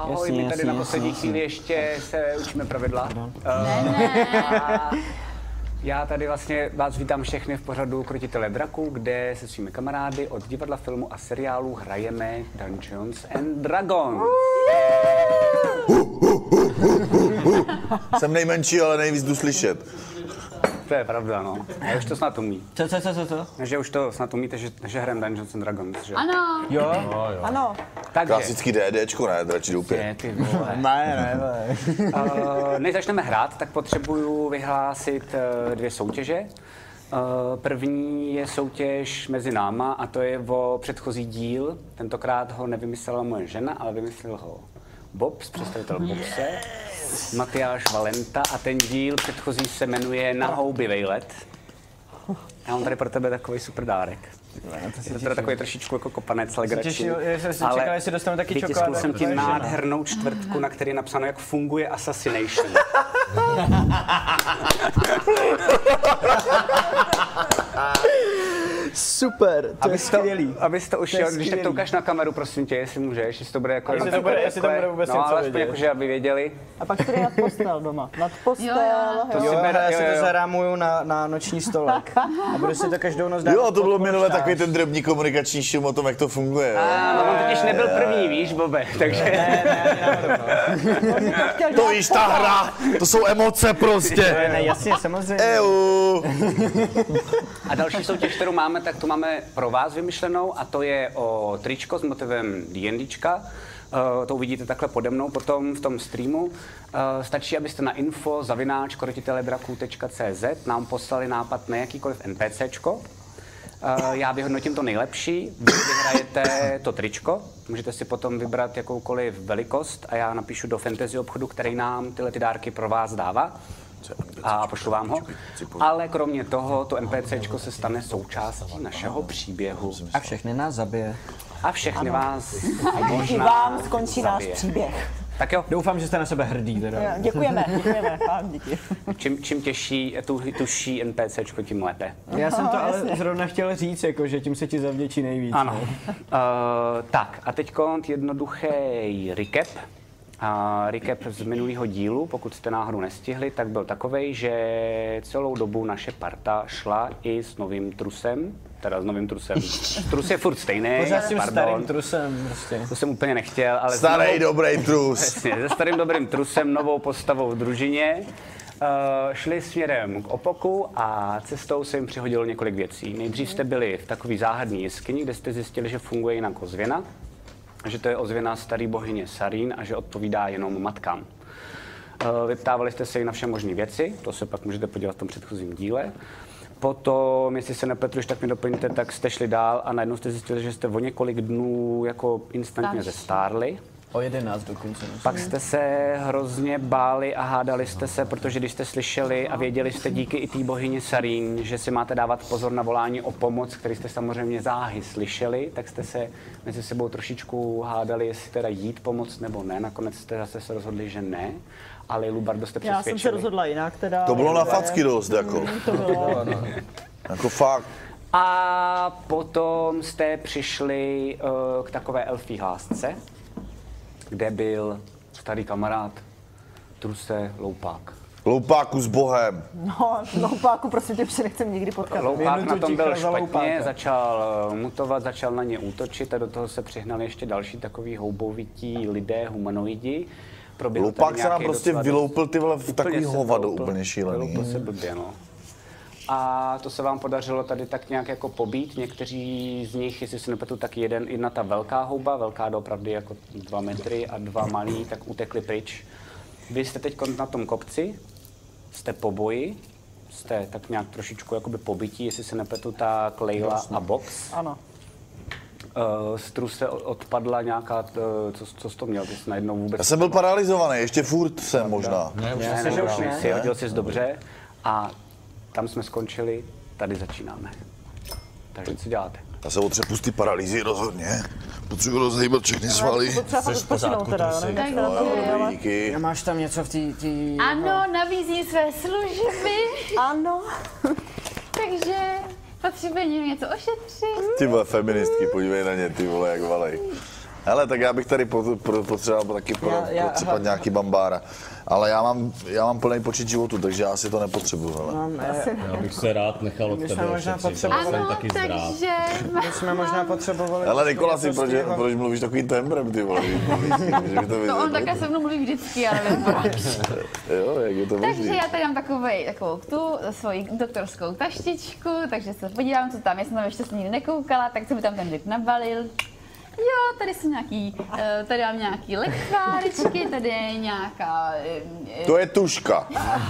ahoj, my tady na poslední chvíli ještě se učíme pravidla. Já tady vlastně vás vítám všechny v pořadu Krotitele draků, kde se svými kamarády od divadla, filmu a seriálu hrajeme Dungeons and Dragons. Jsem nejmenší, ale nejvíc jdu slyšet. To je pravda, no. A už to snad umí. Co? Že už to snad umíte, že hrajeme Dungeons and Dragons, že? Ano. Jo? Ano. Takže. Klasický DDčko, ne? Dračí doupě. Ty vole. Ne. Než začneme hrát, tak potřebuju vyhlásit dvě soutěže. První je soutěž mezi náma a to je o předchozí díl. Tentokrát ho nevymyslela moje žena, ale vymyslel ho Bobs, představitel Bobse, Matyáš Valenta a ten díl předchozí se jmenuje Na houby vejlet. Já mám tady pro tebe takový super dárek. Je to teda takový trošičku jako kopanec legrační. Ale jestli dostanu taky čokoládu. Vytiskl jsem ti nádhernou čtvrtku, na který je napsáno, jak funguje Assassination. Super, to je skvělý. Abys to už když tak to ukáž na kameru, prosím tě, jestli můžeš, jestli to bude jako... Jestli to bude vůbec no, něco ale vidět. jakože, aby věděli. A pak tady nad postel doma. Nad postel. Já si to zarámuju na noční stolek. A budu si to každou noc dát. Jo, to bylo minule takový ten drobný komunikační šum o tom, jak to funguje. No, on totiž nebyl první, víš, Bobe, takže... Ne. To víš, ta hra, to jsou emoce prostě. Ne, jasně, samozřejmě. A další soutěž, kterou máme, tak tu máme pro vás vymyšlenou a to je o tričko s motivem D&Dčka. To uvidíte takhle pode mnou potom v tom streamu. Stačí, abyste na info@krotiteledraků.cz nám poslali nápad na jakýkoliv NPCčko. Já vyhodnotím to nejlepší, vy vyhrajete to tričko, můžete si potom vybrat jakoukoliv velikost a já napíšu do fantasy obchodu, který nám tyhle ty dárky pro vás dává. A pošlu vám ho. Ale kromě toho, to NPCčko se stane součástí našeho příběhu. A všechny nás zabije. A všechny vás I vám skončí náš příběh. Tak jo. Doufám, že jste na sebe hrdý teda. Děkujeme. Vám díky. Čím těžší, tužší NPCčko, tím lépe. Já jsem to ale zrovna chtěl říct, jako, že tím se ti zavděčí nejvíc. Ano. Tak a teď jednoduchý recap. Recap z minulého dílu, pokud jste náhodou nestihli, tak byl takovej, že celou dobu naše parta šla i s novým trusem. Trus je furt stejný. Pořád s tím starým trusem prostě. To jsem úplně nechtěl, ale... Starý dobrý trus. Přesně, se starým dobrým trusem, novou postavou v družině. Šli směrem k Opoku a cestou se jim přihodilo několik věcí. Nejdřív jste byli v takový záhadný jeskyni, kde jste zjistili, že funguje jinak ozvěna. Že to je ozvěna starý bohyně Sarín a že odpovídá jenom matkám. Vyptávali jste se jí na vše možné věci, to se pak můžete podívat v tom předchozím díle. Potom, jestli se nepletu, tak mi doplňte, tak jste šli dál a najednou jste zjistili, že jste o několik dnů jako instantně zestárli. O 11 dokonce. Pak jste se hrozně báli a hádali jste se, protože když jste slyšeli a věděli jste díky i té bohyni Sarín, že si máte dávat pozor na volání o pomoc, který jste samozřejmě záhy slyšeli, tak jste se mezi sebou trošičku hádali, jestli teda jít pomoc nebo ne. Nakonec jste zase se rozhodli, že ne. Ale Lubardo jste přesvědčili. Já jsem se rozhodla jinak teda. To bylo na facky dost, jako. To bylo. Jako fakt. A potom jste přišli k takové elfí hlásce, kde byl starý kamarád Truse Loupák. Loupáku s bohem. No, Loupáku, prosím tě, nechcem nikdy potkat. Loupák na tom byl špatně, začal mutovat, začal na ně útočit a do toho se přihnali ještě další takový houbovití lidé, humanoidi. Loupák se nám prostě vyloupil ty vole v takový hovado úplně šílený. Vyloupil se blbě, no. A to se vám podařilo tady tak nějak jako pobít. Někteří z nich, jestli se nepletu, tak jedna ta velká houba, velká doopravdy jako 2 metry a 2 malí, tak utekli pryč. Vy jste teď na tom kopci, jste po boji, jste tak nějak trošičku jakoby pobytí, jestli se nepletu, tak Leila a Box. Ano. Z truse odpadla nějaká, co jsi to měl, ty jsi najednou vůbec... Já jsem byl paralizovaný, ještě furt jsem možná. Ne, už nejsi, hodil jsi dobře a tam jsme skončili, tady začínáme. Takže co děláte? Já se otřepu z ty paralýzy rozhodně. Potřebuji rozhýbat všechny svaly. Jsi v pořádku, teda, Díky. Máš tam něco v té... Ano, nabízí své služby. Ano. Takže potřebuje něco ošetřit. Ty vole feministky, podívej na ně, ty vole, jak valej. Hele, tak já bych tady potřeboval taky procípat nějaký bambára. Ale já mám plný počet životů, takže já si to nepotřebuju. Já bych se rád nechal od tebe ošetřit, Ano, taky zdrav. takže... My jsme možná potřebovali... Ale Nikolasi, proč mluvíš takovým tembrem, ty vole? To on také se mnou mluví vždycky, ale nevím proč. Jo, jak je to možný? Takže já tady mám takovou tu svoji doktorskou taštičku, takže se podívám, co tam je, jsem tam ještě se nikdy nekoukala, tak jsem mi tam ten lid nabalil. Jo, tady jsou nějaký, tady mám nějaký lekváričky, tady je nějaká... To je tuška.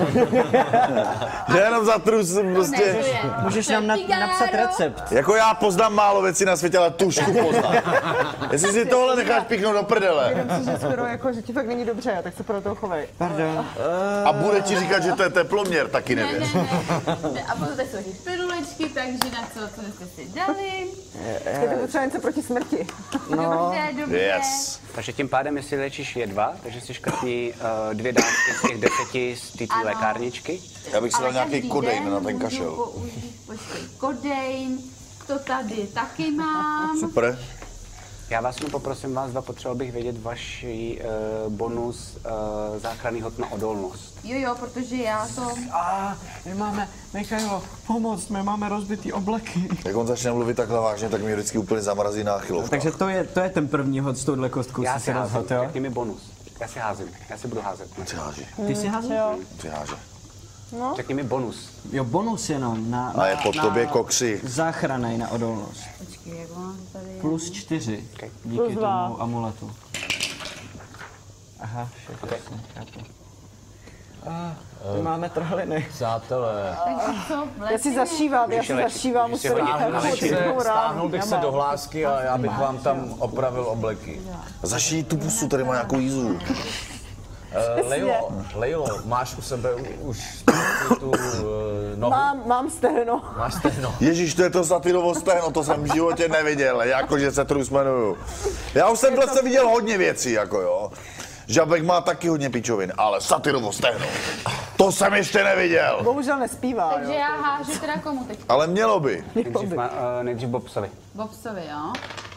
Že jenom za trus prostě... Můžeš nám napsat recept. Jako já poznám málo věcí na světě, ale tušku poznám. Jestli si tohle necháš píchnout do prdele. Jenom si říct skoro, jako, že ti fakt není dobře, tak se pro toho chovej. Pardon. A bude ti říkat, že to je teploměr, taky nevěř. Ne. A potom tady jsou ty pilulečky, takže na co jste si dali. Je to potřeba něco proti smrti. Dobře. Yes. Takže tím pádem, jestli léčíš jedva, takže si škrtni 2 dávky z těch 10 z té lékárničky. Já bych si dal Ale nějaký každý kodein den na ten můžu kašel. použít, počkej, kodein, to tady taky mám. Super. Já vás poprosím vás dva, potřeboval bych vědět vaši bonus záchranný hod na odolnost. Jo, protože já to... My máme, Michailo, pomoct, my máme rozbitý obleky. Jak on začne mluvit takhle vážně, tak mě vždycky úplně zamrazí náchylovka. Takže to je ten první hod s touhle kostkou, Já si si se házím, rozhodl, jo? řekni mi bonus. Já si házím, já si budu házet. Ty háži, Ty si házíš? ty háže. Řekni mi bonus. Jo, bonus jenom A je pod tobě kokři. záchranej na odolnost. Počkej, jak mám tady... Plus 4 Okay. díky Plus 2. tomu amuletu. Aha, všechno Okay. chápu. My máme trhliny. Přátelé, Takže co, Já si zašívám, Můžeš si hodit na léčení. stáhnul bych se do hlásky a já bych vám tam opravil obleky. Zašij tu pusu, tady má nějakou jízdu. Lejlo, máš u sebe už tu nohu? Mám stehno. Máš stehno. Ježíš, to je to satyrovo stehno, to jsem v životě neviděl, jakože se trus jmenuju. Já už jsem prostě viděl hodně věcí, jako jo. Žabek má taky hodně pičovin, ale satyrovo stehno, to jsem ještě neviděl. Bohužel nespívá, Takže jo. já hážu teda komu teď? Ale mělo by. Nejdřív Bobsovi. Bobsovi, jo?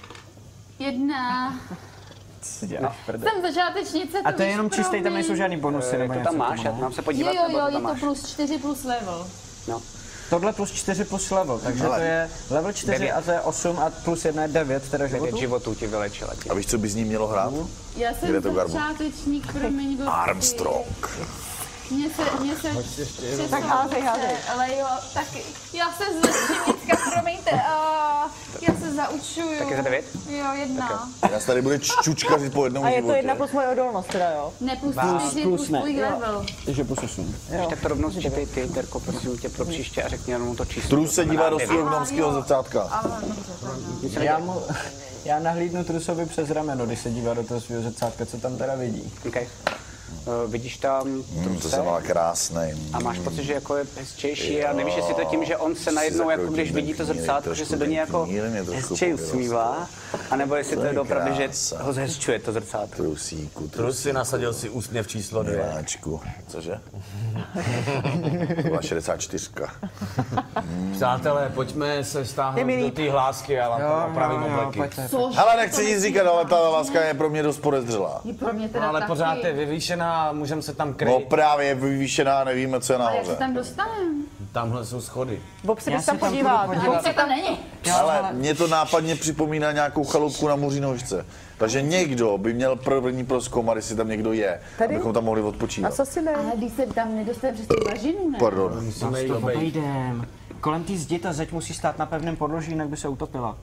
1. No. Jsem začátečnice, A to je jenom čistý, tam nejsou žádný bonusy nebo To něco tam máš, k já tomu, mám se Jo, podívat, nebo to je tam to máš. plus 4 plus level. No. Tohle plus 4 plus level, takže Hele. to je level 4 9. a to je 8 a plus 1 je 9, teda 9 životů. životů ti vylečila. A víš, co by z ní mělo hrát? Já Kde jsem to garbu? začátečník, promiň, Bobky. Armstrong. Mně se Tak házej. Ale jo, tak já se zlepším, Micka, promiňte. Já se zaučuju. Tak je za 9? Jo, 1. Já se tady bude čučkařit po jednom A je to životě. 1 plus moje odolnost teda, jo. Ne, plus 4 plus plus ne. tvůj level. Takže plus 8. Tak to rovnou sčítej ty, Terko, prosím tě, pro příště a řekni jenom to číslo. Trus se dívá do 9. svého gnomského zrcátka. Aha, dobře. Já nahlídnu Trusovi přes rameno, když se dívá do toho svého zrcátka, co tam teda vidí. Okay. Vidíš tam To Truse jsem má krásný. a máš pocit, že jako je hezčejší a nevíš, jestli to tím, že on se najednou, jako když vidí to zrcátko, že se do něj jako hezčej usmívá, anebo jestli to je doopravdy, že ho zhezčuje to zrcátko. Trusíku, Trus si nasadil si úsměv číslo 2. miláčku. Cože? To byla 64. Přátelé, pojďme se stáhnout do té hlásky, já vám tam opravím obleky. Což? Hele, nechci nic říkat, ale ta láska je pro mě dost podezřelá. Je pro mě teda No, ale taky. pořád je vyvýšená, můžeme se tam No kryt. právě je vyvýšená, nevíme, co je A jak se nahoře. tam dostanem? Tamhle jsou schody. Bob se Já bys tam se tam podívat. půjdu Bob se tam není. Ale mě to nápadně připomíná nějakou chalupku na Mořinožce. Takže někdo by měl první prozkoumat, jestli tam někdo je, Tady? abychom tam mohli A odpočívat. co si ne? Ale když se tam nedostane přes tu bažinu, ne? Pardon. Musíme jít To obejít. obejdem. Kolem té zdi ta zeď musí stát na pevném podloží, jinak by se utopila.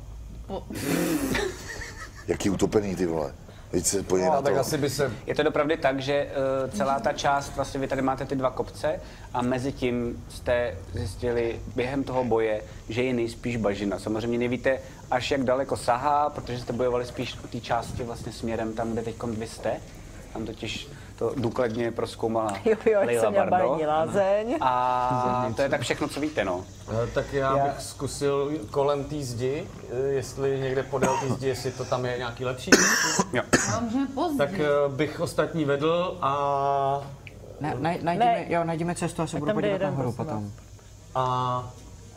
Jaký utopený, ty vole. Teď se podívej na No, tak to. asi by se... Je to dopravdy tak, že celá ta část, vlastně vy tady máte ty 2 kopce a mezi tím jste zjistili během toho boje, že je nejspíš bažina. Samozřejmě nevíte až jak daleko sahá, protože jste bojovali spíš u té části vlastně směrem tam, kde teď vy jste. Tam totiž to důkladně prozkoumala Jo, jak Leila jsem měl Bardo. bajní lázeň. A to je tak všechno, co víte, no. Tak já bych zkusil kolem té zdi, jestli někde podél té zdi, jestli to tam je nějaký lepší. Jo. Ale můžeme pozdě. Tak bych ostatní vedl Najdeme cestu a se budu tam jde podívat jeden, nahoru prosím potom. a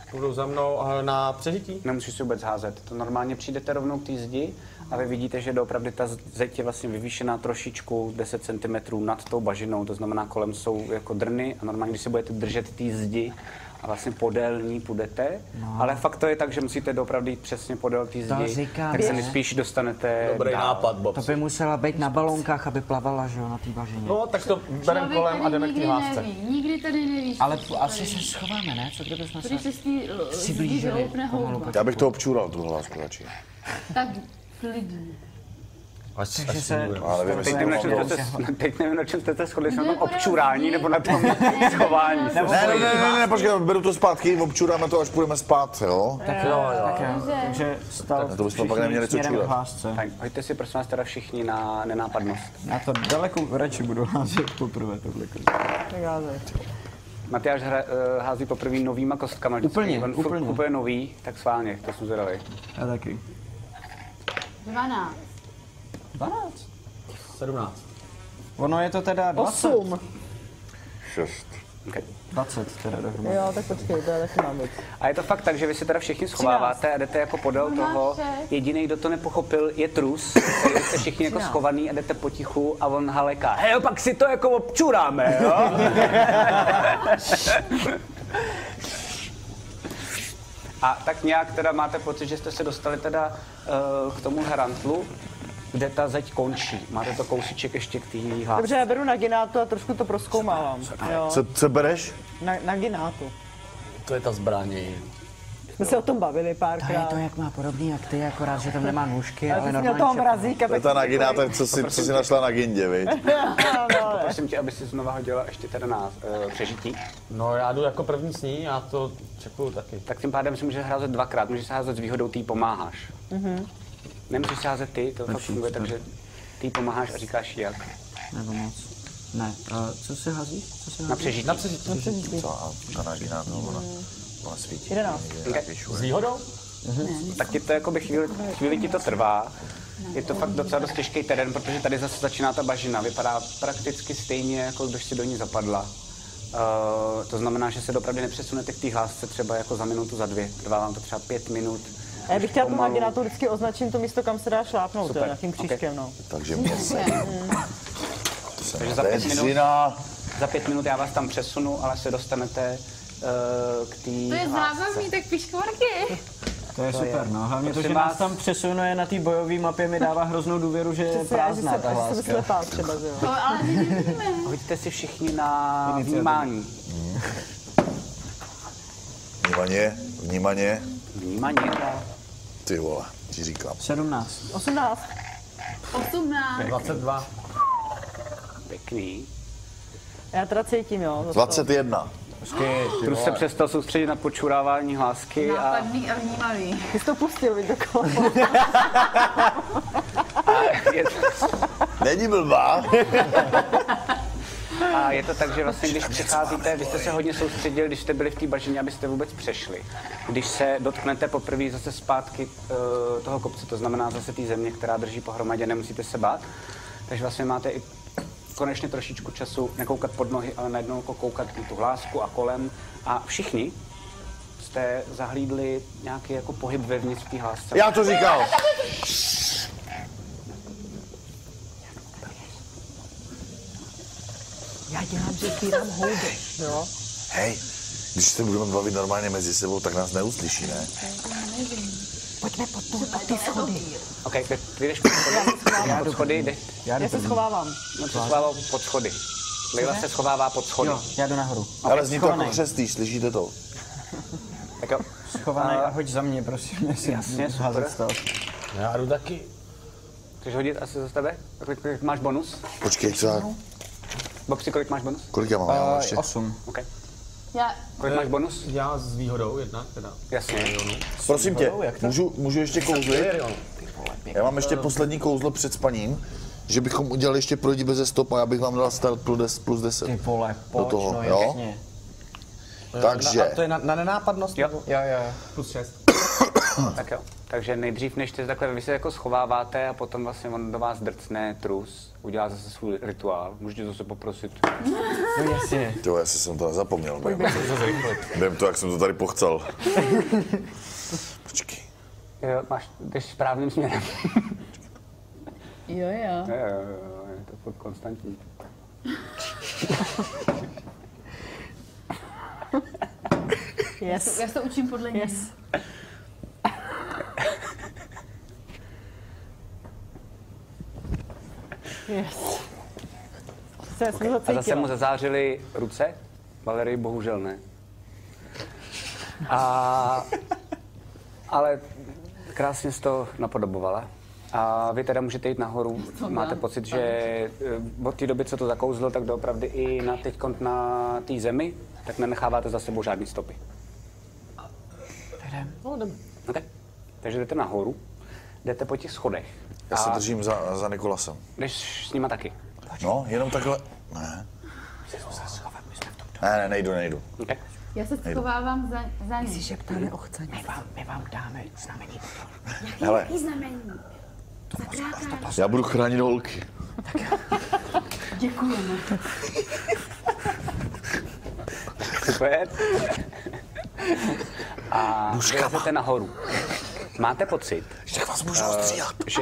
půjdou za mnou na přežití. Nemusíš si vůbec házet. To normálně přijdete rovnou k té zdi a vy vidíte, že doopravdy ta zeď je vlastně vyvýšená trošičku 10 cm nad tou bažinou, to znamená kolem jsou jako drny a normálně, když se budete držet té zdi a vlastně podél ní půjdete, ale fakt to je tak, že musíte doopravdy jít přesně podél té zdi, říkám, tak se ne? nejspíš dostanete Dobrý dál. nápad, To Bob. by musela být na balónkách, aby plavala, že jo, na té bažině. No, tak to bereme kolem a jdeme k té hlásce. Nikdy tady nevíš. Ale asi se schováme, ne? Co kdybychom se... Když se z té zdi blížili hloupne houba. Já bych to občural, tu hlásku radši. Tak klidně. Takže se... Ale nevím, Teď jestli nevím, to na mám čem dost. teď nevím, na čem jste se shodli, jestli na tom občurání nebo na tom schování. Ne, počkej, beru to zpátky, občuráme to, až půjdeme spát, jo? Tak jo. Takže stal to bychom pak neměli co směrem čírat. k hlásce. Tak, hoďte si prosím vás teda všichni na nenápadnost. Já to daleko radši budu házet poprvé tohle. Tak házej. Matyáš hází poprvé novýma kostkama. vždycky. Úplně, On úplně. kupuje nový, tak schválně, to jsme zvědavý. Já taky. 12. 12. 17. Ono je to teda 20. 8. 6. Okay. 20 teda dohromady. Jo, tak počkej, to je taky mám být. A je to fakt tak, že vy se teda všichni schováváte a jdete jako podél toho. Jediný, kdo to nepochopil, je trus, který jste všichni jako schovaný a jdete potichu a on haleká. Hej, pak si to jako občuráme, jo? A tak nějak teda máte pocit, že jste se dostali teda k tomu hrantlu, kde ta zeď končí. Máte to kousíček ještě k té hlásce. Dobře, já beru na ginátu a trošku to prozkoumávám. Jo, Co bereš? na ginátu. To je ta zbraň. Jsme se o tom bavili To je párkrát. to, jak má podobný jak ty, akorát, že tam nemá nůžky, Ale ale ty jsi měl normálně... toho mrazíka, To je tak ta nagináta, co si našla na gindě, viď? Prosím tě, aby si znova hodila ještě teda na přežití. No, já jdu jako první s ní, já to čekuju taky. Tak tím pádem si můžeš házet dvakrát, můžeš se házet s výhodou, ty pomáháš. Nemusíš se házet ty, to fakt funguje, takže ty pomáháš a říkáš jak. Nebo moc. Ne, co se hází? Co se Na hází? přežití. Na přežití. Co? A ta nagináta, ona svítí. 11. S výhodou? Tak ti to jakoby chvíli ti to trvá. Je to fakt docela dost těžký terén, protože tady zase začíná ta bažina. Vypadá prakticky stejně, jako když si do ní zapadla. To znamená, že se dopravdy nepřesunete k té hlásce třeba jako za minutu, za dvě. Trvá vám to třeba 5 minut. A já bych chtěla tu Pomalu. naginátu, vždycky označím to místo, kam se dá šlápnout, Super, nějakým ok. křížkem, no. Takže mě se. Takže za 5 minut, za 5 minut já vás tam přesunu, ale se dostanete k té To je zábavný, tak piškvorky. To je super, no. Hlavně to, Prosím že nás vás. tam přesunuje na té bojové mapě, mi dává hroznou důvěru, že je Přesně, že prázdná ta jsem hláska. slepá třeba, že jo. To ale my nevíme. Hoďte si všichni na vnímání. Vnímaně. Vnímání. Ty vole, ti říkám. 17. 18. 18. 22. Pěkný. Já teda cítím, jo. 21. Trus se přestal soustředit na počurávání hlásky a Nápadný a vnímavý. Ty jsi to pustil, víš, dokola. Není blbá. A je to tak, že vlastně, když přicházíte, vy jste se hodně soustředili, když jste byli v té bažině, abyste vůbec přešli. Když se dotknete poprvé zase zpátky toho kopce, to znamená zase té země, která drží pohromadě, nemusíte se bát. Takže vlastně máte i konečně trošičku času nekoukat pod nohy, ale najednou jako koukat na tu hlásku a kolem. A všichni jste zahlídli nějaký jako pohyb vevnitř v té hlásce. Já to říkal. Já dělám, že pírám houby, jo. Hej, když se budeme bavit normálně mezi sebou, tak nás neuslyší, ne? Pojďme pod ty schody. OK, ty jdeš pod schody, pod schody, jdeš, Já se schovávám. no, se schovává pod schody. Leila se schovává pod schody. Jo, já jdu nahoru. Ale zní to jako schovaný. křestýš, slyšíte to? Tak jo. Schovaný a hoď za mě, prosím. Jasně, super. Já jdu taky. Chceš hodit asi za tebe? A kolik máš bonus? Počkej, co já? Bobsi, kolik máš bonus? Kolik já mám? Já mám ještě? 8. OK. Já, Kolik máš bonus? Já s výhodou jednak teda. Jasně. Prosím tě, můžu ještě kouzlit? Já mám ještě poslední kouzlo před spaním, že bychom udělali ještě pro lidi bez stop a já bych vám dal start plus 10. Ty vole, Do pojď, toho, no jo? jasně. Takže, A to je na nenápadnost? Jo. Nebo? Jo. Plus 6. Tak jo. Takže nejdřív, než vy se jako schováváte a potom vlastně on do vás drcne trus, udělá zase svůj rituál. Můžete zase poprosit. No jasně. Jo, jestli jsem to nezapomněl. Vím to, jak jsem to tady pochcel. Počkej. Jo, jdeš správným směrem. Jo. Jo, je to furt konstantní. Yes. Já se to učím podle něj. Yes. Yes. A zase mu zazářily ruce, Valerii bohužel ne. Ale krásně jsi to napodobovala. A vy teda můžete jít nahoru. Máte pocit, že od té doby, co to zakouzlo, tak doopravdy i na té zemi, tak nenecháváte za sebou žádný stopy. Okay. Takže jdete nahoru, jdete po těch schodech. Já se držím za Nikolasem. Jdeš s nima taky. No, jenom takhle. Ne. Ne, nejdu. Okay. Já se schovávám za ní. Šeptáme o chce. My vám dáme znamení. Hele, Jaký znamení? já budu chránit holky. Děkujeme. Super. A vylezete nahoru. Máte pocit, Jak vás můžu ostříhat? že...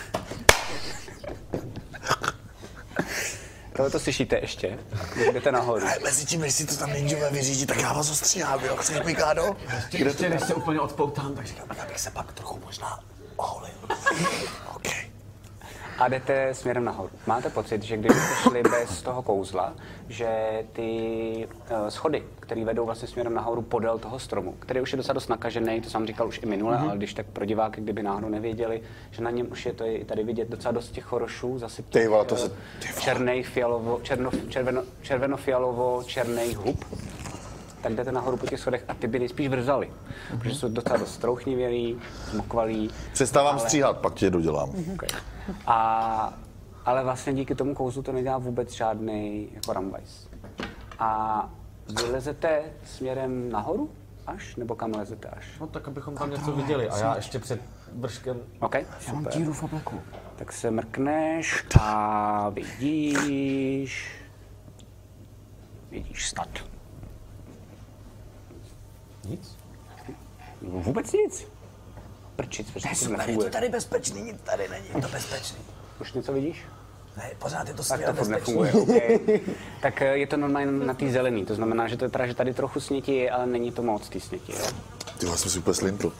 Tohle to slyšíte ještě, když jdete nahoru. Mezi tím, než si to tam nejdříve vyřídí, tak já vás ostříhám, jo? Chceš Mikádo? Ještě než se úplně odpoutám, tak říkám, Já bych se pak trochu možná oholil. OK. A jdete směrem nahoru. Máte pocit, že když jste šli bez toho kouzla, že ty schody, které vedou vlastně směrem nahoru podél toho stromu, který už je docela dost nakažený, to jsem říkal už i minule, ale když tak pro diváky, kdyby náhodou nevěděli, že na něm už je to i tady vidět docela dost těch chorošů, zasypných černých, červeno-fialovo, černých hub, tak jdete nahoru po těch schodech a ty by nejspíš vrzali, protože jsou docela dost strouchnivělý, zmokvalý. Přestávám stříhat, pak tě dodělám. Okay. Ale vlastně díky tomu kouzlu to nedělá vůbec žádný jako rambajs. A vylezete směrem nahoru až, nebo kam lezete až? No tak, abychom tam něco viděli a já ještě před vrškem. OK, super. Díru v obleku. Tak se mrkneš a vidíš snad. Nic? Vůbec nic. Prčic, protože to nefunguje. tady bezpečný, nic tady není, je to bezpečný. Už něco vidíš? Ne, pořád je to Tak skvěle to furt bezpečný. nefunguje, okay. Tak je to normálně na té zelený, to znamená, že to vypadá, že tady trochu snětí je, ale není to moc té snětí. Jo? Ty vás jsem si úplně slintl.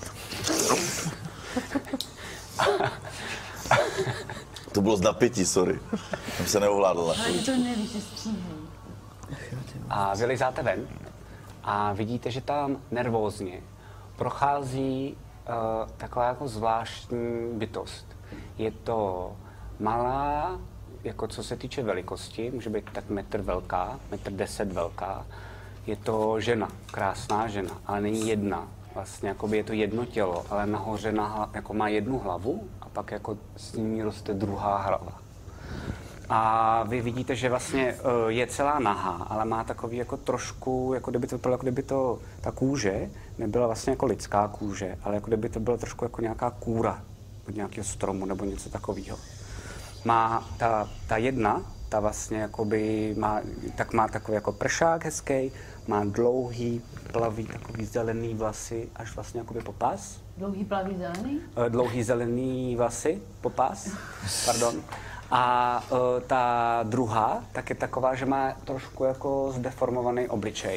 To bylo z napětí, sorry. Jsem se neovládl. Ale to nevíš, že stříhej. A vylizáte ven a vidíte, že tam nervózně prochází taková jako zvláštní bytost. Je to malá, jako co se týče velikosti, může být tak 1 metr velká, 1,10 m velká. Je to žena, krásná žena, ale není jedna. Vlastně jakoby je to jedno tělo, ale nahoře jako má jednu hlavu a pak jako s ní roste druhá hlava. A vy vidíte, že vlastně je celá nahá, ale má takový jako trošku, jako kdyby to bylo, jako kdyby to, ta kůže nebyla vlastně jako lidská kůže, ale jako kdyby to bylo trošku jako nějaká kůra od nějakého stromu nebo něco takového. Má ta jedna, ta vlastně jakoby má takový jako pršák hezký, má dlouhý, plavý, takový zelený vlasy, až vlastně jakoby po pás. Dlouhý plavý zelený? Dlouhý zelený vlasy, po pás, pardon. A ta druhá tak je taková, že má trošku jako zdeformovaný obličej.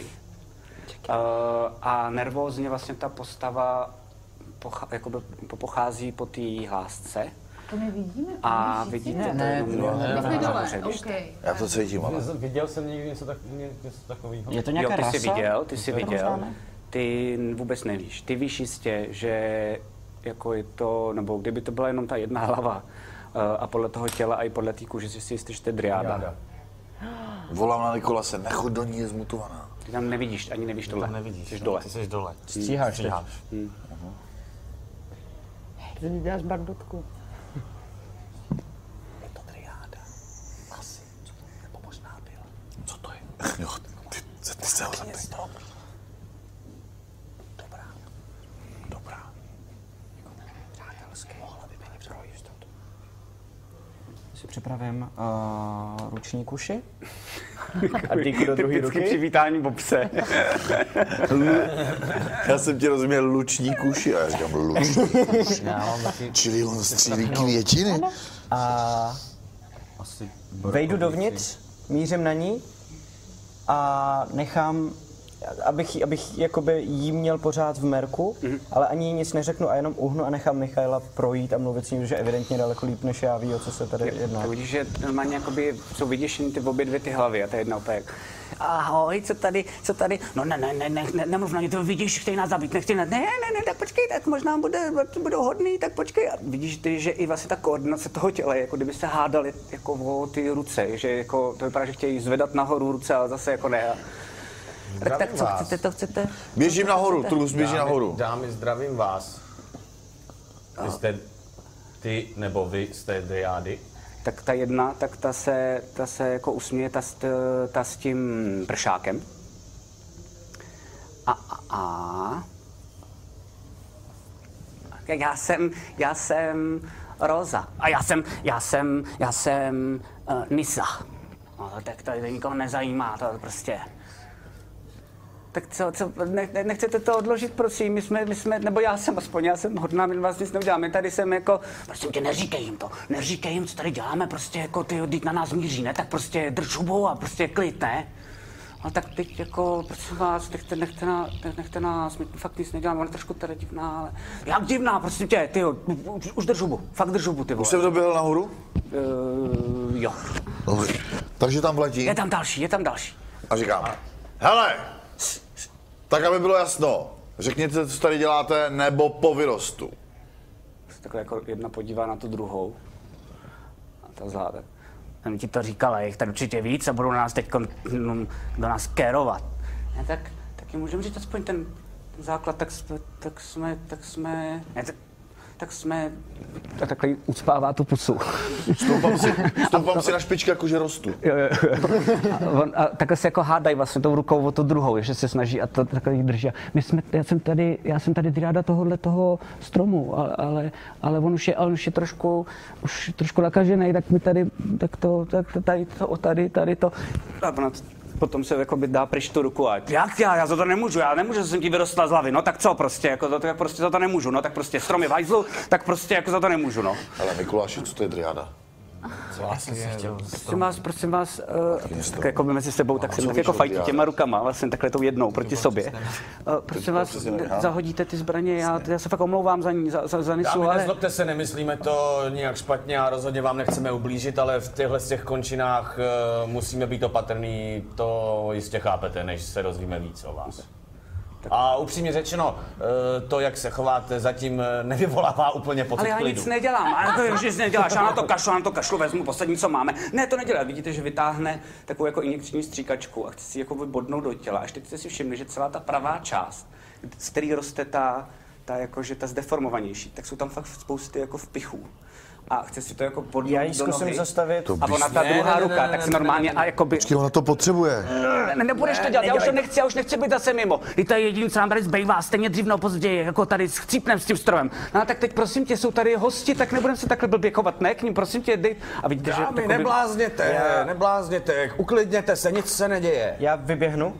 A nervózně vlastně ta postava pochází po té hlásce. To my vidíme? A vidíte to jenom nahoře, když Okay. Já to cítím, ale... Viděl jsem někdy něco takového? Je to Jo, nějaká rasa? ty jsi viděl. Ty vůbec nevíš. Ty víš jistě, že jako je to, nebo kdyby to byla jenom ta jedna hlava a podle toho těla a i podle té kůže si jistý, že to je driáda. Volám na Nikolase, nechoď do ní, je zmutovaná. Ty tam nevidíš, ani nevíš tohle. Nevidíš, Jsi dole. Ty jsi dole. Stříháš. Ty mi děláš bardotku. Je to driáda. Asi, nebo možná byla. Co to je? Jo, ty se ho zeptej. Dobrá. si připravím ruční kuši. A dýku do druhé Typicky ruky. přivítání bobse. Já jsem ti rozuměl luční kuši a já říkám luční kuši. Já mám taky Čili on střílí květiny. A asi vejdu dovnitř, mířím na ní a nechám, abych jakoby jí měl pořád v merku, ale ani jí nic neřeknu a jenom uhnu a nechám Michaela projít a mluvit s ním, že evidentně daleko líp než já ví, o co se tady jedná. Tak vidíš, že normálně jakoby jsou vyděšený ty obě dvě ty hlavy a ta jedna úplně jak ahoj, co tady, no nemluv na ně, to vidíš, chtějí nás zabít, nechtějí nás, ne, tak počkej, tak možná budou hodný, tak počkej. A vidíš ty, že i vlastně ta koordinace toho těla, jako kdyby se hádali jako o ty ruce, že jako to vypadá, že chtějí zvedat nahoru ruce, ale zase jako ne. Tak co vás. chcete, to chcete? Běžím nahoru, Trus běží nahoru. Dámy, zdravím vás. Vy jste dryády? Tak ta jedna, tak ta se jako usměje, ta s tím pršákem. Já jsem Rosa. A já jsem Nisa. No, tak to nikoho nezajímá, to prostě. Tak co, nechcete to odložit, prosím, my jsme, nebo já jsem hodná, my vás nic neudělám, my tady jsem jako, prostě tě neříkej jim, co tady děláme, prostě jako ty na nás míří, ne, tak prostě drž hubu a prostě klid, ne? Ale tak teď jako, prosím vás, nechte nás, my fakt nic neděláme, ona je trošku tady divná, ale, jak divná, prostě tě, tyjo, už drž hubu, fakt drž hubu, ty vole. Už jsem doběhl nahoru? Jo. Dobře, takže tam vletím. Je tam další. A říkám, hele, tak aby bylo jasno, řekněte, co tady děláte, nebo po vyrostu. Takhle jako jedna podívá na tu druhou. A ta záda. Jsem ti to říkala, jich tak určitě víc a budou nás teď do nás kérovat. Ne, tak jim můžeme říct aspoň ten základ, tak jsme... A takhle ucpává tu pusu. Stoupám si na špičky, jakože rostu. Jo. A takhle se jako hádají vlastně tou rukou o tu druhou, že se snaží a to takhle jich drží. Já jsem tady dryáda toho stromu, ale on už je trošku nakažený, tak mi tady to. A potom se jakoby dá pryč tu ruku a já za to nemůžu, že jsem ti vyrostla z hlavy, no tak co prostě, jako prostě za to nemůžu, no tak prostě strom je v hajzlu, tak prostě jako za to nemůžu, no. Ale Mikuláši, co to je dryáda? Prosím vás, tak jako mezi sebou, tak se tak jako fajtí těma rukama, vlastně takhle tou jednou proti sobě. Prosím vás, zahodíte ty zbraně, já se fakt omlouvám za Nisu, ale... Nezlobte se, nemyslíme to nijak špatně a rozhodně vám nechceme ublížit, ale v těchto těch končinách musíme být opatrný, to jistě chápete, než se dozvíme víc o vás. A upřímně řečeno, to, jak se chováte, zatím nevyvolává úplně pocit klidu. Ale já nic nedělám, ale to nic neděláš, já na to kašlu, vezmu poslední, co máme. Ne, to nedělá, vidíte, že vytáhne takovou jako injekční stříkačku a chce si jako bodnout do těla. Až teď jste si všimli, že celá ta pravá část, z který roste ta zdeformovanější, tak jsou tam fakt spousty jako vpichů. A chce si to jako podnout já jí do zkusím nohy. zastavit. A ona ta druhá ruka, tak se normálně a jakoby... Počkej, ona to potřebuje. Nebudeš to dělat, já už nechci být zase mimo. I to je jediný, co nám tady zbývá, stejně dřív nebo později, jako tady chcípnem s tím stromem. No tak teď prosím tě, jsou tady hosti, tak nebudeme se takhle blbě chovat, ne? K ním prosím tě, dej. A vidíte, že... Dámy, neblázněte, uklidněte se, nic se neděje. Já vyběhnu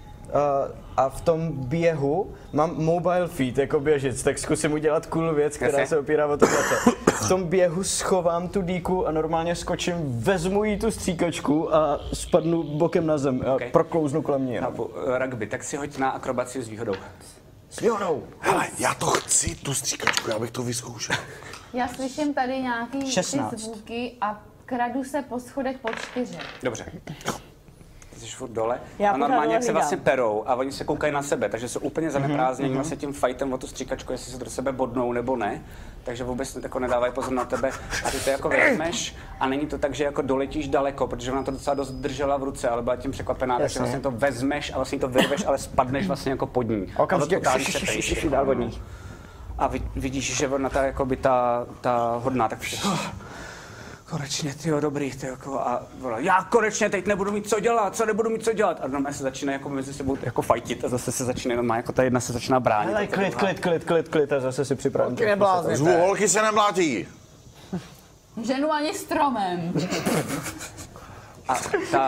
a v tom běhu mám mobile feed jako běžic, tak zkusím udělat cool věc, která se opírá o to plato. V tom běhu schovám tu dýku a normálně skočím, vezmu jí tu stříkačku a spadnu bokem na zem a proklouznu kolem ní. Rugby, tak si hoď na akrobaci s výhodou. S výhodou! Hele, já to chci, tu stříkačku, já bych to vyzkoušel. Já slyším tady nějaký 16. ty zvuky a kradu se po schodech po 4. Dobře. Ty jsi furt dole Já a normálně jak se pořád vlastně perou a oni se koukají na sebe, takže jsou úplně zaneprázdnění vlastně tím fightem o tu stříkačku, jestli se do sebe bodnou nebo ne. Takže vůbec jako nedávají pozor na tebe a ty to jako vezmeš a není to tak, že jako doletíš daleko, protože ona to docela dost držela v ruce, ale byla tím překvapená, takže vlastně to vezmeš a vlastně to vyrveš, ale spadneš vlastně jako pod ní. Okamžitě dál od ní. A vidíš, že ona ta hodná, tak konečně, tyjo, dobrý, ty jako a já konečně teď nebudu mít co dělat, a normálně se začíná jako mezi sebou jako fajtit a zase se začíná normálně, jako ta jedna se začíná bránit. Ale klid a zase si připravím. Zvu, holky se nemlátí. Ženu ani stromem. A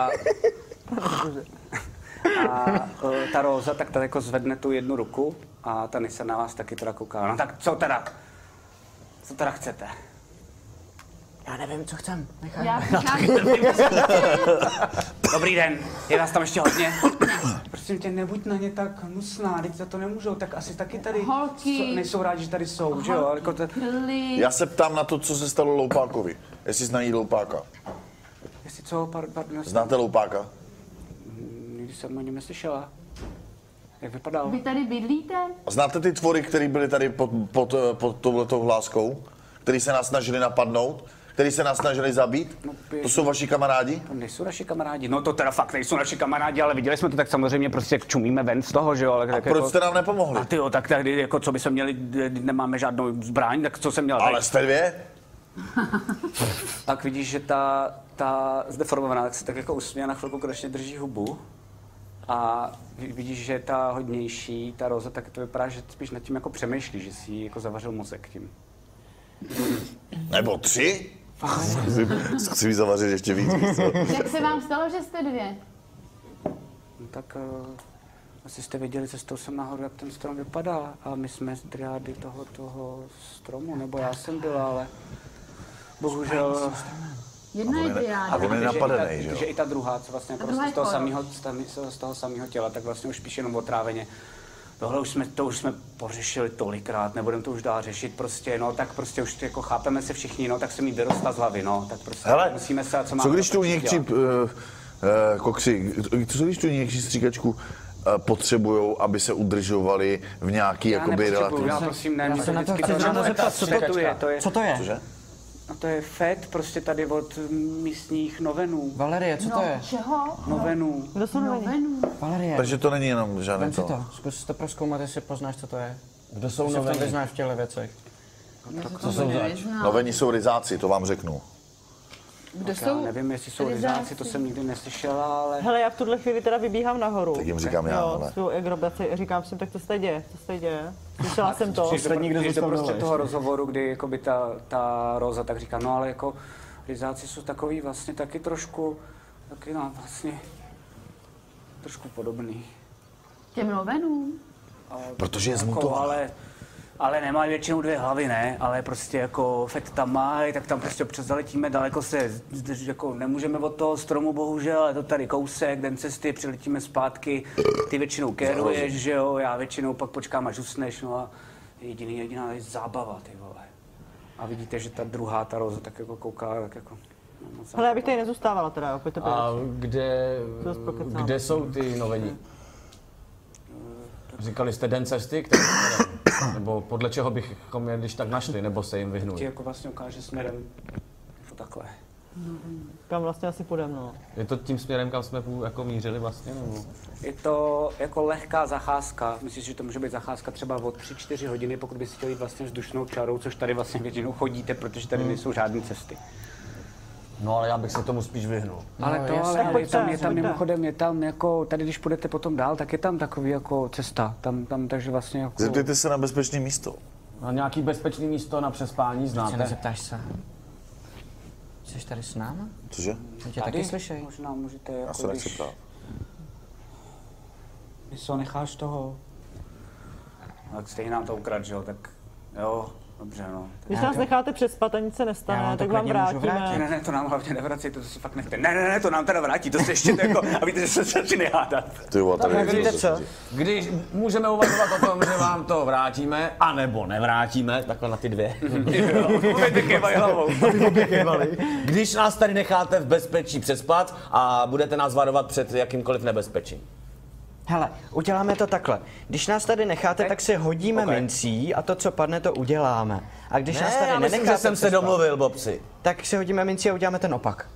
ta Róza tak tady jako zvedne tu jednu ruku a ta Nisa na vás taky teda kouká. No tak co teda? Co teda chcete? Já nevím, co chcem. Nechaj. Já říkám, Dobrý den, je vás tam ještě hodně? Prosím tě, nebuď na ně tak hnusná, teď za to nemůžou, tak asi taky tady Holky. nejsou rádi, že tady jsou, že jo? Ale jako klid. Já se ptám na to, co se stalo Loupákovi. Jestli znají Loupáka. jestli co, pardon, Znáte Loupáka? nikdy jsem o něm neslyšela. Jak vypadal? Vy tady bydlíte? Znáte ty tvory, které byly tady pod touhletou hláskou? Který se nás snažili napadnout? Který se nás snažili zabít? To jsou vaši kamarádi? To nejsou naši kamarádi. No to teda fakt nejsou naši kamarádi, ale viděli jsme to tak samozřejmě prostě jak čumíme ven z toho, že jo. Ale tak Proč jako, jste nám nepomohli? a tyjo, tak tady jako co by se měli, nemáme žádnou zbraň, tak co jsem měl? Ale jste dvě? Tak vidíš, že ta zdeformovaná tak se tak jako usměje, na chvilku konečně drží hubu. A vidíš, že ta hodnější, ta Róza, tak to vypadá, že spíš nad tím jako přemýšlí, že si jí jako zavařil mozek tím. Nebo tři? Chci jí zavařit ještě víc, víš co? Jak se vám stalo, že jste dvě? No tak asi jste věděli cestou sem nahoru, jak ten strom vypadá. A my jsme z driády toho stromu, nebo já jsem byla, ale bohužel... Jedna je A diáda. on je napadený, že Že jo? i ta druhá, co vlastně jako druhá z toho, je z toho samého těla, tak vlastně už spíš jenom otráveně. Tohle už jsme pořešili tolikrát, nebudeme to už dál řešit prostě, no tak prostě už jako chápeme se všichni, no tak se mi vyrostla z hlavy, no tak prostě Hele, musíme se, co máme. co když tu začít někčí, dělat. koksi, co když tu někčí stříkačku potřebujou, aby se udržovali v nějaký Já jakoby nepotřebuju, relativní... já prosím, ne, my se na to vždycky chci zrovna zeptat, co to je, to je, Co to je? Cože? no to je FED prostě tady od místních novenů, Valerie, co to je? Čeho? novenů. Kdo jsou novení? Novenu. Valerie, Takže to není jenom žádný vem si to. to. Zkus to prozkoumat, jestli poznáš, co to je. Kdo jsou Ty se v tom novení? vyznáš v těchto věcech. Co jsou zač? Novení jsou ryzáci, to vám řeknu. Kdo Já jsou? nevím, jestli jsou ryzáci, to jsem nikdy neslyšela, ale... Hele, já v tuhle chvíli teda vybíhám nahoru. Tak jim říkám já, Jo, ale... svou agrobaci, říkám si, tak to se děje, co se děje. Slyšela jsem to. Poslední, kdo Když to zůstal prostě dole toho rozhovoru, kdy jakoby ta Róza tak říká, no ale jako ryzáci jsou takový vlastně taky trošku, taky no vlastně trošku podobný. Těm novenům? Protože je Jako, zmutovaný. ale nemají většinou dvě hlavy, ne? Ale prostě jako FED tam má, tak tam prostě občas zaletíme, daleko se, jako nemůžeme od toho stromu bohužel, je to tady kousek, den cesty, přiletíme zpátky, ty většinou kéruješ, že jo, já většinou pak počkám, až usneš, no a jediná je zábava, ty vole. A vidíte, že ta druhá, ta Róza, tak jako kouká, tak jako... no, moc Hele, já bych tady nezůstávala teda, jo, pojďte A pryč. kde, zas pokecáme. kde jsou ty novení? Říkali jste den cesty, který směrem? Nebo podle čeho bychom je když tak našli, nebo se jim ti vyhnuli? jako vlastně ukáže směrem, jako takhle. Kam vlastně asi půjdeme, no. Je to tím směrem, kam jsme jako mířili vlastně? Nebo? Je to jako lehká zacházka. Myslím, že to může být zacházka třeba o 3-4 hodiny, pokud byste chtěli jít vlastně vzdušnou čarou, což tady vlastně většinou chodíte, protože tady nejsou žádné cesty. No ale já bych se tomu spíš vyhnul. Ale to, jasně. ale je tam pojďte. mimochodem, je tam jako, tady když půjdete potom dál, tak je tam takový jako cesta. Tam takže vlastně jako... Zeptejte se na bezpečné místo. A nějaký bezpečný místo na přespání Se znáte? nezeptáš se? Jsi tady s náma? Cože? Jsem tě Tady taky slyšej. možná můžete, Já jako se nechci ptát. když se ho necháš toho, tak stejně nám to ukrad, že jo, tak jo, dobře no. Když nás necháte přespat a nic se Já nestane, vám to tak vám klidně můžu vrátíme. Ne, to nám hlavně nevracejte, to si fakt nechte. Ne, to nám teda vrátí, to se ještě jako, a víte, že se začíná hádat. Ty vole, tady Tak víte co? Když můžeme uvažovat o tom, že vám to vrátíme, anebo nevrátíme, takhle na ty dvě. Můžete kývají hlavou. Když nás tady necháte v bezpečí přespat a budete nás varovat před jakýmkoliv nebezpečím. Hele, uděláme to takhle. Když nás tady necháte, tak si hodíme Okay. mincí a to, co padne, to uděláme. A když nás tady já myslím, nenecháte že jsem se přespat, domluvil, Bobsi. tak si hodíme mincí a uděláme ten opak.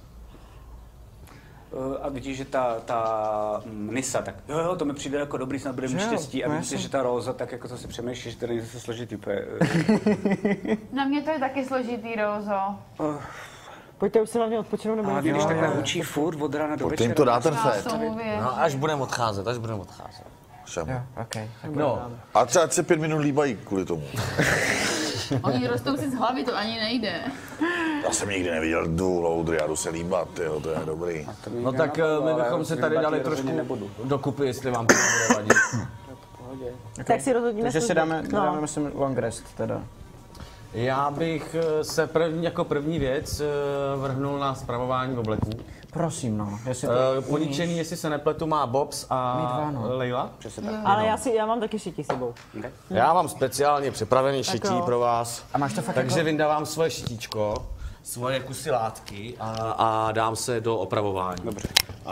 A vidíš, že ta Nisa, tak jo, to mi přijde jako dobrý, snad budeme mít Jo, štěstí. A no vidíte, jasně. že ta Róza, tak jako to si přemýšlí, že to není zase složitý úplně. Na mě to je taky složitý, Rózo. Pojďte už si hlavně odpočinout nebo A něco. když takhle učí furt od rána do Pojďte večera. jim to dát ten Já fet. tomu věřím. No, až budeme odcházet. Šam. Jo, OK. No, A třeba ať se 5 minut líbají kvůli tomu. Oni rostou si z hlavy, to ani nejde. Já jsem nikdy neviděl dvouhlavou driádu se líbat, jo, to je dobrý. No tak my bychom se tady dali trošku dokupy, jestli vám to bude vadit. Tak si rozhodíme. Takže si dáme, myslím, long rest teda. Já bych se jako první věc vrhnul na spravování obleků. Prosím, no. Jestli Poničený, jestli se nepletu, má Bobs a My dva, no. Leila. Ale já mám taky šití sebou. Já mám speciálně připravený šití jo. pro vás. A máš to fakt Takže jako... vyndávám svoje šitíčko, svoje kusy látky a dám se do opravování. Dobře.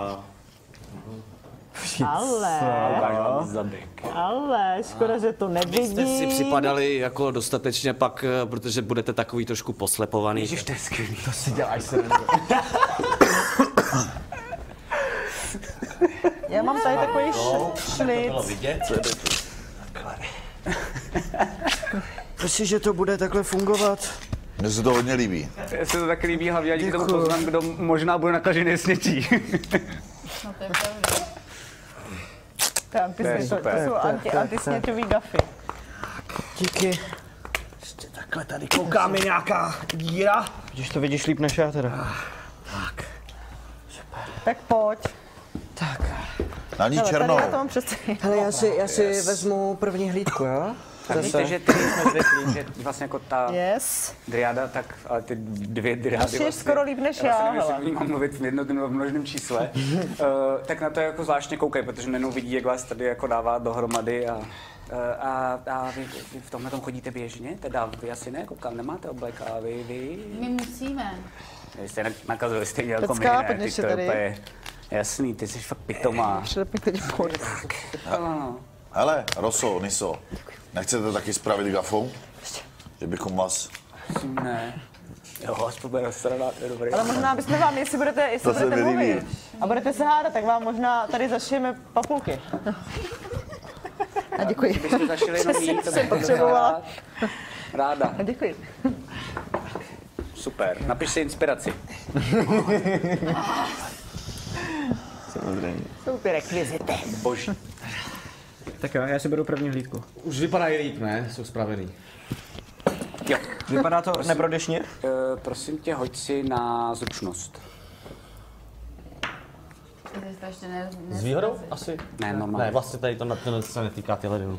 Ale škoda, že to nevidím. Jste si připadali jako dostatečně pak, protože budete takový trošku poslepovaný. Ježiš, to je skvělý. To si děláš se. Já mám tady takový šlic. vidět. Myslíš, že to bude takhle fungovat? Mně se to hodně líbí. Mně se to tak líbí, hlavně díky tomu poznám, kdo možná bude nakažený s něčí. No to je pravda. To jsou antisněťový gafy. Díky. Takhle tady koukáme nějaká díra. Když to vidíš líp než já teda. Tak pojď. Tak. Na ní Hele, černou. tady já to mám přesně. Hele, já si vezmu první hlídku, jo? A víte, že ty jsme zvyklí, že vlastně jako ta Yes. driáda, tak ale ty dvě driády Asi je skoro líp než já, vlastně nevím, hele. jestli mám mluvit v jednotném nebo v množném čísle. Tak na to jako zvláštně koukají, protože najednou vidí, jak vás tady jako dává dohromady a vy v tomhle tom chodíte běžně? Teda vy asi ne, koukám, nemáte oblek a vy? My musíme. Vy jste nakazili stejně jako my, Pecka, ne? pojď Ty ještě to je tady. úplně jasný, ty jsi fakt pitomá. Přilepni teď pod. No. Hele, Roso, Niso, nechcete taky spravit gafu? Že bychom vás... Ne. Jo, aspoň bude rozsraná, to je dobrý. Ale možná bychom vám, jestli budete To se mi líbí. mluvit a budete se hádat, tak vám možná tady zašijeme papulky. A děkuji. Kdybyste zašili nový, to bych potřebovala. Ráda. A děkuji. Super, napiš si inspiraci. Jsou ty rekvizity. Boží. Tak jo, já si beru první hlídku. Už vypadají líp, ne? Jsou spravený. Jo. Vypadá to nebrodešně? Prosím tě, hoď si na zručnost. To ještě S výhodou? Asi? Ne, normálně. Ne, vlastně tady to se netýká těchto dnů.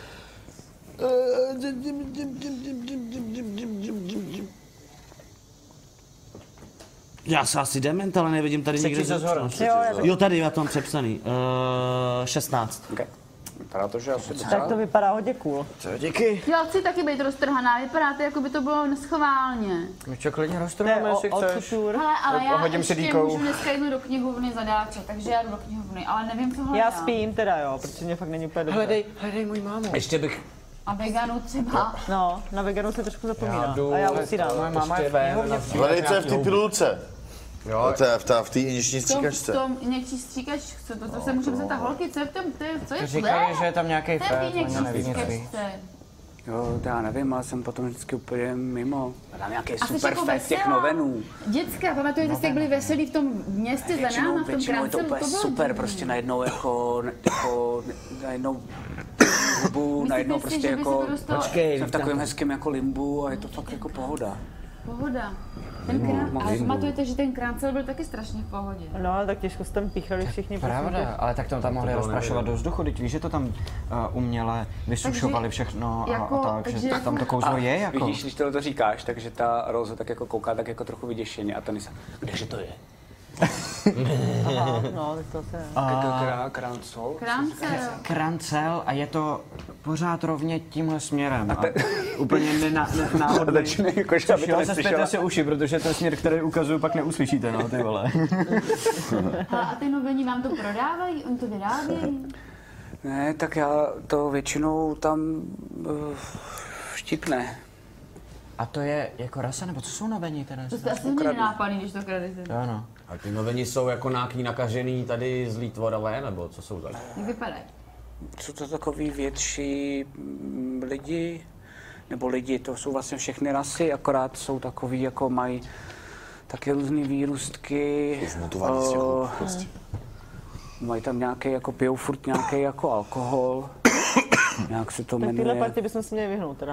Já se asi dement, ale nevidím tady nikde. Přečíst ze zhora. Jo, tady, já to mám přepsaný. 16. Okay. Vypadá to, že asi Tak docela. to vypadá hodně cool. Díky. Já chci taky být roztrhaná, vypadáte, jako by to bylo neschválně. My čo klidně To je roztrhneme, jestli od chceš. couture. Hele, ale já Hodím si ještě dýkou. můžu dneska jít do knihovny zadáče, takže já jdu do knihovny, ale nevím, co hledám. Já spím teda, jo, protože mě fakt není úplně dobře. Hledej můj mámu. Ještě bych... A veganu třeba. No, na veganu se trošku zapomíná. jdu, A já usínám. Moje máma je v knihovně. Hledej, co je v té pilulce. Jo, V té injekční V stříkačce. tom někčí stříkačce, to se můžeme zeptat holky, co je v tom, co je Říkali, že je tam nějaký To je v fér, té někčí oni neví nic. stříkačce. Jo, to já nevím, ale jsem potom vždycky úplně mimo. Dám nějaký A jsi super jako fest těch veselá. novenů. Děcka, pamatujete si, jak byli veselí v tom městě za náma, v tom Většinou je to Kráncelu? úplně To bylo super, divný. prostě najednou najednou hubu, najednou Myslíte si, prostě že by se jako... to dostalo? Počkej, Jsem v takovém hezkém jako limbu a je to fakt jako pohoda. Pohoda. Ale pamatujete, že ten Kráncel byl taky strašně v pohodě. No, ale tak těžko jste tam píchali všichni. Pravda, ale tak to tam mohli rozprašovat do vzduchu, teď víš, že to tam uměle vysušovali všechno jako- a tak, takže že jako- tam to kouzlo je jako. Vidíš, když to říkáš, takže ta Rose tak jako kouká tak jako trochu vyděšeně a ta Nisa, kdeže to je? Aha, no, tak to se... Kráncel? Kráncel. Krancel a je to pořád rovně tímhle směrem. A úplně náhodný. Začne jako, že aby to Jo, se neslyšela. zpěte si uši, protože ten směr, který ukazuju, pak neuslyšíte, no, ty vole. Hele, a ty novení vám to prodávají? Oni to vyrábějí? Ne, tak já to většinou tam štipne. A to je jako rasa, nebo co jsou novení teda? To jste asi hodně nenápadný, když to kradete. Jo, no. A ty novení jsou jako nějaký nakažený tady zlý tvorové, nebo co jsou tady? Jak vypadají? Jsou to takový větší lidi, nebo lidi, to jsou vlastně všechny rasy, akorát jsou takový, jako mají taky různý výrůstky. Zmutovaný z těch kostí. Mají tam nějaký, jako pijou furt nějaký jako alkohol. Nějak se to Tak tyhle jmenuje. partě bychom se měli vyhnout teda.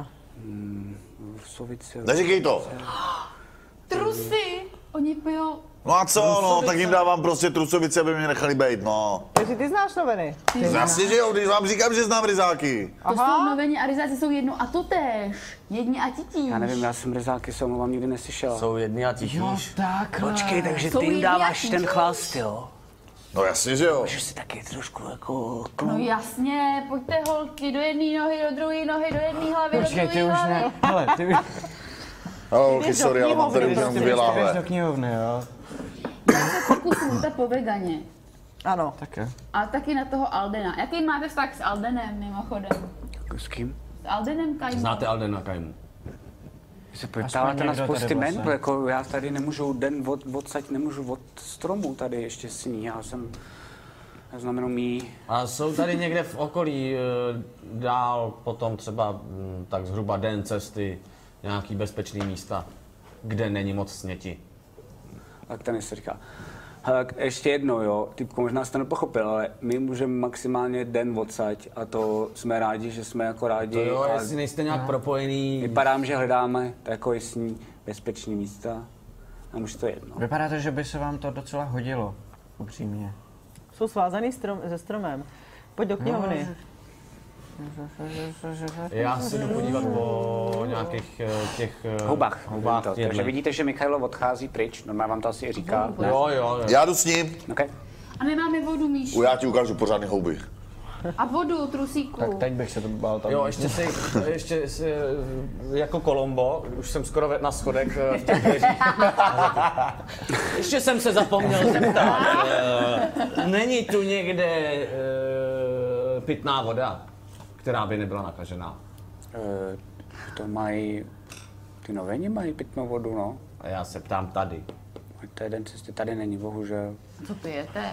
Vrusovice. Neříkej to. Trusy! Oni pijou... No a co, no, tak jim dávám prostě trusovice, aby mě nechali bejt, no. Takže ty znáš noviny. Jasně, že jo, když vám říkám, že znám ryzáky. To jsou noviny a ryzáci jsou jedno a to též. Jedni a titíž. Já nevím, já jsem ryzáky se omlouvám, nikdy neslyšel. Jsou jedni a titíž. Počkej, takže Jsou ty jim jedni dáváš a ten titíž. chlast, jo? No jasně, že jo. Můžeš si taky trošku jako... No jasně, pojďte holky do jedné nohy, do druhé nohy, do jedné hlavy, Počkej, do ty druhé už hlavy. ne. Hele, ty už... Holky, sorry, ale mám tady už jenom Ty dvě běž láhve. do knihovny, jo. Pokusům po veganě. Ano. Tak jo. A taky na toho Aldena. Jaký máte vztah s Aldenem mimochodem? S kým? S Aldenem Kajmou. Znáte Aldena Kajmu? Vy se pojďtáváte na někdo spousty tady men, vlastně. jako já tady nemůžu den odsaď, nemůžu od stromu tady ještě sní, já znamená mý... A jsou tady někde v okolí dál potom třeba tak zhruba den cesty nějaký bezpečný místa, kde není moc sněti. Tak ten se říká. Hele, ještě jednou, jo, typku, možná jste nepochopil, ale my můžeme maximálně den odsaď a to jsme rádi, že jsme jako rádi. To jo, a jestli nejste nějak propojený. vypadám, že hledáme jako jistní bezpečný místa a už to je jedno. Vypadá to, že by se vám to docela hodilo, upřímně. Jsou svázaný se stromem. Pojď do knihovny. Já se jdu podívat po nějakých těch Houbách. houbách Takže jedle. vidíte, že Michailo odchází pryč, normálně vám to asi i říká. Jo. Já jdu s ním. Okay. A nemáme vodu, Míšu. Já ti ukážu pořádný houby. A vodu, trusíku. Tak teď bych se to bál tam. Jo, ještě si jako Kolombo, už jsem skoro na schodech v těch dveřích. Ještě jsem se zapomněl zeptat. Není tu někde pitná voda, která by nebyla nakažená? To mají, ty noviny mají pitnou vodu, no. A já se ptám tady. To jeden cesty tady není, bohužel. Co pijete?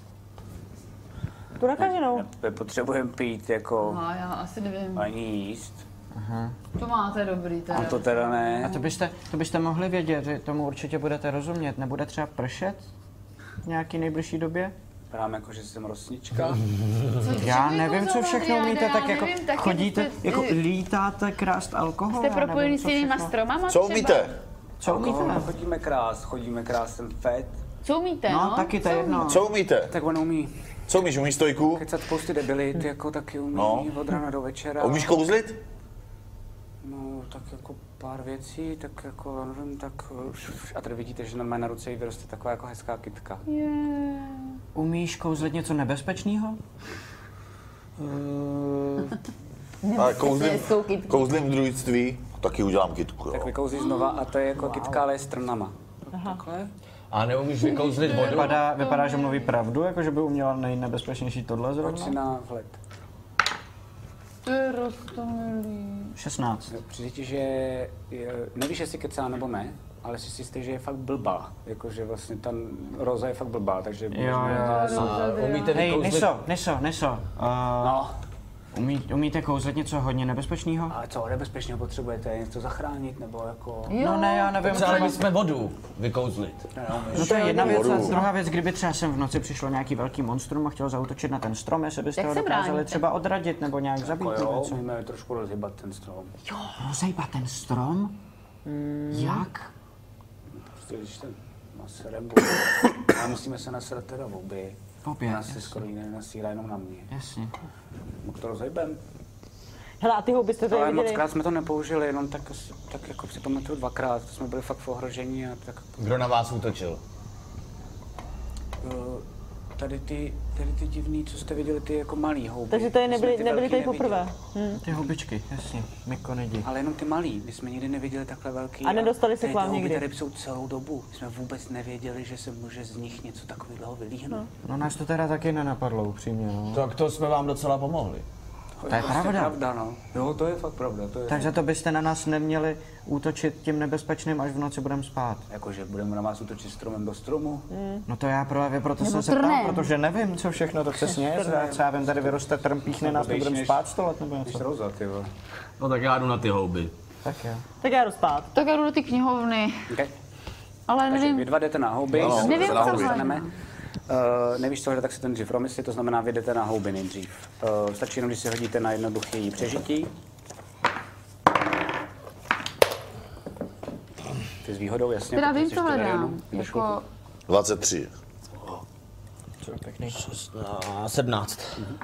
Tu nakaženou. My potřebujeme pít jako No, já asi nevím. ani jíst. To máte dobrý teda. A to teda ne. A to byste mohli vědět, že tomu určitě budete rozumět. Nebude třeba pršet v nějaký nejbližší době? Vypadám jako, že jsem rosnička. Já nevím, co všechno umíte, tak jako nevím, taky chodíte, jste- jako lítáte, krást alkohol. Jste já nevím, propojený s co jinýma všechno. stromama Co třeba? umíte? Co umíte? Chodíme krást ten fet. Co umíte, No, no? taky to je jedno. Co umíte? Tak on umí Co umíš? Umíš stojku? kecat spousty debilit, jako taky umí No. od rána do večera. A umíš kouzlit? No, tak jako pár věcí, tak jako, nevím, tak... A tady vidíte, že na ruce jí vyroste taková jako hezká kytka. Umíš kouzlit něco nebezpečného? A kouzlím, hezkou kytku. kouzlím v druidství, taky udělám kytku, Tak jo. vykouzí znova a to je jako kytka, ale s trnama. Takhle. A neumíš vykouzlit vodu? Vypadá, že mluví pravdu, jako že by uměla nejnebezpečnější tohle Pojď si zrovna? na vhled. Ty roztomilý. 16. Přijde, že nevíš, jestli kecá nebo ne, ale jsi si jistý, že je fakt blbá. Jakože vlastně ta Roza je fakt blbá, takže... Jo. A umíte Hej, vykouzlit? Niso. No, Umíte kouzlit něco hodně nebezpečného? a co nebezpečného potřebujete? Něco zachránit nebo jako... No ne, já nevím. Třeba třeba- jsme vodu vykouzlit. No to je jedna věc. A vodu. druhá věc, kdyby třeba sem v noci přišlo nějaký velký monstrum a chtěl zaútočit na ten strom, jestli byste Jak ho se dokázali bráníte? třeba odradit nebo nějak zabít Jako nebo jo, něco. můžeme trošku rozhybat ten strom. Rozejbat ten strom? Jak? Prostě když ten naserem a musíme se nasrat teda v obě. Obě, Nás se jasně. skoro jiné nasírá jenom na mě. Jasně. Mohl to rozhejbem. Hele, a ty houby jste tady Ale viděli? mockrát jsme to nepoužili, jenom tak jako si pamatuju dvakrát, to jsme byli fakt v ohrožení a tak... Kdo na vás útočil? Tady ty divný, co jste viděli, ty jako malý houby. Takže tady My jsme ty nebyli velký tady neviděli. poprvé. Ty hubičky, jasně. Mykonidi. Ale jenom ty malý, my jsme nikdy neviděli takhle velký. A nedostali se tady k vám ty houby nikdy? tady jsou celou dobu. My jsme vůbec nevěděli, že se může z nich něco takového vylíhnout. No nás to teda taky nenapadlo, upřímně, no. Tak to jsme vám docela pomohli. To je prostě pravda. pravda, no. Jo, to je fakt pravda. To je Tak za to byste na nás neměli útočit tím nebezpečným, až v noci budeme spát. Jakože budeme na vás útočit stromem do stromu. No to já právě proto Nebo jsem se ptal, trnem. protože nevím, co všechno to přesně je. Třeba vím, tady vyroste trn, píchne nás, my budeme spát 100 let nebo Než něco. Roza, ty vole. No tak já jdu na ty houby. Tak jo. Tak já jdu spát. Tak já jdu do ty knihovny. Okay. Ale Takže nevím, vy dva jdete na houby, Ano, nevím, se na co houby. hledám. Nevíš, co hledat, tak si ten dřív promyslí, to znamená, vy jdete na houby nejdřív. Stačí jenom, když si hodíte na jednoduché přežití. výhodou, jasně. Teda protože vím, jsi co v hledám. terénu. Jako, 23. 17.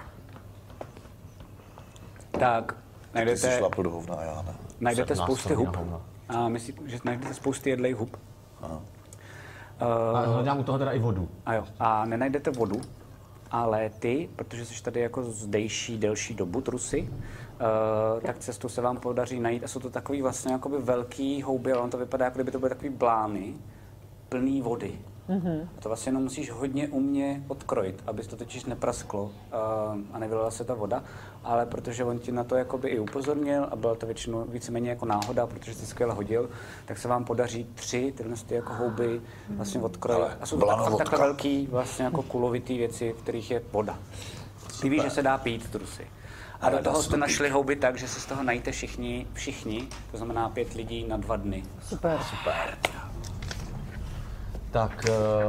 Tak, Ty jsi najdete, šlapl do hovna, a já ne. najdete 17 spousty to hub. na hovno. A myslím, že najdete spousty jedlejch hub. A hledám u toho teda i vodu. A jo, a nenajdete vodu, ale ty, protože jsi tady jako zdejší delší dobu trusy, tak cestu se vám podaří najít. A jsou to takový vlastně jakoby velký houby, ale on to vypadá, jako kdyby to byly takový blány, plný vody. A to vlastně jenom musíš hodně umě odkrojit, aby to totiž neprasklo a nevylila se ta voda, ale protože on ti na to jakoby i upozornil a byla to většinou víceméně jako náhoda, protože jsi skvěle hodil, tak se vám podaří 3 tyhle ty jako houby vlastně odkrojit. A jsou to takhle velký vlastně jako kulovitý věci, v kterých je voda. Ty víš, že se dá pít trusy. A do toho jste našli houby tak, že se z toho najíte všichni, to znamená 5 lidí na 2 dny. Super. Tak...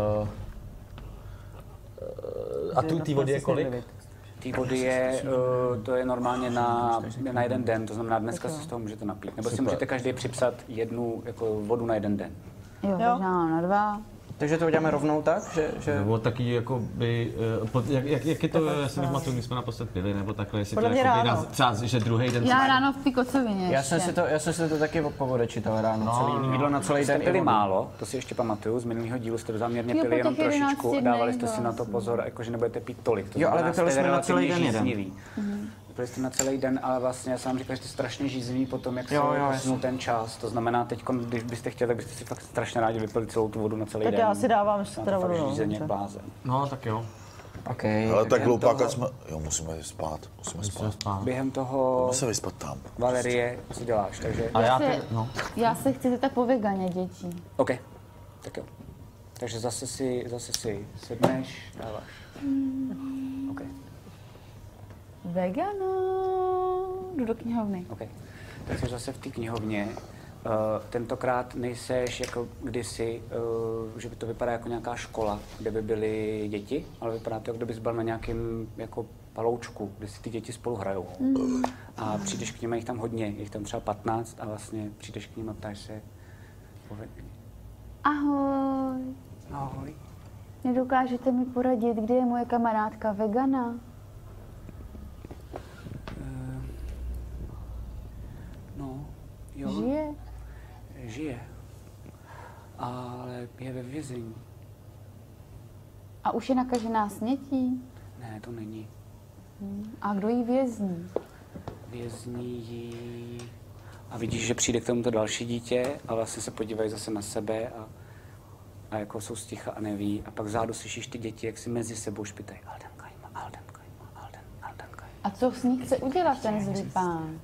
a tu té vody je kolik? Té vody je, to je normálně na 1 den, to znamená dneska se z toho můžete napít. Nebo si můžete každý připsat jednu jako vodu na 1 den. jo, možná na 2. Takže to uděláme rovnou tak, že... Nebo taky jako by, jak je to, já si nepamatuju, když jsme naposled pili, nebo takhle, jestli Podle to mě jako ráno. třeba, že druhý den... Já ráno v té kocovině Já jsem si to taky po vodě čítal ráno, celý jídlo na celý Jste den. pili málo, to si ještě pamatuju, z minulého dílu jste záměrně Jo, pili po jenom těch 11 trošičku a dávali jste dnech si na to pozor, jakože nebudete pít tolik. To Jo, ale znamená, vypili jste jsme na celý relativně den jeden. žízniví. Vypili jste na celý den, ale vlastně já jsem vám říkal, že jste strašně žízniví potom, jak se Jo, posunul jasně. ten čas. To znamená, teď, když byste chtěli, tak byste si fakt strašně rádi vypili celou tu vodu na celý Tak den. já si dávám Máte teda fakt vodu, no, žízeň jak dobře. blázen. No, tak jo. Okay. Ale tak během hloupáka toho- jsme... Jo, musíme spát. Během toho, Musíme se vyspat tam. Valerie, co děláš? Takže, A já se- tedy, no. Já se chci zeptat po veganě dětí. OK, tak jo. Takže zase si sedneš, dáváš. OK. Vegano. Jdu do knihovny. OK. Tak jsi zase v té knihovně. Tentokrát nejseš jako kdysi, že by to vypadá jako nějaká škola, kde by byly děti, ale vypadá to, jako kdybys byl na nějakém jako paloučku, kde si ty děti spolu hrajou. A přijdeš k nim, jich tam hodně, jich tam třeba 15 a vlastně přijdeš k nim a ptáš se, Ahoj. ahoj. Nedokážete mi poradit, kde je moje kamarádka vegana? No, jo, žije, ale je ve vězení. A už je nakažená snětí? Ne, to není. A kdo jí vězní? Vězní jí... A vidíš, že přijde k tomuto další dítě a vlastně se podívají zase na sebe a jako jsou sticha a neví. A pak zádu slyšíš ty děti, jak si mezi sebou špitají. Alden Kajma. A co s ní chce udělat ten zlý pán?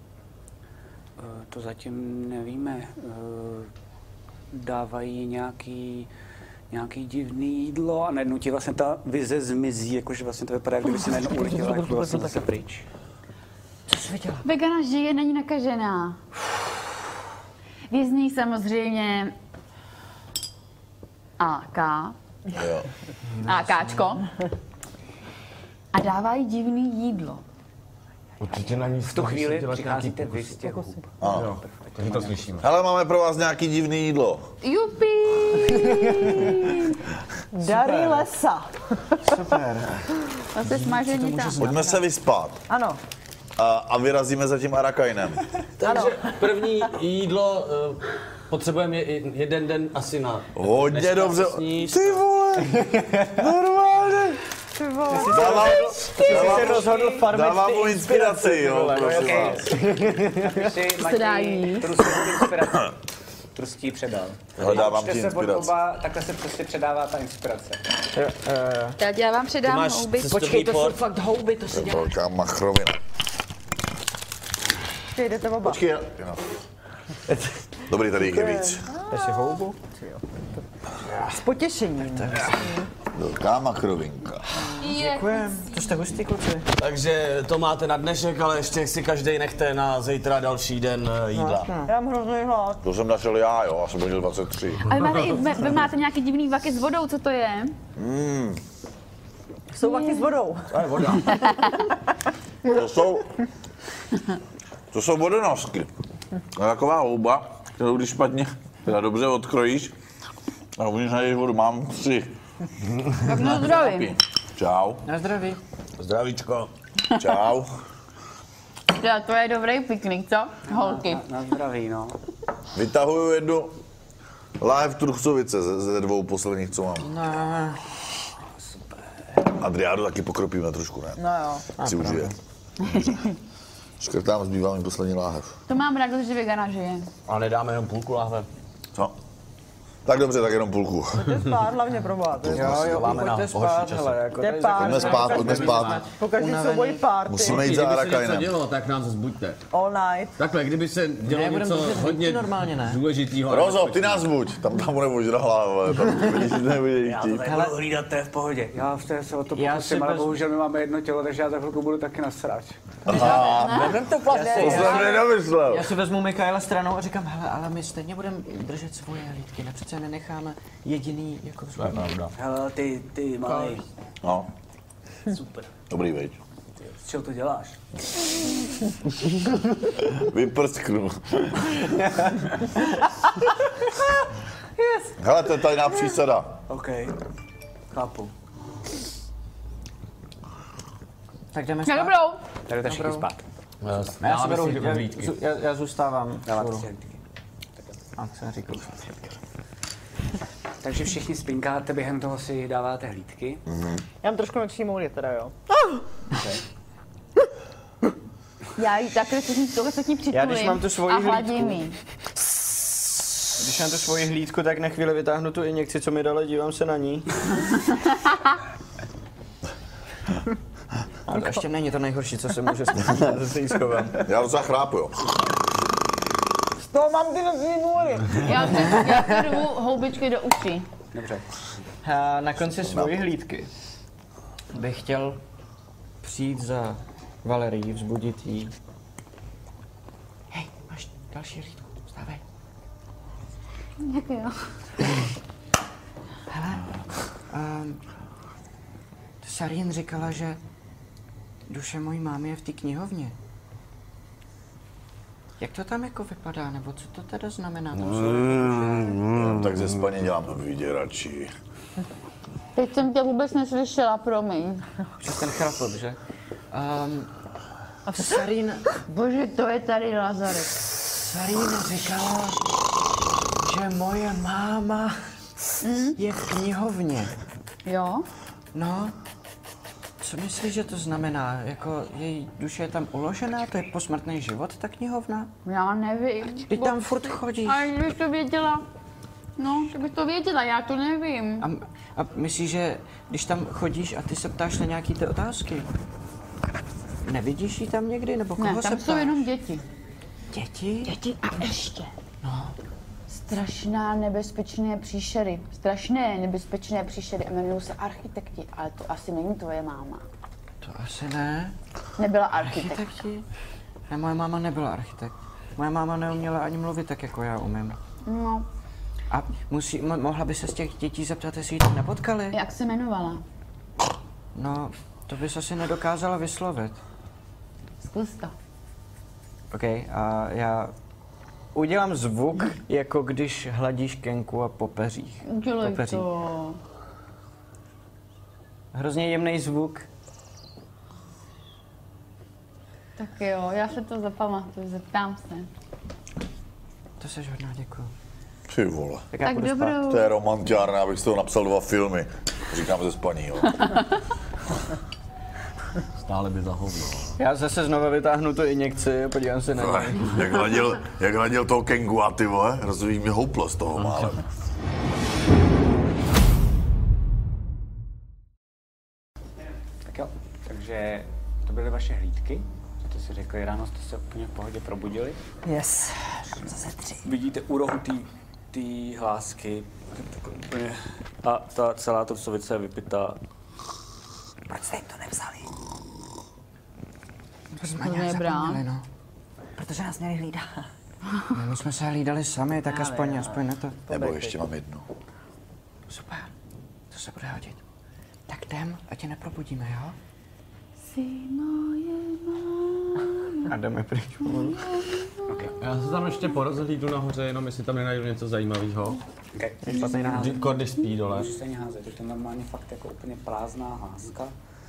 To zatím nevíme. Dávají nějaký divný jídlo a najednou ti vlastně ta vize zmizí, jakože vlastně to vypadá, jak kdyby si najednou uletěla, jak vlastně zase pryč. Vegana žije, není nakažená. Vězní samozřejmě AK. Jo. AKčko. A dávají divný jídlo. Určitě na ní V tu chvíli přicházíte vy z těch hub. Ano. Takže to slyšíme. Hele, máme pro vás nějaký divný jídlo. Jupi! Dary lesa. Super. To se smažení tam. Pojďme se vyspat Ano. a vyrazíme za tím Arakainem. Takže první jídlo potřebujeme 1 den asi na... Hodně dneska dobře. se sníst. Ty vole, normálně. Dávám mu inspiraci, jo, prosím vás. Se dá jíst. Trustí předal. Ale dávám Učte ti se od inspiraci. oba, takhle se prostě předává ta inspirace. Tak já vám předám máš houby. cestovní port. fakt houby, to To je velká machrovina. Jdete oba. Počkej, jo. Dobrý, tady jich je víc. Ještě houbu? S potěšením. Velká machrovinka. Děkujem, to jste hustý kluci. Takže to máte na dnešek, ale ještě si každý nechte na zítra další den jídla. Já mám hrozný hlad. To jsem našel já, jo, já jsem byl 23. A vy máte nějaký divný vaky s vodou, co to je? Jsou vaky s vodou. To je voda. To jsou vodonosky. To je taková houba, kterou když špatně Teda dobře odkrojíš a uvnitř najdeš vodu. Mám 3. Tak na zdraví. Čau. Na zdraví. Zdravíčko. Čau. Teda to je dobrý piknik, co? Holky. Na zdraví, no. Vytahuju jednu láhev Truchcovice ze 2 posledních, co mám. Ne. Adriádu taky pokropíme trošku, ne? No jo. Si užije. Škrtám, zbývá mi poslední láhev. To mám radost, že vegana žije. A nedáme jenom půlku lahve. Co? Tak dobře, tak jenom půlku. Pojďte spát, hlavně pro vás. Jo, máme na pojďte horší spát, časy. hele, jako Jde tady pár. Pojďme spát. Po každý souboji party. Musíme jít za Kdyby se něco Arakainem. dělo, tak nám se zbuďte. All night. Takhle, kdyby se dělo Ne, budeme něco držet hodně hlídky normálně, ne? důležitýho. Rozo, ty nás buď. Tam bude ožralá, ale tam vidíš, že nebudeš Já to chtít. tady budu hlídat, to je v pohodě. Já v té se o to Já pokusím, si ale vezmu- bohužel my máme jedno tělo, takže já za chvilku budu taky na srač. To jsem nedomyslel. Já si vezmu Mikaela stranou a říkám, hele, ale my stejně budeme držet svoje hlídky, ne přece nenecháme jediný jako To je pravda. Hele, ty malej, No, super. dobrý, veď. Z čeho to děláš? Vyprsknu. Hele, to je tajná přísada. OK, chápu. Tak jdeme Na spát. dobrou. Tak jdete všichni spát. Já si beru, hlídky. já zůstávám. Dáváte vzhůru. si hlídky. A jsem říkal. Takže všichni spinkáte, během toho si dáváte hlídky. Já mám trošku noční můry teda, jo. Já jí takhle se k ní přitulím Já když mám tu svoji a hladím hlídku. jí. Když mám tu svoji hlídku, tak na chvíli vytáhnu tu injekci, co mi dala, dívám se na ní. A to ještě není to nejhorší, co se může stát, já se jí schovám. Já docela chrápu, jo. Z toho mám ty noční můry. Já si rvu houbičky do uší. Dobře. A na konci svojí hlídky bych chtěl přijít za Valerii, vzbudit jí. Hej, máš další hlídku, vstávej. Jak jo? Sarin říkala, že duše mojí mámy je v té knihovně. Jak to tam jako vypadá, nebo co to teda znamená? Tam jsou Tak ze spaní dělám vyděrači. Teď jsem tě vůbec neslyšela, promiň. přes ten chrapot, že? Sarin, Bože, to je tady Lazarek. Sarin říkala, že moje máma je v knihovně. Jo? No, co myslíš, že to znamená? Jako její duše je tam uložená? To je posmrtný život, ta knihovna? Já nevím. Ty tam furt chodíš. A kdybych to věděla, no, kdybych to věděla, já to nevím. A myslíš, že když tam chodíš a ty se ptáš na nějaký ty otázky, nevidíš ji tam někdy, nebo koho Ne, se tam ptáš? jsou jenom děti. Děti? Děti a ještě. No. Strašné nebezpečné příšery. Strašné nebezpečné příšery a jmenují se architekti, ale to asi není tvoje máma. To asi ne. Nebyla architekt. Architekti? Ne, moje máma nebyla architekt. Moje máma neuměla ani mluvit tak, jako já umím. No, A mohla by se z těch dětí zeptat, jestli ji tam nepotkali? jak se jmenovala? No, to bys asi nedokázala vyslovit. Zkus to. OK, a já udělám zvuk, jako když hladíš Kenku a po peřích. Udělej Po peřích. to. Hrozně jemný zvuk. Tak jo, já se to zapamatuju, zeptám se. To seš hodná, děkuju. Ty vole. Tak já Tak půjdu spát. dobrou. To je romantiárna, abych z toho napsal 2 filmy. Říkám ze spaní, jo. Stále by zahovno. Já zase znova vytáhnu tu injekci a podívám se na ní. Jak hladil toho Kengua, ty vole, rozumí mi houplo z toho málem. Tak jo, takže to byly vaše hlídky. Jste si řekli, ráno jste se úplně v pohodě probudili. Yes. Zase 3. Vidíte u rohu té hlásky úplně, a ta celá trusovice je vypitá. Proč jste jim to nevzali? Jsme To nějak nebrá. zapomněli, no. Protože nás měli hlídat. My jsme se hlídali sami, tak aspoň na to. Nebo ještě mám jednu. Super, to se bude hodit. Tak jdem, ať tě neprobudíme, jo? Jsi moje máma. A jdeme pryč pomalu. Já se tam ještě porozhlídnu nahoře, jenom jestli tam nenajdu něco zajímavého. Okay. Špatný náhod. Když spí dole. Můžeš stejně házet, je to normálně fakt jako úplně prázdná házka.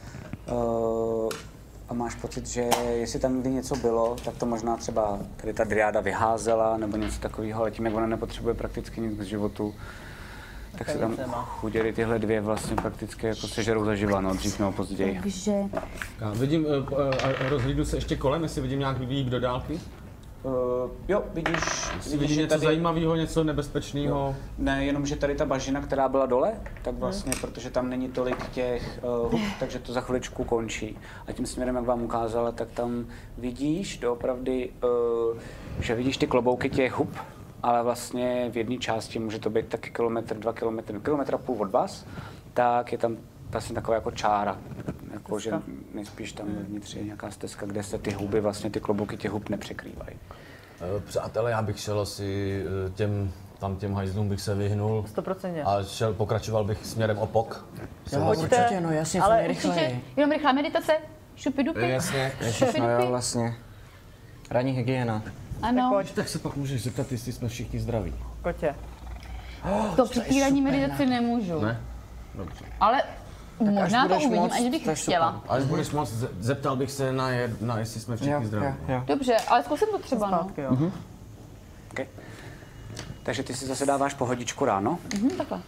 A máš pocit, že jestli tam někdy něco bylo, tak to možná třeba tady ta driáda vyházela nebo něco takového, ale tím, jak ona nepotřebuje prakticky nic k životu, tak se tam chuděry tyhle dvě vlastně prakticky jako sežerou zaživa, no, dřív nebo později. Takže... Já vidím, rozhlídnu se ještě kolem, jestli vidím nějak líp do dálky. Jo, vidíš Vidíš něco zajímavého, něco nebezpečného? Ne, jenom že tady ta bažina, která byla dole, tak vlastně, protože tam není tolik těch hub, takže to za chviličku končí. A tím směrem, jak vám ukázala, tak tam vidíš doopravdy, že vidíš ty klobouky těch hub, ale vlastně v jedné části může to být taky kilometr, 2 kilometry, kilometr a půl od vás, tak je tam vlastně taková jako čára, jako že nejspíš tam vnitř je nějaká stezka, kde se ty huby, vlastně ty klobouky těch hub nepřekrývají. Přátelé, já bych šel asi těm hajzlům bych se vyhnul. 100%. A pokračoval bych směrem opok. Určitě, no jasně, ale co nejrychleji. Určitě, jenom rychlá meditace, šupy dupy. Jasně. Ježiš, no jo, vlastně. Ranní hygiena. Ano, Pojď, Tak se pak můžeš zeptat, jestli jsme všichni zdraví. kotě. to při té ranní meditaci nemůžu. Ne? Dobře. Ale možná to budeš uvidím, moc, až bych to je chtěla. Až budeš moc, zeptal bych se na jestli jsme všichni zdraví. jo. Dobře, ale zkusím to třeba, no. Zpátky, jo. Okay. Takže ty si zase dáváš pohodičku ráno? Takhle.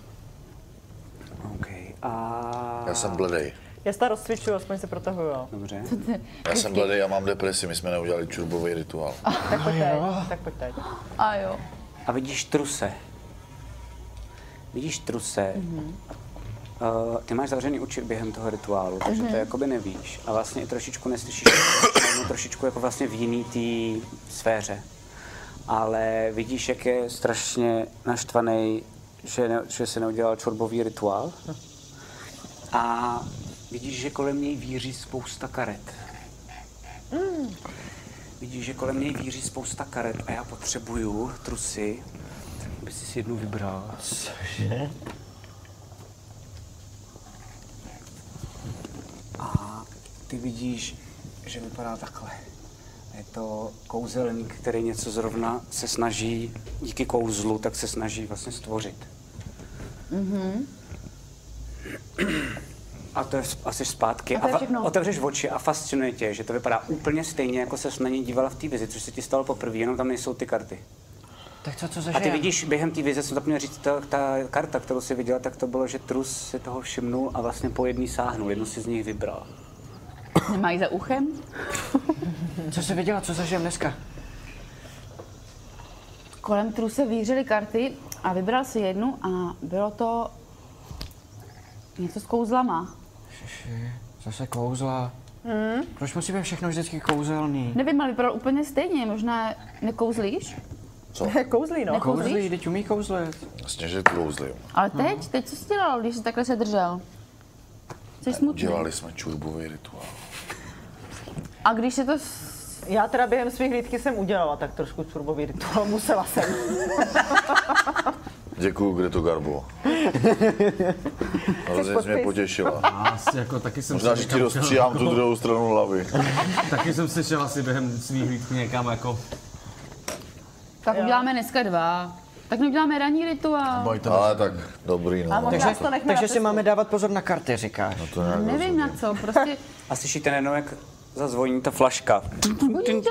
Okay. A... Já jsem bledej. Já se to rozcvičuju, aspoň se protahuju, jo. Dobře. Já jsem bledej a mám depresi, my jsme neudělali čurbový rituál. Tak pojď teď. A jo. A vidíš truse. Vidíš truse. Ty máš zavřený oči během toho rituálu, takže to jakoby nevíš. A vlastně i trošičku neslyšíš, trošičku jako vlastně v jiný té sféře. Ale vidíš, jak je strašně naštvaný, že se neudělal čurbový rituál. A vidíš, že kolem něj víří spousta karet. Vidíš, že kolem něj víří spousta karet a já potřebuju trusy, aby si jednu vybral. Cože? A ty vidíš, že vypadá takhle. Je to kouzelník, který něco zrovna se snaží, díky kouzlu, tak se snaží vlastně stvořit. A to je asi zpátky. A to je všechno. Otevřeš oči a fascinuje tě, že to vypadá úplně stejně, jako ses na něj dívala v té vizi, což se ti stalo poprvé, jenom tam nejsou ty karty. Tak co A ty zažijem? vidíš, během té vize, jsem zapomněl říct, ta karta, kterou jsi viděla, tak to bylo, že trus si toho všimnul a vlastně po jedný sáhnul, jednu si z nich vybral. Nemají za uchem? Co jsi viděla, co zažijem dneska? Kolem truse vířily karty a vybral si jednu a bylo to něco s kouzlama. Ježiši, zase kouzla. Proč musí být všechno vždycky kouzelný? Nevím, ale vypadal úplně stejně, možná nekouzlíš? Kouzlí, no. Kouzlí, teď umí kouzlit. Vlastně, že kouzlím. Ale teď co jsi dělal, když jsi takhle se držel? Jsi smutný. Dělali jsme čurbový rituál. A když se to... Já teda během svých hlídky jsem udělala tak trošku čurbový rituál, musela jsem. Děkuju, Gretu Garbo. Hrozně jsi mě potěšila. Asi jako taky jsem Možná, že ti rozstříhám tu druhou stranu hlavy. Taky jsem si šel asi během svých hlídky někam jako... Tak uděláme dneska 2. Tak neuděláme ranní rituál. Ale tak dobrý, no. A možná Takže, to nechme takže na si cestu. máme dávat pozor na karty, říkáš. No to nějak Nevím na co, prostě A slyšíte najednou, jak zazvoní ta flaška. budíte.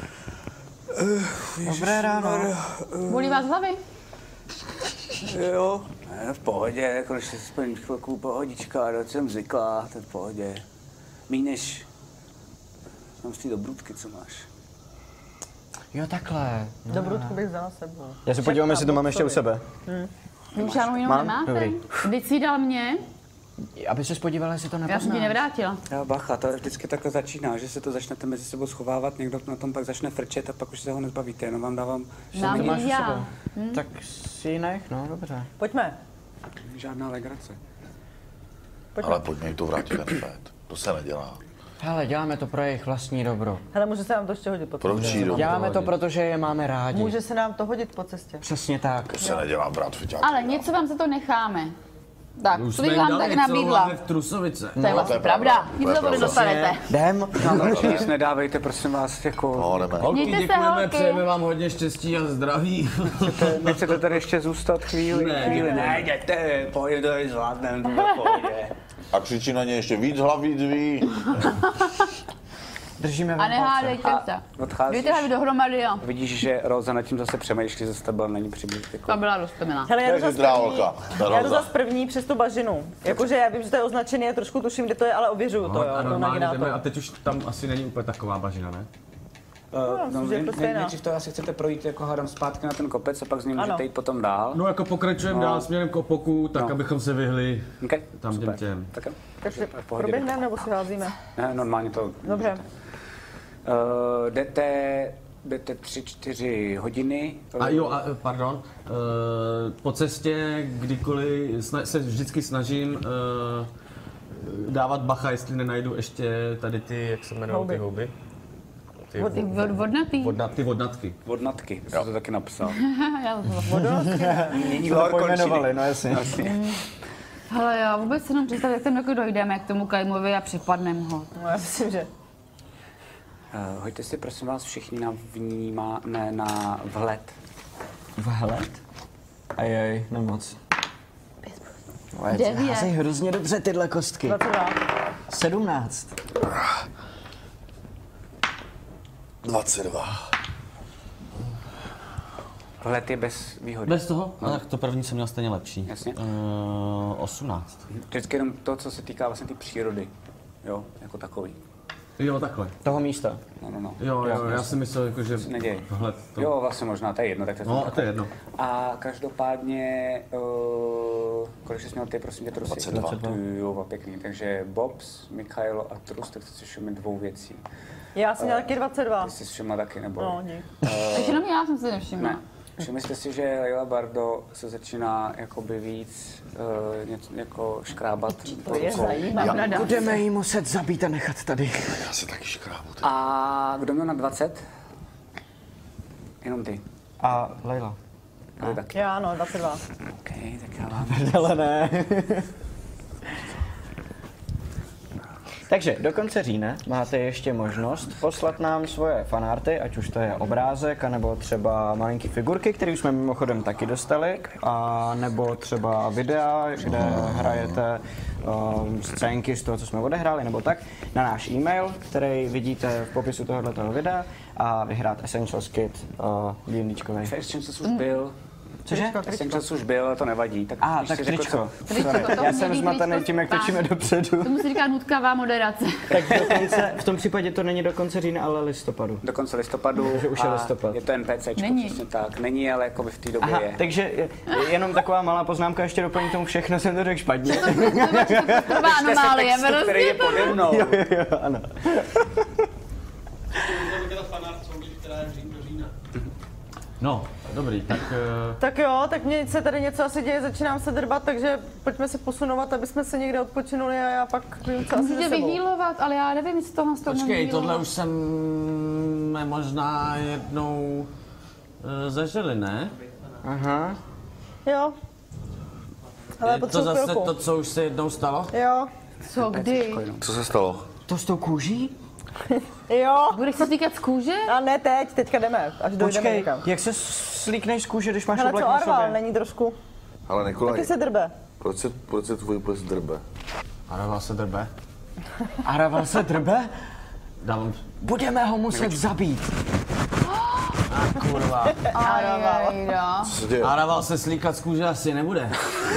Dobré ráno. Bolí vás hlavy? Jo, ne, v pohodě, jako když si aspoň chvilku pohodička, do jsem zvyklá, to je v pohodě. Míň než tam z té dobrůdky, co máš. Jo, takhle. Do brudku bych vzala sebou. Já se podívám, jestli to máme ještě u sebe. Vy už žádnou jinou Mám? nemáte? Dobrý. Vždyť si dal mě, Aby se podívala, jestli to já jsem ti nepoznáš. nevrátila. Já bacha, to vždycky takhle začíná, že se to začnete mezi sebou schovávat, někdo na tom pak začne frčet a pak už se ho nezbavíte, jenom vám dávám Dám To máš u já. sebe. Tak si ji nech, no dobře. Pojďme. žádná legrace. Ale pojďme jí to vrátit ten fét. To se nedělá. Hele, děláme to pro jejich vlastní dobro. Hele, může se nám to ještě hodit po Pro cestě. čí dobro? Děláme to, protože je máme rádi. Může se nám to hodit po cestě. Přesně tak. To se nedělá, brát fiťák. Ale něco vám za to necháme. Tak, Už kolik jsme jim vám tak dali, co nabídla? máme v Trusovice. To je vlastně pravda. Jídlo bude dostanete. Jdem. Nic nedávejte, prosím vás, jako... No, jdeme. Holky, Mějte se, děkujeme, holky. přejeme vám hodně štěstí a zdraví. Nechcete tady ještě zůstat chvíli? Ne, chvíli, ne. ne, jděte, pojďte, zvládnem, to pojde. A křičí na ně ještě víc hlav, víc ví. Držíme A vám palce. nehádejte se. Odcházíš, Dejte hlavy dohromady a vidíš, že Roza nad tím zase přemýšlí, zase byl není přiblíž. Jako. ta byla roztomilá. Hele, já To jdu je zas chytrá první, holka, ta já jdu Roza. zas první přes tu bažinu. Jakože já vím, že to je označený, já trošku tuším, kde to je, ale ověřuju to, jo, A to normálně jdeme, a naginátor. teď už tam asi není úplně taková bažina, ne? myslím, že je to stejná. Nejdřív to asi chcete projít jako hádám zpátky na ten kopec a pak z něj Ano. můžete jít potom dál. No jako pokračujeme dál směrem k opoku, tak abychom se vyhli Okay, tam těm. Tak jo. Takže v pohodě. proběhneme nebo si házíme? Ne, normálně to... Dobře. Jdete 3-4 hodiny. A jo, pardon, po cestě kdykoliv se vždycky snažím dávat bacha, jestli nenajdu ještě tady ty, jak se jmenují ty houby? Ty Vodnatý. vodnatky. Vodnatky, jsem to taky napsal. Já Mění To pojmenovali, no jasně. Hele, já vůbec se nám představit, jak tam jako dojdeme k tomu Kajmovi a připadneme ho. No, já myslím, že Hoďte si prosím vás všichni na vhled. Vhled? Ajaj, nemoc. 9. Házej hrozně dobře tyhle kostky. 22. 17. 22. Vhled je bez výhody. Bez toho? No, tak to první jsem měl stejně lepší. Jasně. 18. Vždycky jenom to, co se týká vlastně té přírody. Jo, jako takový. Jo, takhle. Toho místa. No. Jo, já si myslel, jako, že Neděj. tohle to... Jo, vlastně možná, to je jedno, tak to No, to je jedno. A každopádně, kolik jsi měl ty, prosím tě, trusy? 22. Jo, pěkný. Takže Bobs, Mikhailo a Trus, tak jsi všiml 2 věcí. Já jsem měla taky 22. Ty jsi všimla taky, nebo? No, dík. Takže jenom já jsem se nevšimla. Ne. Všimli jste si, že Leila Bardo se začíná jakoby víc něco jako škrábat po je rukou. zajímavé. Budeme jí muset zabít a nechat tady. Já se taky škrábu. A kdo měl na 20? Jenom ty. A Leila. Ale taky. Já ano, 22. OK, tak já vám... Ale ne. Takže do konce října máte ještě možnost poslat nám svoje fanarty, ať už to je obrázek, anebo třeba malinký figurky, které už jsme mimochodem taky dostali, a nebo třeba videa, kde hrajete scénky z toho, co jsme odehráli, nebo tak, na náš e-mail, který vidíte v popisu tohoto videa, a vyhrát Essentials Kit D&Dčkovej. Essentials už byl. Cože? Essentials už byl, ale to nevadí. Tak, A, když tak jsi řekl, tričko. co- Tričko, Sorry. to Já měl jsem být zmatený tričko tím, jak spát. točíme dopředu. Tomu se říká nutkavá moderace. Tak dokonce, v tom případě to není do konce října, ale listopadu. do konce listopadu. Takže už je a listopad. Je to NPCčko, Není. přesně tak. Není, ale jako by v té době Aha, je. takže jenom taková malá poznámka, ještě doplním tomu všechno, jsem to řekl špatně. Prvá anomálie, Textu, který je prostě to. pode mnou. Jo, ano. No, dobrý, tak... Tak jo, tak mě se tady něco asi děje, začínám se drbat, takže pojďme se posunovat, aby jsme se někde odpočinuli a já pak vím, co asi Můžete za sebou. vyhýlovat, ale já nevím, jestli tohle z toho Počkej, tohle vyhýlovat. už jsme možná jednou zažili, ne? Aha. Jo. Ale Je to potřebuji zase chvilku. to, co už se jednou stalo? Jo. Co, kdy? Co se stalo? To s tou kůží? Jo. Budeš se stýkat z kůže? A ne teď, teďka jdeme, až dojdeme Počkej, někam. jak se slíkneš z kůže, když máš Hele, oblek co na Arval, sobě? není trošku, Ale Nikolaj, taky se drbe. proč se tvůj pes drbe? Araval se drbe. Araval se drbe? Dávám... Budeme ho muset zabít. Kurva. Ajajda. Co se děje? Araval se slíkat z kůže asi nebude.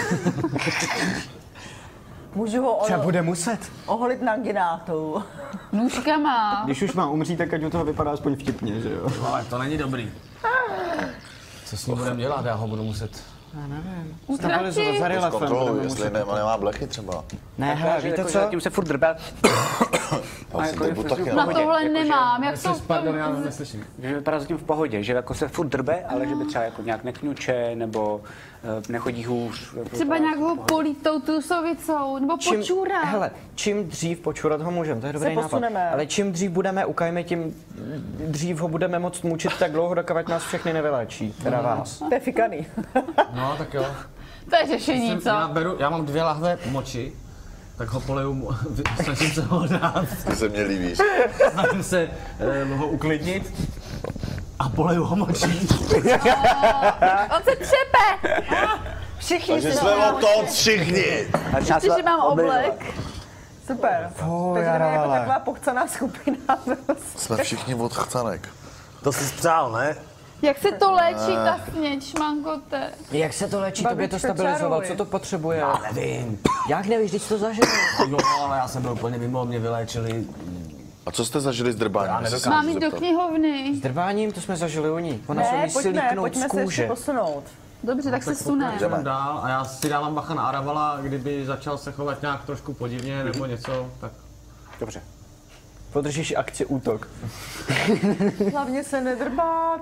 Můžu ho Třeba bude muset. oholit na ginátu. Nůžkama. Když už má umřít, tak ať u toho vypadá aspoň vtipně, že jo? Ale to není dobrý. Co s ním budeme dělat? Já ho budu muset... Stabilizovat za relafem. Kontroluji, budeme jestli muset. nemá blechy třeba. Ne, hele, víte co? Zatím se furt drbe. Já si to budu taky Na nemohl. tohle nemám, jak to... Pardon, já neslyším. Že vypadá zatím v pohodě, že jako se furt drbe, ale že by třeba jako nějak nekňuče, nebo nechodí hůř. Třeba nějak ho polít tou trusovicou, nebo počůrat. Hele, čím dřív počurat ho můžeme, to je dobrý nápad. posuneme. Ale čím dřív budeme u Kajmy, tím dřív ho budeme moct mučit tak dlouho, dokud nás všechny nevyléčí. Teda vás. To je fikaný. No, tak jo. To je řešení, co? Já mám 2 lahve moči, tak ho poleju, snažím se ho dát. To se mně líbíš. Snažím se ho uklidnit a poleju ho močí. On se třepe! Všichni Takže si jsme od toho všichni. Ještě, že mám oblek. Super. Takže jdeme jako taková pochcaná skupina. Jsme všichni od chcanek. To jsi spřál, ne? Jak se to léčí, ta sněč, mangote? Jak se to léčí? Tobě to Babička stabilizoval, čaruj. co to potřebuje? Nevím. Jak nevíš, když jsi to zažil? Jo, ale já jsem byl úplně mimo, mě vyléčili. A co jste zažili s drbáním? jestli se Mám můžu jít do zeptat? knihovny. S drváním, to jsme zažili u ní. Ona se Ne, umí silíknout pojďme z se ještě kůže. posunout. Dobře, tak se sune. Jdeme dál a já si dávám bacha na Aravala, kdyby začal se chovat nějak trošku podivně nebo něco, tak... Dobře. Podržíš akci útok. Hlavně se nedrbat.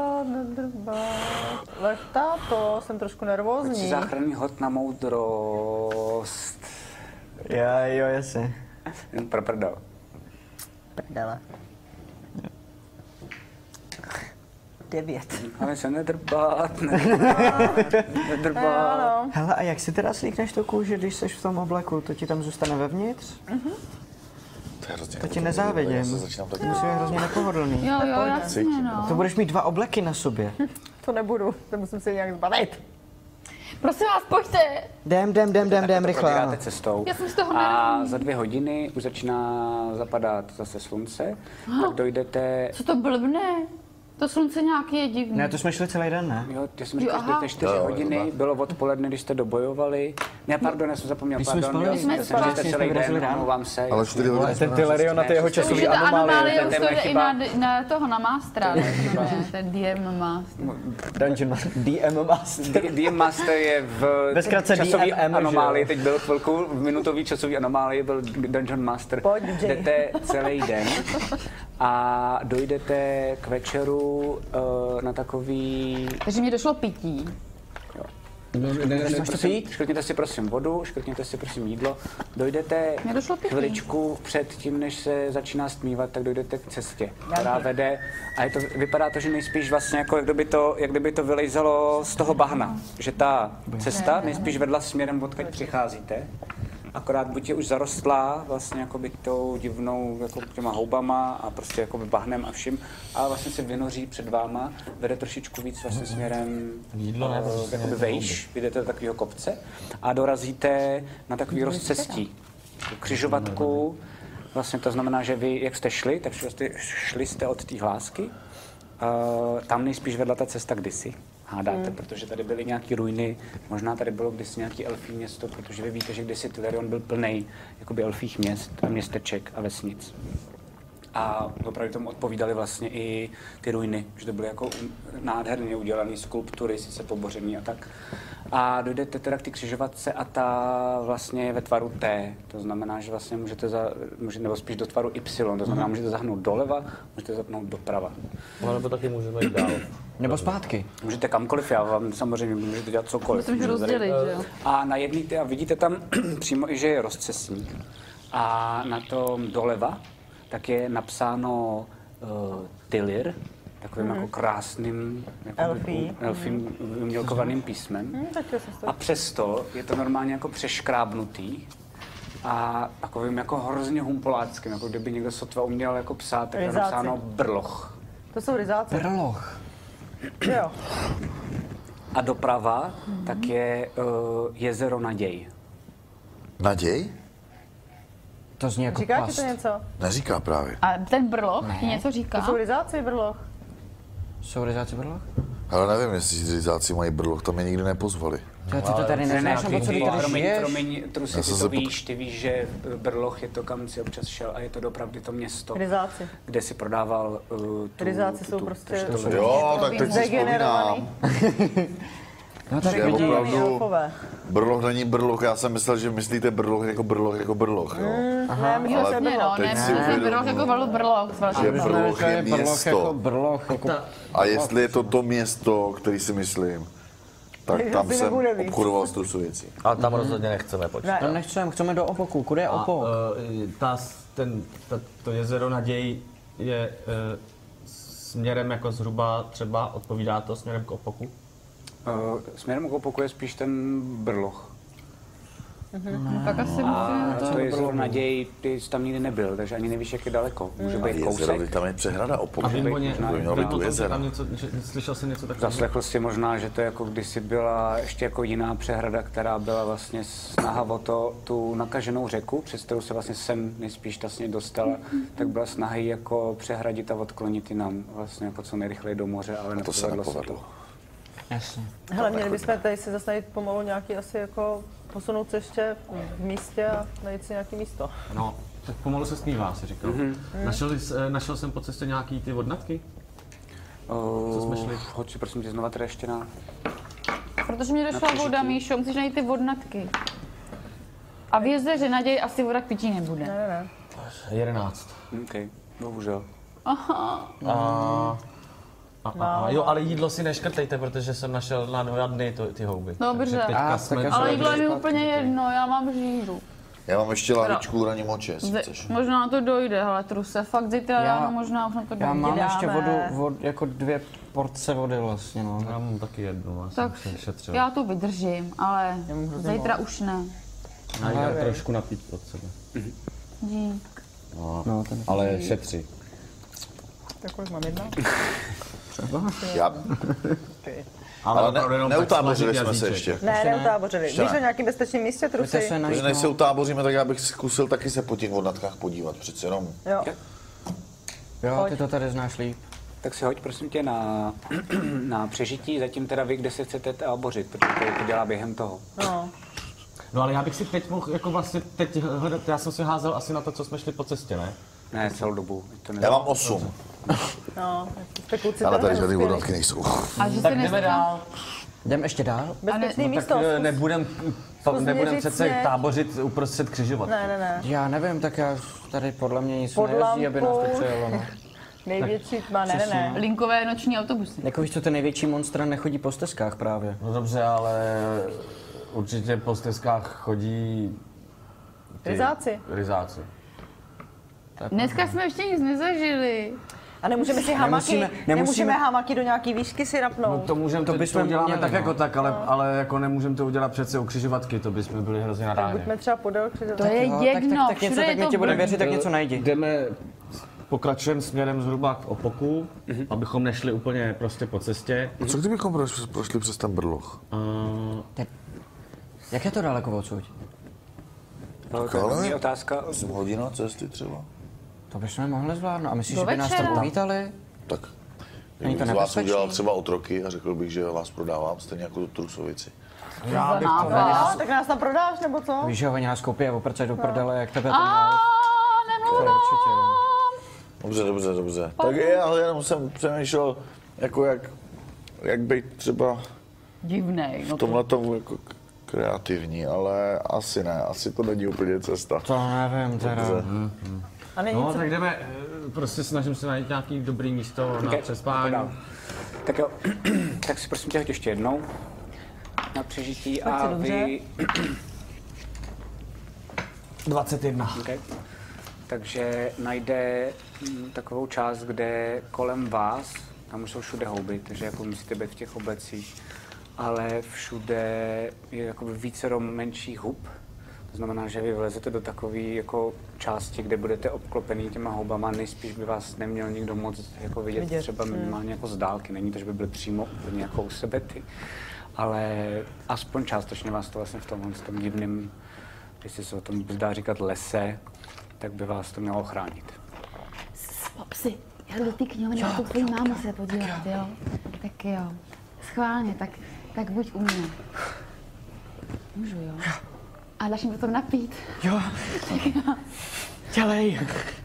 Lehta, to jsem trošku Jsi nervózní. záchranný hod na moudrost. Jo, jasně. Jen pro prdel. Prdele. 9. Ale se nedrbat. Ano. Hele, a jak si teda slíkneš tu kůži, když jsi v tom obleku? To ti tam zůstane vevnitř? To je hrozně To ti jako nezávidím. já se začínám tak... To musí být hrozně nepohodlný. Jo, jasně, no. To budeš mít 2 obleky na sobě. To nebudu, to musím se nějak zbavit. Prosím vás, pojďte. Jdem, rychle. Probíráte cestou. Já jsem z toho A nervózní. za 2 hodiny už začíná zapadat zase slunce, tak dojdete... Co to blbne? To slunce nějaký je divný. Ne, to jsme šli celý den, ne? Jo, ty jsem říkal, že aha. jdete 4 hodiny, bylo odpoledne, když jste dobojovali. Ne, pardon, já jsem zapomněl, Když jsme pardon. spali, Jo, jsme já jsem spali. že jste celý den, omlouvám se. Ale 4 hodiny Ten Tylerion na ty jeho Už časový je to anomálie, anomálie. už to to je jde i chyba. na toho, na Mastera, ten DM Master. Dungeon DM Master. DM Master je v Ve zkratce časový DMM, že jo? anomálii, teď byl chvilku, v minutový časový anomálii byl Dungeon Master. Pojď, DJ. Jdete celý den a dojdete k večeru na takový... Takže mi došlo pití. Škrtněte si prosím vodu, škrtněte si prosím jídlo. Dojdete Mně došlo pití. chviličku před tím, než se začíná stmívat, tak dojdete k cestě, která vede. A je to, vypadá to, že nejspíš vlastně jako jak kdyby to vylejzalo z toho bahna. Že ta cesta nejspíš vedla směrem, odkud přicházíte. Akorát buď je už zarostlá vlastně jakoby tou divnou jako těma houbama a prostě jakoby bahnem a vším, ale vlastně se vynoří před váma, vede trošičku víc vlastně směrem jakoby vejš, vyjdete do takového kopce a dorazíte na takový rozcestí, křižovatku, vlastně to znamená, že vy, jak jste šli, tak šli jste od té hlásky, tam nejspíš vedla ta cesta kdysi. Hádáte, protože tady byly nějaké ruiny, možná tady bylo kdysi nějaké elfí město, protože vy víte, že kdysi Tylerion byl plný jakoby elfích měst a městeček a vesnic. A opravdu tomu odpovídaly vlastně i ty ruiny, že to byly jako nádherně udělané skulptury, sice pobořený a tak. A dojdete teda k té křižovatce a ta vlastně je ve tvaru T, to znamená, že vlastně můžete, nebo spíš do tvaru Y, to znamená, můžete zahnout doleva, můžete zapnout doprava. No, nebo taky můžeme jít dál. Nebo zpátky. Můžete kamkoliv, já vám samozřejmě můžete dělat cokoliv. Musím rozdělit, že jo? A na jedný, a vidíte tam přímo i, že je rozcestník. A na tom doleva tak je napsáno Tylir, takovým jako krásným elfím umělkovaným písmem. A přesto je to normálně jako přeškrábnutý a takovým jako hrozně humpoláckým, jako kdyby někdo sotva uměl jako psát, tak je Ryzáci. napsáno Brloch. To jsou ryzáci. Brloch. Jo. A doprava tak je jezero Naděj. Naděj? To zní jako Říká ti past. to něco? Neříká právě. A ten brloch ti něco To říká? jsou ryzáci, brloch. Jsou ryzáci Brloch? Ale nevím, jestli řízáci mají brloch, tam mě nikdy nepozvali. Ty to tady neznáš, nebo co ty tady žiješ? promiň, Trusi, Já ty jsem to se víš, ty víš, že Brloch je to, kam si občas šel a je to opravdu to město, Ryzáci. kde si prodával Ryzáci jsou prostě Jo, tak teď si degenerovaný. vzpomínám. No tak Že vidíš. opravdu Elfové. brloch není brloch, já jsem myslel, že myslíte brloch, jo. Ne, myslím, ale že Jasně, no, teď ne, si protože uvědomuji, brloch jako brloch. že brloch je Brloch jako město. Brloch, jako... A jestli je to to město, který si myslím, tak tam asi jsem nebude víc. obchodoval spoustu věcí. A tam rozhodně nechceme počkat. Tam nechceme, chceme do Opoku. Kudy je Opok? To jezero Naděj je směrem jako zhruba třeba, odpovídá to směrem k Opoku? Směrem k opoku je spíš ten brloch. No, tak asi musíme To je zrovna naději, ty jsi tam nikdy nebyl, takže ani nevíš, jak je daleko. Může být Jezero, kousek. tam je přehrada opok. A vím o ně, možná by mělo být u jezera. tam něco, slyšel jsem něco takového. Zaslechl si možná, že to jako kdysi byla ještě jako jiná přehrada, která byla vlastně snaha o to, tu nakaženou řeku, přes kterou se vlastně sem nejspíš tasně dostala, tak byla snaha ji jako přehradit a odklonit ji nám vlastně jako co nejrychleji do moře, ale To se nepovedlo se to. nepovedlo. Jasně. Hele, měli bychom tady si zase najít pomalu nějaký asi jako posunout se ještě v místě a najít si nějaký místo. No, tak pomalu se smívá, si říkal. Našel jsem po cestě nějaký ty vodnatky? Co jsme šli? Hoď si prosím tě znova teda ještě na... Protože mě došla voda, Míšo, musíš najít ty vodnatky. A v jezeře naději asi voda k pití nebude. Ne. 11. OK, bohužel. Jo, ale jídlo si neškrtejte, protože jsem našel na 2 dny ty houby. Dobře. Takže teďka jsme... Ale jídlo je mi úplně jedno, já mám žíru. Já mám ještě lahvičku raní moče, jestli chceš. Možná na to dojde, hele, truse, fakt zítra ráno možná už na to dojde. Já mám ještě dáme. vodu, jako 2 porce vody vlastně, no. Já mám taky jednu, já Tak jsem šetřil. já to vydržím, ale zítra už ne. Já jdu trošku napít pod sebe. Dík. No, Ale šetři. Tak kolik mám jedna? Já, ale neutábořili jsme se ještě. Ne, neutábořili. Ještě Víš ne. o nějakým bezpečném místě, trusy? Takže než se utáboříme, tak já bych zkusil taky se po těch vodnatkách podívat, přece jenom. Jo. Jo, ty to tady znáš líp. Tak si hoď prosím tě na přežití, zatím teda vy, kde se chcete tábořit, protože to dělá během toho. No. No ale já bych si teď mohl, jako vlastně teď hledat, já jsem si házel asi na to, co jsme šli po cestě, ne? Ne, celou dobu. To Já mám 8, No, jste kluci ale tam tady žádný neuspěli. vodnatky nejsou. A že Tak se jdeme dál. Jdem ještě dál? Bezpečný místo. Tak zkus. nebudem změřit přece směr. tábořit uprostřed křižovatky. Ne. Já nevím, tak já tady podle mě nic Pod nejezdí, aby nás to lampou. přejelo, no. Největší tma, ne. linkové noční autobusy. Jako víš co, ty největší monstra nechodí po stezkách právě. No dobře, ale určitě po stezkách chodí... Ryzáci. Dneska jsme ještě nic nezažili. A nemůžeme si hamaky, nemůžeme hamaky do nějaký výšky si No napnout. to můžeme, to bychom uděláme měli, tak no. jako tak, ale jako nemůžeme to udělat přece u křižovatky, to bychom byli hrozně Tak nadáni. buďme třeba podél To křižovatky. je Jo, jedno, tak něco, všude tak je my to ti budeme blbý. věřit, tak něco najdi. Pokračujeme směrem zhruba k opoku, abychom nešli úplně prostě po cestě. Co kdybychom prošli přes ten brloch? Jak je to daleko odsud? To je první otázka. 8 hodin cesty třeba. To bychom mohli zvládnout. A myslíš, Do že by nás večera. tam uvítali? Tak. Není Kdybych to z vás nebezpečný? udělal třeba otroky a řekl bych, že vás prodávám stejně jako tu trusovici. Tak nás tam prodáš, nebo co? Víš, že oni nás koupí a oprce do prdele, jak tebe to A mělo. nemluvám. Určitě. Dobře. Tak já jenom jsem přemýšlel, jako jak být třeba Divnej. No v tomhle tomu jako kreativní, ale asi ne, asi to není úplně cesta. To nevím teda. A není No co? tak jdeme, prostě snažím se najít nějaký dobrý místo na Ok, přespání. Tak jo, tak si prosím tě hoď ještě jednou na přežití a si dobře. vy... 21. Okay. Takže najde takovou část, kde kolem vás, tam už jsou všude houby, takže jako musíte být v těch oblecích, ale všude je jakoby vícero menších hub. To znamená, že vy vlezete do takové jako části, kde budete obklopený těma houbama, nejspíš by vás neměl nikdo moc jako vidět třeba minimálně jako z dálky. Není to, že by byly přímo úplně jako u sebe ty, ale aspoň částečně vás to vlastně v tom divném, jestli se o tom dá říkat lese, tak by vás to mělo ochránit. Popsi, já jdu do té knihovny na tu tvoji mámu se podívat, jo? Tak jo, schválně, tak buď u mě. Můžu, jo? A dáš mi potom napít. Jo. Dělej.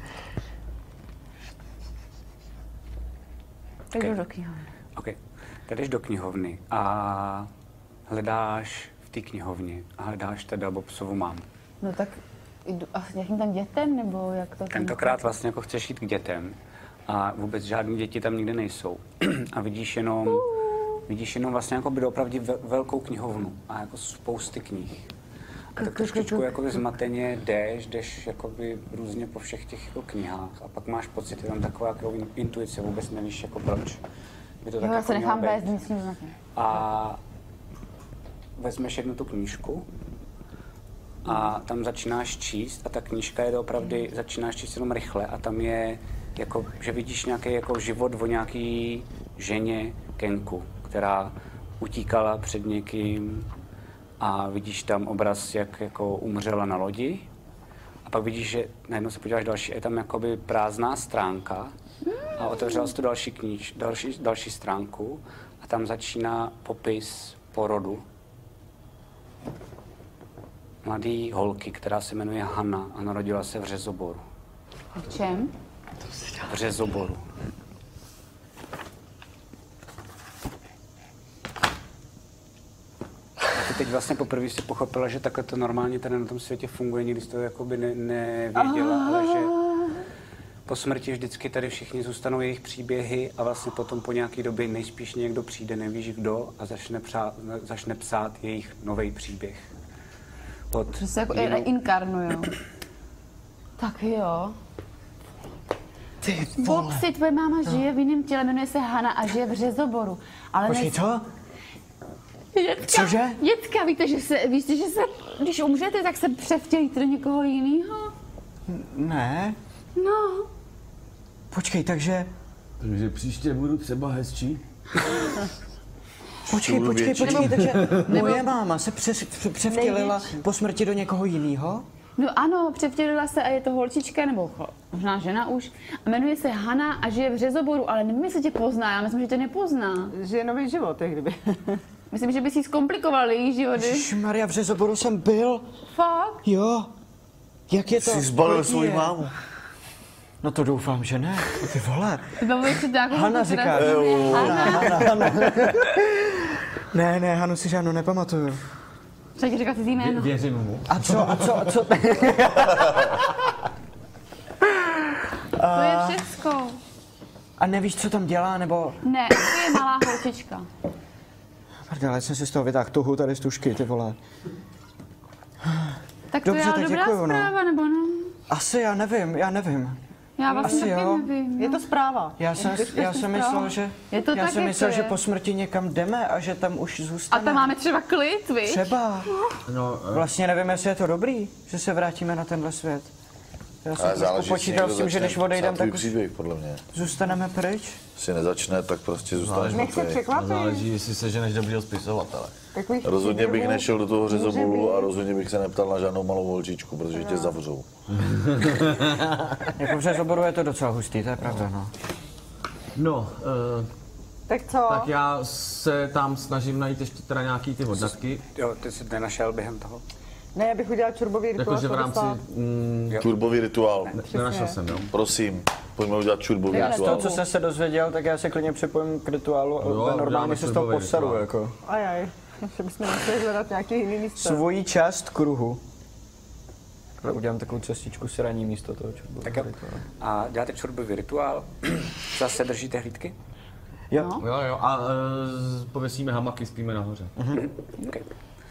Tak jdu do knihovny. OK. Tady jdeš do knihovny a hledáš v té knihovně a hledáš teda Bobsovu mámu. No tak jdu a s nějakým tam dětem, nebo jak to tam... Tentokrát vlastně jako chceš jít k dětem a vůbec žádný děti tam nikde nejsou. A vidíš jenom vlastně jako by opravdu velkou knihovnu a jako spousty knih. A tak trošičku jako zmateně jdeš jakoby různě po všech těch jako knihách a pak máš pocit, že tam taková jako intuice, vůbec nevíš jako proč. By to Jo, tak já jako se mělo nechám být. vést, nic tím znakem. A vezmeš jednu tu knížku a tam začínáš číst a ta knížka je opravdu, začínáš číst jenom rychle a tam je, jako, že vidíš nějaký jako život o nějaký ženě Kenku, která utíkala před někým a vidíš tam obraz, jak jako umřela na lodi. A pak vidíš, že najednou se podíváš další, je tam jakoby prázdná stránka a otevřela jsi tu další stránku a tam začíná popis porodu mladý holky, která se jmenuje Hanna a narodila se v Řezoboru. V čem? V Řezoboru. A ty teď vlastně poprvé si pochopila, že takhle to normálně tady na tom světě funguje, nikdy jsi to jakoby nevěděla, ale že po smrti vždycky tady všichni zůstanou jejich příběhy a vlastně potom po nějaký době nejspíš někdo přijde, nevíš kdo, a začne psát jejich nový příběh. Že se jako inkarnujou. Tak jo. Boxy, tvoje máma žije v jiném těle, jmenuje se Hana a žije v Řezoboru. Ale Počkej, co? Dětka, cože? Dětka, víte, že se, když umřete, tak se převtělíte do někoho jiného? Ne. No. Počkej, takže... Takže příště budu třeba hezčí? Počkej, takže moje máma se převtělila po smrti do někoho jiného? No ano, převtělila se a je to holčička, nebo možná žena už, a jmenuje se Hana a žije v Řezoboru, ale nevím, jestli tě pozná, já myslím, že tě nepozná. Žije nový život, jak kdyby. Myslím, že by si zkomplikoval její životy. Ježišmarja, v Řezoboru jsem byl. Fakt? Jo. Jak je to? Jsi zbalil svoji mámu. No to doufám, že ne. Ty vole. Vybavuješ si nějakou Hana holku, která říká. se jmenuje Hana. Ne, Hanu si žádnou nepamatuju. Třeba ti říkal cizí jméno. Věřím mu. A co? To je všecko. A nevíš, co tam dělá, nebo... Ne, to je malá holčička. Prdele, jsem si z toho vytáhl tuhu tady z tušky, ty vole. Tak to Dobře, je tak dobrá děkuju, no. zpráva, nebo ne? Asi, já nevím. Já vlastně Asi taky jo. nevím. Je to zpráva. Já jsem myslel, že... Je to já tak, jsem jak myslel, to že je. po smrti někam jdeme a že tam už A zůstaneme. tam máme třeba klid, víš? Třeba. No, Vlastně nevím, jestli je to dobrý, že se vrátíme na tenhle svět. Já jsem Ale trošku záleží, počítal s tím, že když odejdem, tak už příběh, podle mě. zůstaneme pryč. Si nezačne, tak prostě zůstaneš Nech se mrtvý. překvapit. záleží, jestli seženeš dobrýho spisovatele. Takových Rozhodně bych příběhů nešel do toho může Řezobolu a být. rozhodně bych se neptal na žádnou malou holčičku, protože tě zavřou. Jako v Řezoboru je to docela hustý, to je pravda, no. No, Tak co? tak já se tam snažím najít ještě teda nějaký ty hodnotky. Jo, ty jsi nenašel během toho? Ne, já bych udělal čurbový rituál. Jakože v rámci... Čurbový rituál. Nenašel jsem, jo. Prosím, pojďme udělat čurbový Já z toho, rituál. co jsem se dozvěděl, tak já se klidně připojím k rituálu Jo, a normálně uděláme se z toho čurbový postaru, rituál. jako. Ajaj, že bychom museli hledat nějaký jiný místo. Svoji část kruhu. Takhle udělám takovou cestičku sraní místo toho čurbového Tak jo. rituálu. A děláte čurbový rituál, zase držíte hlídky? Jo. Jo, a pověsíme hamaky, spíme nahoře. Okay.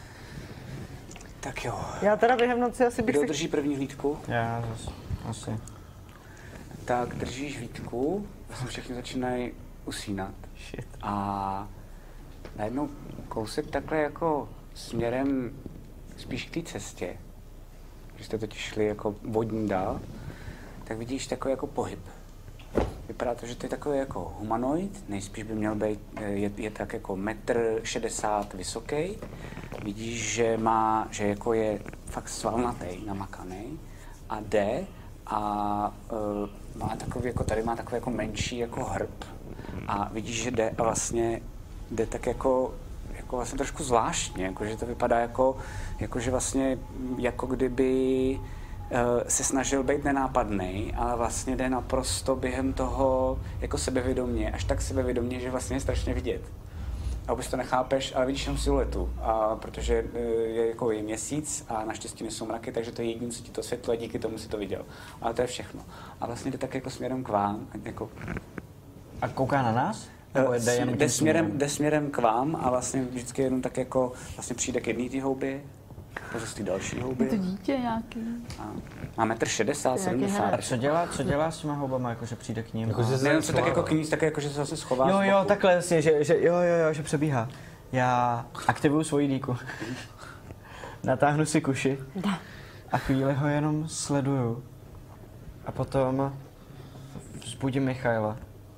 Tak jo. Já teda během noci asi bych Kdo se... drží první hlídku? Já zase, asi. Tak držíš hlídku, vlastně všichni začínají usínat. Shit. A najednou kousek takhle jako směrem spíš k té cestě, když jste totiž šli jako vodní dál, tak vidíš takový jako pohyb. Vypadá to, že to je takový jako humanoid, nejspíš by měl být, je tak jako 1,60 m vysoký. Vidíš, že jako je fakt svalnatý, namakaný a jde a má takový, jako tady má takový jako menší jako hrb. A vidíš, že jde a vlastně jde tak jako vlastně trošku zvláštně, jako že to vypadá jako že vlastně jako kdyby se snažil být nenápadný, ale vlastně jde naprosto během toho jako sebevědomě, až tak sebevědomě, že vlastně je strašně vidět. A vůbec to nechápeš, ale vidíš jenom siluetu, a protože je měsíc a naštěstí nejsou mraky, takže to je jediné, co ti to světlo a díky tomu si to viděl. Ale to je všechno. A vlastně jde tak jako směrem k vám. Jako, A kouká na nás? Nebo jde jenom tím jde směrem k vám a vlastně vždycky jenom tak jako vlastně přijde k jedné té houbě, potom z té další houby. To dítě nějaký. Má 1,60 m, 70 A co dělá s těma houbama, jakože přijde k ním? Jakože Nevím, co tak jako kníz, tak jako, že se zase schová. Jo, z boku. takhle jasně, že přebíhá. Já aktivuju svoji dýku. Natáhnu si kuši a chvíli ho jenom sleduju. A potom vzbudím Michaela.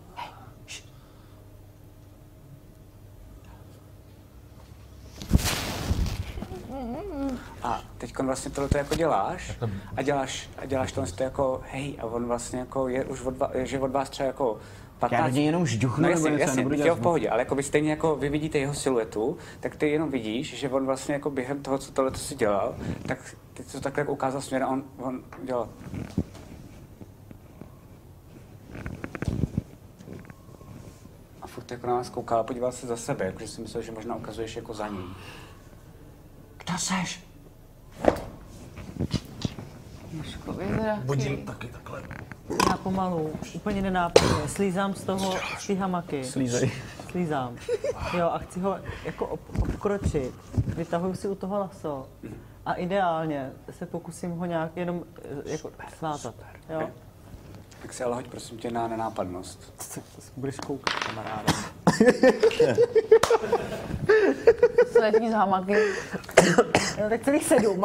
A teď vlastně tohle jako děláš a děláš tohle jako hej a on vlastně jako je už od vás třeba jako 15. Já lidi jenom žduchnu, no nebo něco, jasně, nebudu v dělat pohodě, ale jako by stejně jako vy vidíte jeho siluetu, tak ty jenom vidíš, že on vlastně jako během toho, co tohle si dělal, tak teď to takhle jako ukázal směr a on dělal. A furt jako na nás koukal a podíval se za sebe, jakože si myslel, že možná ukazuješ jako za ním. Kdo seš? Budím taky takhle. Já pomalu, úplně nenápadně, slízám z toho ty hamaky. Slízej. Slízám. Jo, a chci ho jako obkročit. Vytahuju si u toho laso a ideálně se pokusím ho nějak jenom jako svátat. Jo? Tak si ale hoď prosím tě na nenápadnost. Budeš koukat, kamaráde. Sletní z hamaky. No, tak celých 7.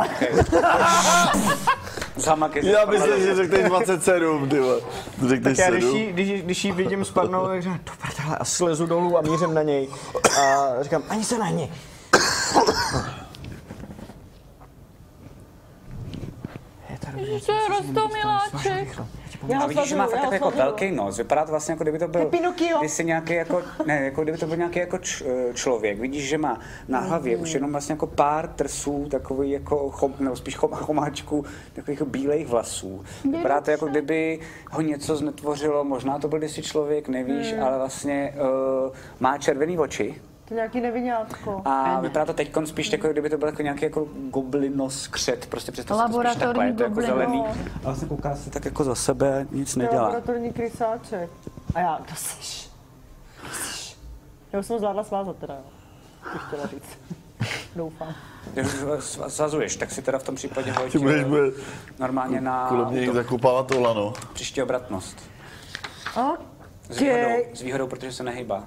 Já myslím, že řekneš 27, ty vole. Řekneš Tak já 7. když jí vidím spadnout, tak říkám, do prdele, a slezu dolů a mířím na něj. A říkám, ani se nehni. Je to dobře, To je Rostomiláček. A vidíš, že má fakt takový jako velký nos. Vypadá to vlastně, jako kdyby to byl nějaký jako, ne, jako kdyby to byl nějaký jako člověk. Vidíš, že má na hlavě už jenom vlastně jako pár trsů, takový jako, nebo spíš chomáčků, takových jako bílejch vlasů. Vypadá to, jako kdyby ho něco znetvořilo, možná to byl kdysi člověk, nevíš, ale vlastně má červený oči. To je nějaký nevinátko. A vypadá to teďkon spíš jako kdyby to byl jako nějaký jako goblinoskřet, prostě představ si to spíš takhle, je to jako zelený. A vlastně kouká se tak jako za sebe, nic nedělá. Laboratorní krysáček. A já, to seš. Já už jsem ho zvládla svázat teda, jo. Bych chtěla říct. Doufám. Když svazuješ, tak si teda v tom případě hoď normálně na Kolem něj zakopávat olano. příští obratnost. Okay. S výhodou, protože se nehejbá.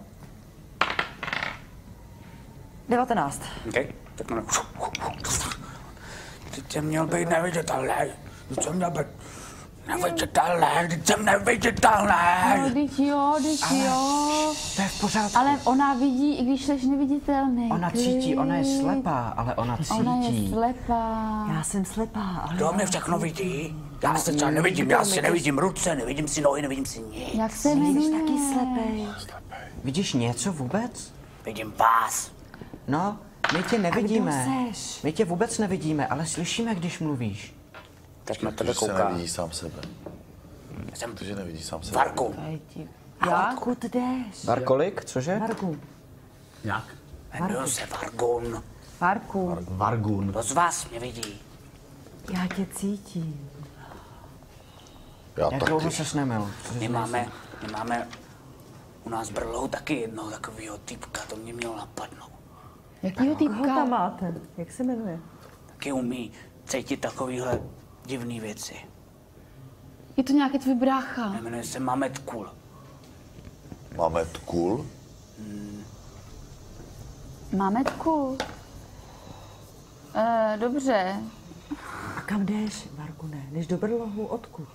19. OK? Tak no. Ty jsi měl být neviditelný. Ty jsi měl být neviditelný. Ty jsem neviditelný. No, teď jo. To je v pořádku. Ale ona vidí, i když jsi neviditelný. Ona cítí, ona je slepá, ale ona cítí. Ona je slepá. Já jsem slepá, ale... Kdo mě všechno vidí? Já se třeba nevidím, já si nevidím ruce, nevidím si nohy, nevidím si nic. Jak se jmenuje? Taky slepej. Vidíš něco vůbec? Vidím vás. No, my tě nevidíme. kdo seš? My tě vůbec nevidíme, ale slyšíme, když mluvíš. Tak na tebe Protože se kouká. nevidí sám sebe. Jsem Protože nevidí sám sebe. Varku. Jak? Kud jdeš? Varkolik, cože? Vargu. Jak? Jmenuji se Vargun. Varku. Vargun. Kdo z vás mě vidí? Já tě cítím. Já Jak dlouho taky. ses nemil? My máme u nás v Brlou taky jednoho takového typka, to mě mělo napadnout. Jakýho Koho tam týpka? máte? Jak se jmenuje? Taky umí cítit takovýhle divný věci. Je to nějaký tvůj brácha. Jmenuje se Mamet Kul. Máme cool. Mametku. Dobře. A kam jdeš, Vargune? Jdeš do Brlohu? Odkud?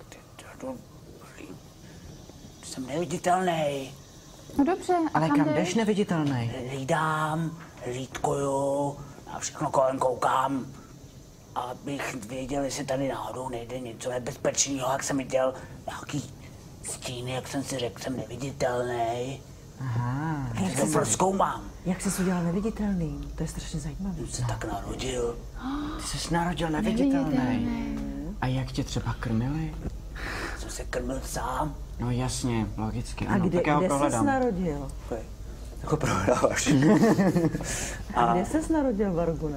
Jsem neviditelný. No dobře, a Ale kam jdeš neviditelný? Hlídám, hlídkuju a všechno kolem koukám. Abych věděl, jestli tady náhodou nejde něco nebezpečného, jak jsem viděl nějaký stíny, jak jsem si řekl, jsem neviditelný. Aha. Jak to prozkoumám. Jak jsi se udělal neviditelným? To je strašně zajímavé. Jsem se tak narodil. Ty jsi narodil neviditelný. A jak tě třeba krmili? Jsem se krmil sám. No jasně, logicky, A ano. kde, Tak já ho kde jsi prohledám. narodil? Jako prohráváš. A kde jsi narodil, Vargune?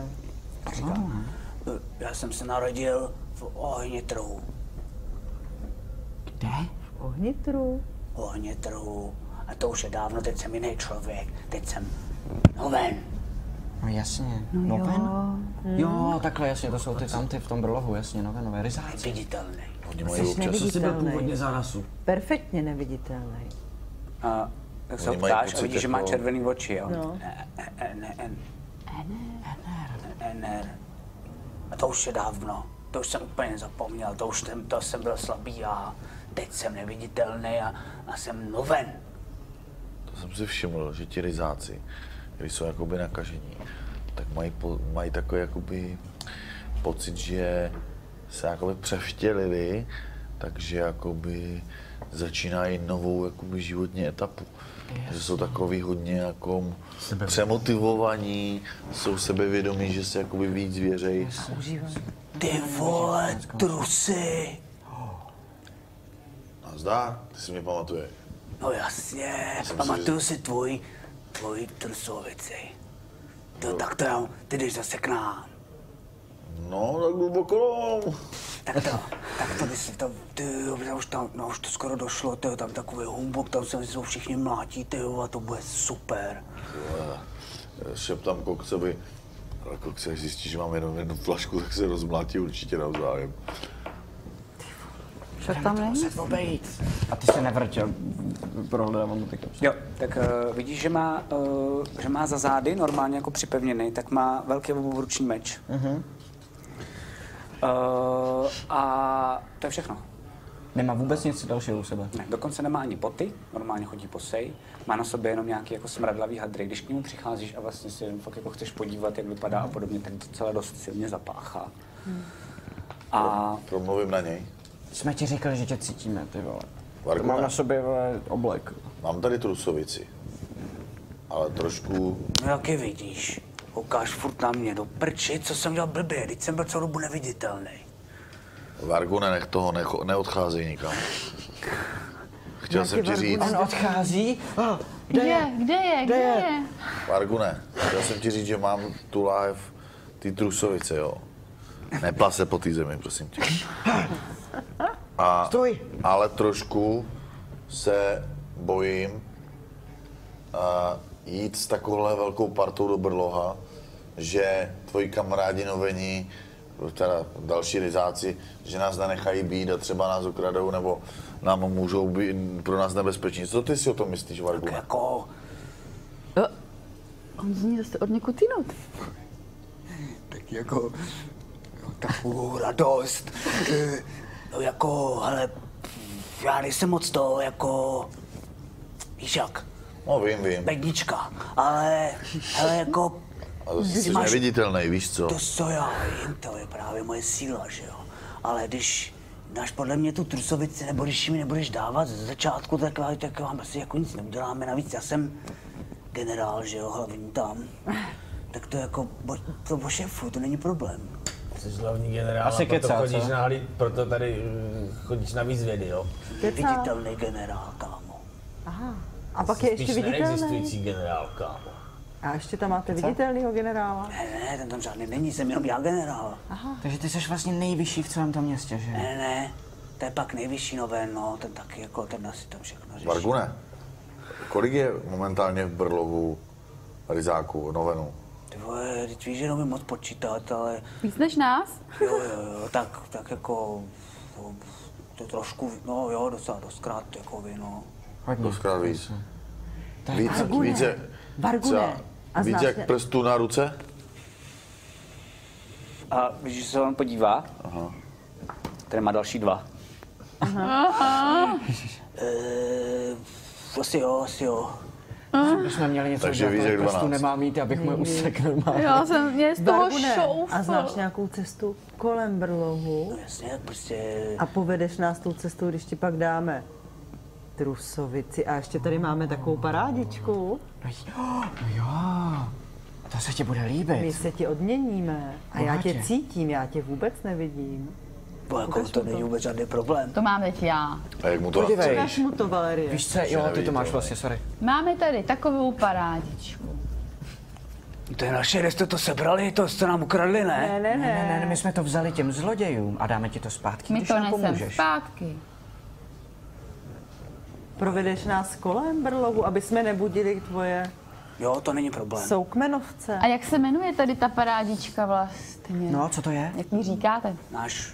Já jsem se narodil v Ohnitrhu. Kde? V Ohnitru? Ohnitrhu. A to už je dávno, teď jsem jiný člověk. Teď jsem Noven. No jasně. Noven? Jo, takhle jasně, to jsou ty tamty v tom Brlohu, jasně, Novenové, ryzáci. Viditelný. Oni mají Jsi občas. Co jsi byl neviditelný. původně za rasu? Perfektně neviditelný. A tak se ho Oni mají ptáš a pocit vidíš, že má jako- červený oči, jo? No. Ener. A to už je dávno. To už jsem úplně zapomněl. To jsem byl slabý a teď jsem neviditelný a jsem noven. To jsem si všiml, že ti ryzáci, když jsou jakoby nakažení, tak mají takový jakoby pocit, že se jakoby převtělili, takže jakoby začínají novou jakoby životní etapu. Že jsou takový hodně jako přemotivovaní, jsou sebevědomí, že se jakoby víc věřejí. Ty vole, trusy! Nazdar, ty si mě pamatuješ. No jasně, pamatuju si tvoji trusovici. Tak to já, ty jdeš zase k nám. No, tak hluboko. Tak to ty si tam, už to skoro došlo, tyjo, tam takový humbuk, tam se všichni mlátí, tyjo, a to bude super. Šeptám kokcovi, ale kokce, až zjistí, že mám jenom jednu flašku, tak se rozmlátí určitě navzájem. Co tam není? A ty se nevrtěl, prohledávám to teď. Jo, tak vidíš, že má za zády, normálně jako připevněný, tak má velký obruční meč. A to je všechno. Nemá vůbec nic dalšího u sebe? Ne, dokonce nemá ani boty, normálně chodí bosej, má na sobě jenom nějaký jako smradlavý hadry. Když k němu přicházíš a vlastně si jen fakt jako chceš podívat, jak vypadá a podobně, tak docela dost silně zapáchá. A Promluvím na něj. Jsme ti říkali, že tě cítíme, ty vole. Vargune, Mám na sobě oblek. mám tady trusovici, ale trošku... no jak je vidíš, koukáš furt na mě, do prči, co jsem dělal blbě, teď jsem byl celou dobu neviditelný. Vargune, nech toho, neodcházej nikam. Chtěl jsem ti říct... On odchází? Kde je? Vargune, chtěl jsem ti říct, že mám tu láhev ty trusovice, jo. Neplás se po té zemi, prosím tě. Stoj! Ale trošku se bojím jít s takovouhle velkou partou do Brloha, že tvoji kamarádi novení, teda další ryzáci, že nás nenechají být a třeba nás okradou, nebo nám můžou být pro nás nebezpeční. Co ty si o tom myslíš, Vargune? Jako, On zní zase od někud jinut. tak jako, takovou radost. No jako, hele, já nejsem moc to, jako, víš jak, No vím. bednička, ale, hele, jako, A to jsi neviditelný, víš co? to já vím, to je právě moje síla, že jo. Ale když dáš podle mě tu trusovici, nebo když mi nebudeš dávat ze začátku, tak vám asi jako nic neuděláme. Navíc já jsem generál, že jo, hlavní tam. Tak to jako, to po šéfu, to není problém. Jsi hlavní generál, Asi proto tady chodíš na výzvědy, jo? Viditelný generál, kámo. Aha. A pak je ještě Spíš viditelný. neexistující generál, kámo. A ještě tam máte viditelného generála? Ne, ten tam žádný není, jsem jenom já generál. Takže ty jsi vlastně nejvyšší v celém tom městě, že? Ne, to je pak nejvyšší noven, no, ten taky, jako ten asi tam všechno řeší. Vargune, kolik je momentálně v Brlohu ryzáků, novenů? Ty vole, teď víš, že neumím moc počítat, ale Víc než nás? jo, tak jako, to trošku, no jo, docela doskrát, jako vy, no. Doskrát víc. Vargune. Více, Vargune. A víc znáš jak mě? prstů na ruce? A když se on podívá, tady má další 2. Asi jo. Bychom měli něco Takže víc dělat, jak ale prostě 12. nemám jít, abych můj úsek normálně. Já jsem mě z toho Vargune, šouf. a znáš nějakou cestu kolem Brlohu? No jasně, tak prostě, A povedeš nás tou cestou, když ti pak dáme trusovici. A ještě tady máme takovou parádičku. No jo, to se ti bude My líbit. se ti odměníme. A já tě Bohatě. cítím, já tě vůbec nevidím. jako to není vůbec žádný problém. To mám teď já. A jak mu to Podívej. nachceš? Dáš mu to, Valerie. Víš co, jo, ty to máš vlastně, sorry. Máme tady takovou parádičku. To je naše, kde jste to sebrali, to jste nám ukradli, ne? Ne, my jsme to vzali těm zlodějům a dáme ti to zpátky, My když to nám nesem pomůžeš. zpátky. Provedeš nás kolem Brlohu, aby jsme nebudili tvoje Jo, to není problém. soukmenovce. A jak se jmenuje tady ta parádička vlastně? No, co to je? Jak mi říkáte? Náš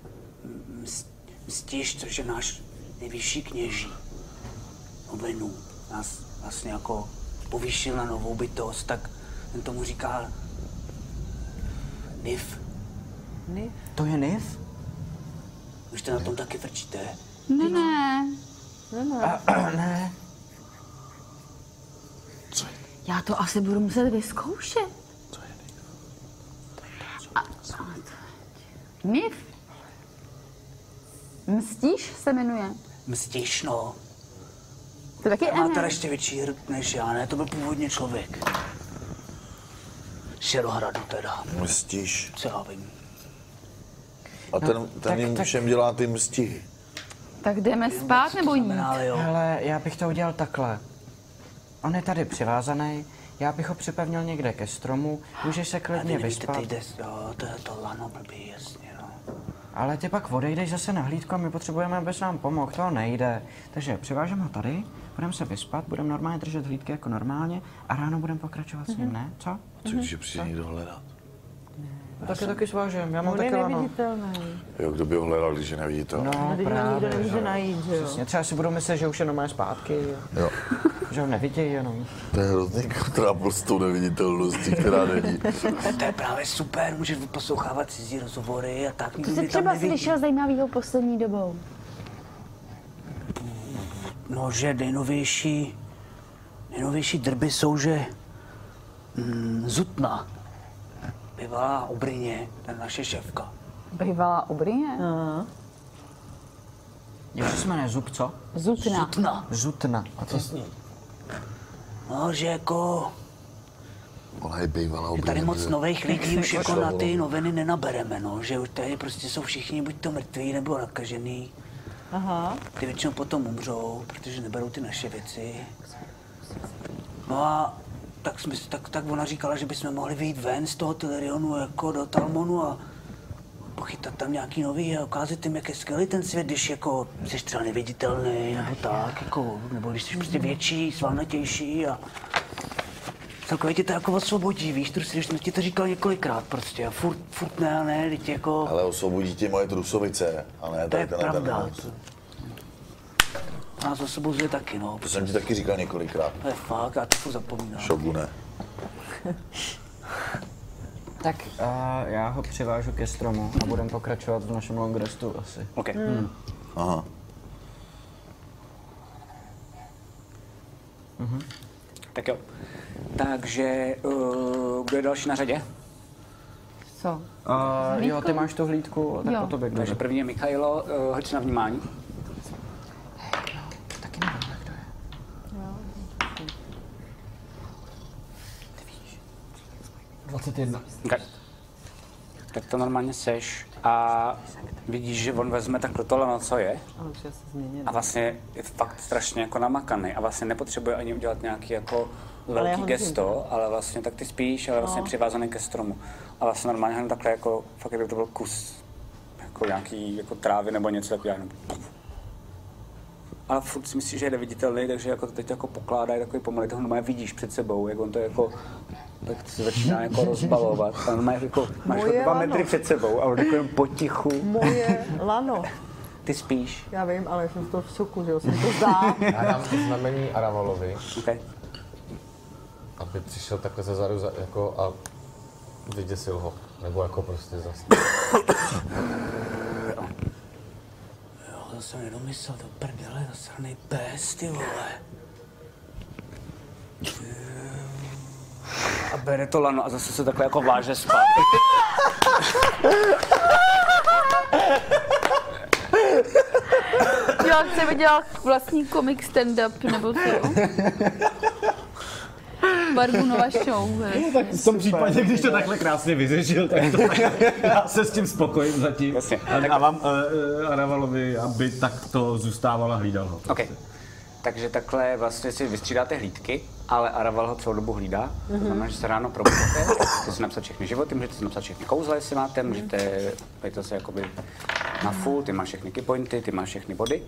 Mstiš, což je náš nejvyšší kněží Novenů, nás vlastně jako povýšil na novou bytost, tak Ten tomu říká Nif. Nif? To je Nif? Už to na tom taky vrčíte. Ne. Ne. Já to asi budu muset vyzkoušet. Nif? Mstíš se jmenuje. Mstíš, no. To taky Má teda Ener. ještě větší hrb než já, ne? To byl původně člověk. Šerohradu teda, Mstíš. co já vím. A ten jim všem dělá ty mstihy. Tak jdeme spát nebo jít? Ale jo. Hele, já bych to udělal takhle. On je tady přivázaný, já bych ho připevnil někde ke stromu, můžeš se A klidně vy nevíte, vyspat. ty jde, jo, to je to lano blbý, jasně, no. Ale ty pak odejdeš zase na hlídku a my potřebujeme, abys nám pomohl, to nejde. Takže přivážeme ho tady, budeme se vyspat, budeme normálně držet hlídky jako normálně a ráno budeme pokračovat s ním, ne? Co? Takže přijde někdo hledat. Taky svážem, já mám On je taky lano. neviditelný. Jo, kdo by ho hledal, když je nevidíte? No, A když ho nikdo nemůže najít, že jo? Přesně, třeba si budou myslet, že už je normálně zpátky, Jo. že ho nevidějí jenom. To je hrozný kontrápor s tou neviditelností, která není. To je právě super, můžeš poslouchávat cizí rozhovory a tak. Co nikdo jsi mě tam třeba nevidí. slyšel zajímavého poslední dobou? No, že nejnovější drby jsou, že Zutna, bývalá Obryně, ten naše šéfka. Bývalá Obryně? Jak se jmenuje Zub, co? Zutna. Zutna. Zutna. A co s ní? No, že jako Ona je bývalá je tady moc nových lidí už jako na ty Šlabovala. noviny nenabereme, no, že už tady prostě jsou všichni buď to mrtví nebo nakažený. Aha. Ty většinou potom umřou, protože neberou ty naše věci. No a tak ona říkala, že bychom mohli vyjít ven z toho Telerionu jako do Talmonu a pochytat tam nějaký nový a ukázat jim, jak je skvělý ten svět, když jako jsi třeba neviditelný nebo tak, jako, nebo když jsi prostě větší, svalnatější a celkově tě to jako osvobodí, víš, když jsem ti to říkal několikrát prostě a furt ne a ne, teď jako, Ale osvobodí tě moje trusovice, a ne to je tady ten pravda. moc. Nás osvobozuje taky, no, To jsem ti taky říkal několikrát. to je fakt, já to furt zapomínám. Šogune. Tak já ho přivážu ke stromu a budeme pokračovat v našem long restu asi. OK. Aha. Tak jo. Takže, kdo je další na řadě? Co? Jo, ty máš tu hlídku, tak Jo. po tobě kdo Takže je. první je Michailo, hoď si na vnímání. Taky nevím, kdo je. 21. Okay. Tak to normálně seš a vidíš, že on vezme takhle tohle, no co je, Ale už je se změnil. a vlastně je fakt strašně jako namakaný a vlastně nepotřebuje ani udělat nějaký jako já velký ho gesto, ale vlastně tak ty spíš, ale vlastně přivázaný ke stromu. A vlastně normálně jenom takhle jako, fakt kdyby to byl kus jako nějaký jako trávy nebo něco takového. Ale furt si myslíš, že je neviditelný, takže jako to teď jako pokládá takový pomalý, toho normálně vidíš před sebou, jak on to jako tak se začíná jako rozbalovat. A normálně jako máš ho Moje 2 lano. metry před sebou a on jako jen potichu. Moje lano. Ty spíš. Já vím, ale jsem to v šoku, že jo, se mi to zdá. Já dám to znamení Aravalovi, Okay. aby přišel takhle zezadu jako a vyděsil ho. Nebo jako prostě zase. Jo, to jsem nedomyslel, do prdele, zasranej pes, ty vole. A bere to lano a zase se takhle jako váže zpátky. Já chci dělat vlastní komik stand-up, nebo co? Bargunova show. Tak v tom případě, když to takhle krásně vyřešil, tak to já se s tím spokojím zatím. Jasně. A dávám Aravalovi, aby takto zůstával a hlídal ho. OK. Takže takhle vlastně si vystřídáte hlídky, ale Araval ho celou dobu hlídá. To znamená, že se ráno probudíte, můžete si napsat všechny životy, můžete si napsat všechny kouzla, jestli máte, můžete, to se jakoby na full, ty máš všechny keypointy, ty máš všechny body.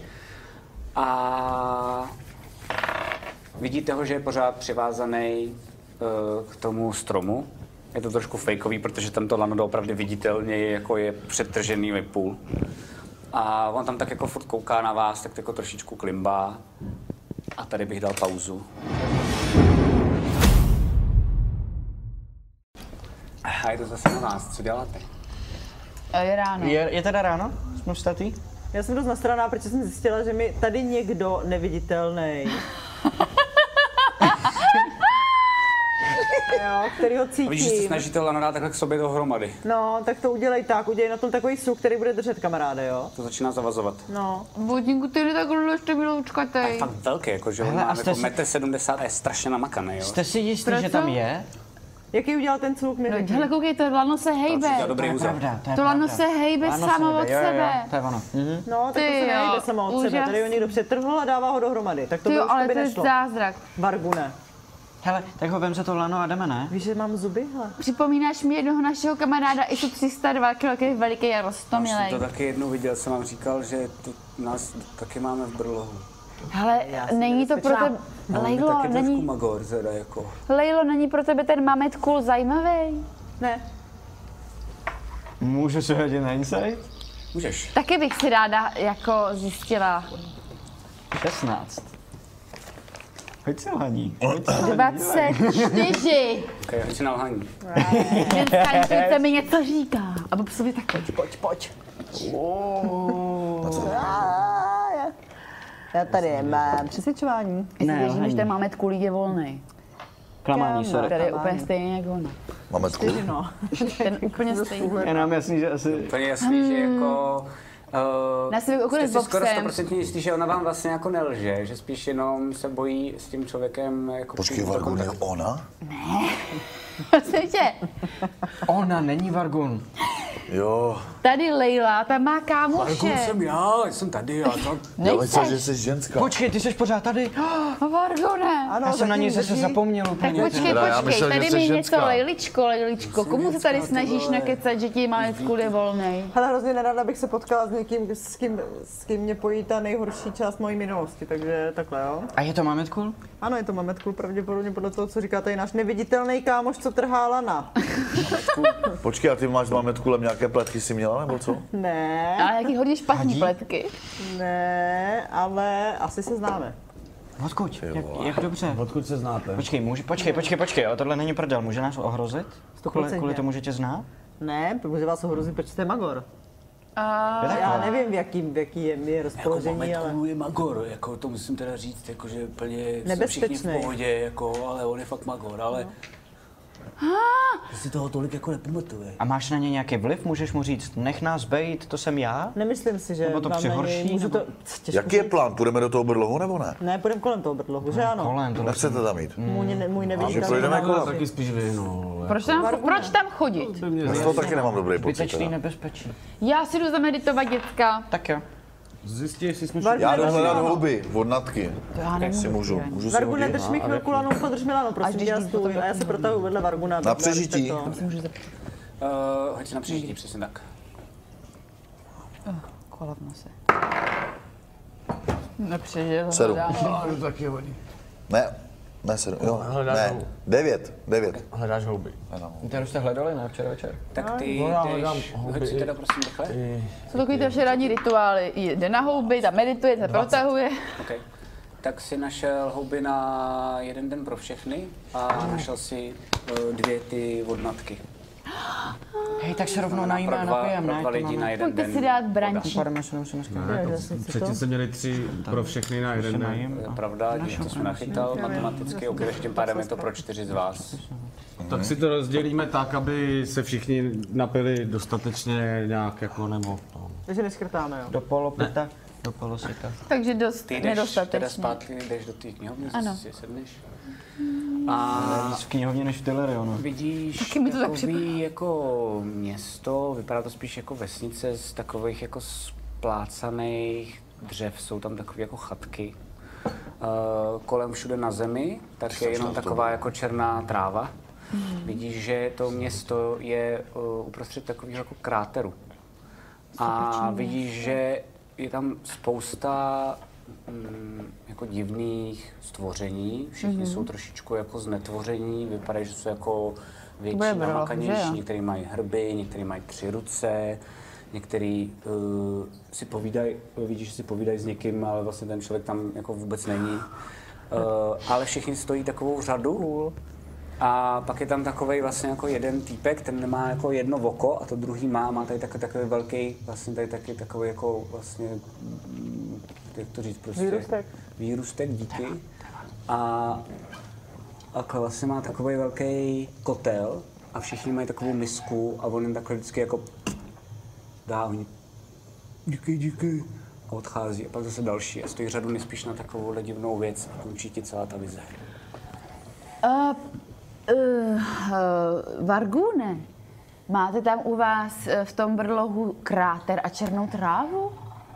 A vidíte ho, že je pořád přivázaný k tomu stromu. Je to trošku fejkový, protože tam to lano doopravdy viditelně jako je přetržený ve půl. A on tam tak jako furt kouká na vás, tak jako trošičku klimbá. A tady bych dal pauzu. a jdu zase na vás. Co děláte? Je ráno. Je teda ráno? Jsme vstatý? Já jsem dost nasraná, protože jsem zjistila, že mi tady někdo neviditelný. Jo, který ho cítím. A víš, že se snažíte Lano dát takhle k sobě dohromady. No, tak to udělej tak, udělej na tom takový suk, který bude držet kamaráde, jo? To začíná zavazovat. No. Vodníku, ty takhle ještě miloučkatej. Je fakt velký, jako, že on Hele, má a jste jako si- 1,70 m a je strašně namakaný, jo? Jste si jistý, Proč že tam to? je? Jaký udělal ten cuk, mi řekni. Hele, koukej, to Lano se hejbe. To dobrý úzel. To Lano se hejbe Lano samo se od hejbe, jo, sebe. to je ono. No, tak to Ty se jo, nejde samo od sebe. Tady ho někdo přetrhl a dává ho dohromady. Tak to Ty by jo, už ale by to je nešlo. zázrak. Vargune. Hele, tak ho vem se to Lano a jdeme, ne? Víš, že mám zuby, hele. Připomínáš mi jednoho našeho kamaráda, i tu 302 kg veliký a Už jsem rostomilej. to taky jednou viděl, jsem vám říkal, že to nás taky máme v brlohu. Hele, není to pro tebe... No, Lejlo, taky trošku není... magor, teda jako. Lejlo, není pro tebe ten Mamet cool zajímavý? Ne. Můžu se hodit na insight? Můžeš. Taky bych si ráda jako zjistila. 16. Hoď se Haní. 24. Okay, hoď si na lhaní. Ženská intuice mi něco říká. A Bob sobě tak pojď. Já tady mám přesvědčování. Jestli věřím, že ten Mamet cool je volný. Klamání, sorry. Tady je úplně stejně jako ona. Máme sklu. No. Ten úplně stejný. Je nám jasný, že asi... Úplně jasný, že jako... Na sebe jste okolí s si skoro Bobsem. 100% jistý, že ona vám vlastně jako nelže, že spíš jenom se bojí s tím člověkem jako... Počkej, přijít do Vargun je kontaktu. ona? Prosím tě, Ona není Vargun. Jo. tady Lejla, ta má kámoše. Jsem jsem tady a to... Já myslel, že jsi ženská. Počkej, ty jsi pořád tady? Vargone. Ano, Já jsem na zatím něj zase drží. zapomněl Tak úplně. počkej, Teda, já počkej, myslel, že tady jsi mi něco, ženská. Lejličko, komu se tady snažíš nakecat, že ti Mamet cool je volnej? Hele, hrozně nerada bych se potkala s někým, s kým mě pojí ta nejhorší část mojí minulosti, takže takhle, jo. A je to Mamet cool? Ano, je to Mamet cool, pravděpodobně podle toho, co říká tady náš neviditelný kámoš, co trhá Lana. Počkej, a ty máš Mamet kulem nějaké pletky si měla, nebo co? Ne, Ale jaký hodně špatný pletky. ne, ale asi se známe. Odkud? Jak dobře? Odkud se znáte? Počkej, jo, tohle není prdel, může nás ohrozit? 100%. Kvůli tomu, že tě zná? Ne, může vás ohrozit, protože jste magor. A Já nevím, v jaký je rozpoložení, ale... je magor, jako to musím teda říct, jako že plně jsou Nebezpečný. všichni v pohodě, jako, ale on je fakt magor, ale... Si toho tolik jako nepamatuje. A máš na ně nějaký vliv? Můžeš mu říct, nech nás bejt, to jsem já? Nemyslím si, že Nebo to mám na přihorší, něj, můžu nebo- to... Těžko Jaký je říct. plán? Půjdeme do toho brlohu, nebo ne? Ne, půjdeme kolem toho brlohu, že ano? Kolem, tohle. Nechcete tam jít? Můj že neviditelný projdeme kolem. Taky spíš vy, no. proč tam chodit? Já z toho taky nemám dobrý pocit. Zbytečný teda. nebezpečí. Já si jdu zameditovat, děcka. Tak jo. Zjistí, jestli jsme Já jdu hledat houby, vodnatky. To já nemůžu. Si můžu si Vargune, hodit? drž mi chvilku Lanu, podrž mi Lanu, prosím tě, já stůj. A já se protahuji vedle Varguna. Na přežití. Hoď si na přežití, přesně tak. Kola v nose. Nepřežil. 7. jdu taky hodit. Ne 7, jo, hledáš ne, houby. 9. Hledáš houby. Tady jste hledali, ne? Včera večer. Tak ty hledám jdeš, houby hoď si i- teda prosím rychle. Jsou takový ty vaše ranní rituály. Jde na houby, tam medituje, se protahuje. Okay. Tak si našel houby na jeden den pro všechny a našel si 2 ty vodnatky. Hej, tak se rovnou Znamená najíme a napijem, pro ne? 2 To lidi na máme. jeden Pojďte den. si dát brančí. Půjdeme se nemusíme skvěle. Předtím jsme měli 3 pro všechny na jeden den. Najím. To je pravda, díky, to jsem nachytal matematicky, ok, takže tím pádem je to pro 4 z vás. Tak si to rozdělíme tak, aby se všichni napili dostatečně nějak jako nebo... No. Takže neškrtáme, jo. Do polopita, do polosita. Takže dost Ty jdeš teda nedostatečně. zpátky, jdeš do té knihovny, Ano. si sedneš. A Víc v knihovně než v Tylerionu. vidíš Taky mi to tak takový jako město, vypadá to spíš jako vesnice z takových jako splácaných dřev, jsou tam takové jako chatky. Kolem všude na zemi, tak je jenom taková jako černá tráva. Vidíš, že to město je uprostřed takového jako kráteru. A vidíš, že je tam spousta jako divných stvoření. Všichni jsou trošičku jako znetvoření, vypadají, že jsou jako větší, Bude brloh, že namakanější. jo? Některý mají hrby, některý mají 3 ruce, některý si povídají, vidíš, že si povídají s někým, ale vlastně ten člověk tam jako vůbec není. Ale všichni stojí takovou řadu A pak je tam takovej vlastně jako jeden týpek, ten nemá jako jedno oko a to druhý má tady takový velký, vlastně tady taky takový jako vlastně, jak to říct prostě? Výrůstek, díky. A vlastně má takový velký kotel a všichni mají takovou misku a on jim takhle vždycky jako dá oni díky a odchází a pak zase další a stojí řadu nejspíš na takovou divnou věc a končí ti celá ta vize. Vargune, máte tam u vás v tom brlohu kráter a černou trávu?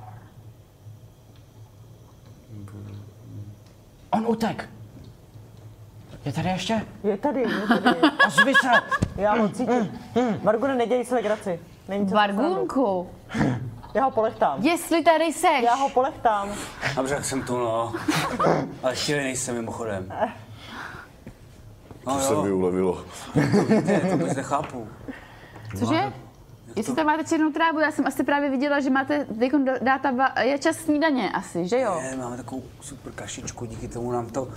On utek. Je tady ještě? Je tady. Ozvi se! Já ho cítím. Vargune, nedělej si legraci. Není to Vargunku, já ho polechtám. jestli tady seš, Já ho polechtám. Dobře, jak jsem tu, no. Ale chvíli nejsem mimochodem. No To se mi ulevilo. To vůbec nechápu. cože? Jestli tam máte černou trávu, já jsem asi právě viděla, že máte dáta, je čas snídaně asi, že jo? Ne, máme takovou super kašičku, díky tomu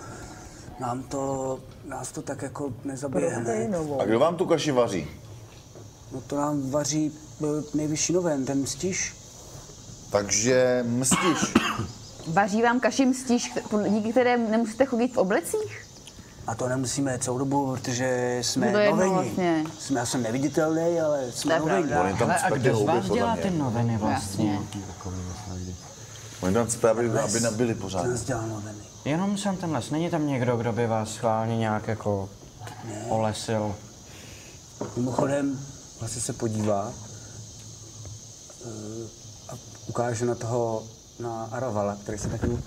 nás to tak jako nezabije. A kdo vám tu kaši vaří? No to nám vaří nejvyšší noven, ten Mstiš. Takže mstíš. Vaří vám kaši mstíš, díky které nemusíte chodit v oblecích? A to nemusíme celou dobu, protože jsme To je jedno novení. vlastně. Já jsem neviditelný, ale jsme To je novení. pravda. Oni tam Ale a cpe kdo z houby, vás podle dělá mě. ty noviny vlastně? Oni tam cpe, aby nabili To pořád. nás dělá noviny. Jenom jsem ten les. Není tam někdo, kdo by vás schválně nějak jako olesil? Mimochodem, vlastně se podívá a ukáže na Aravala, který se taky...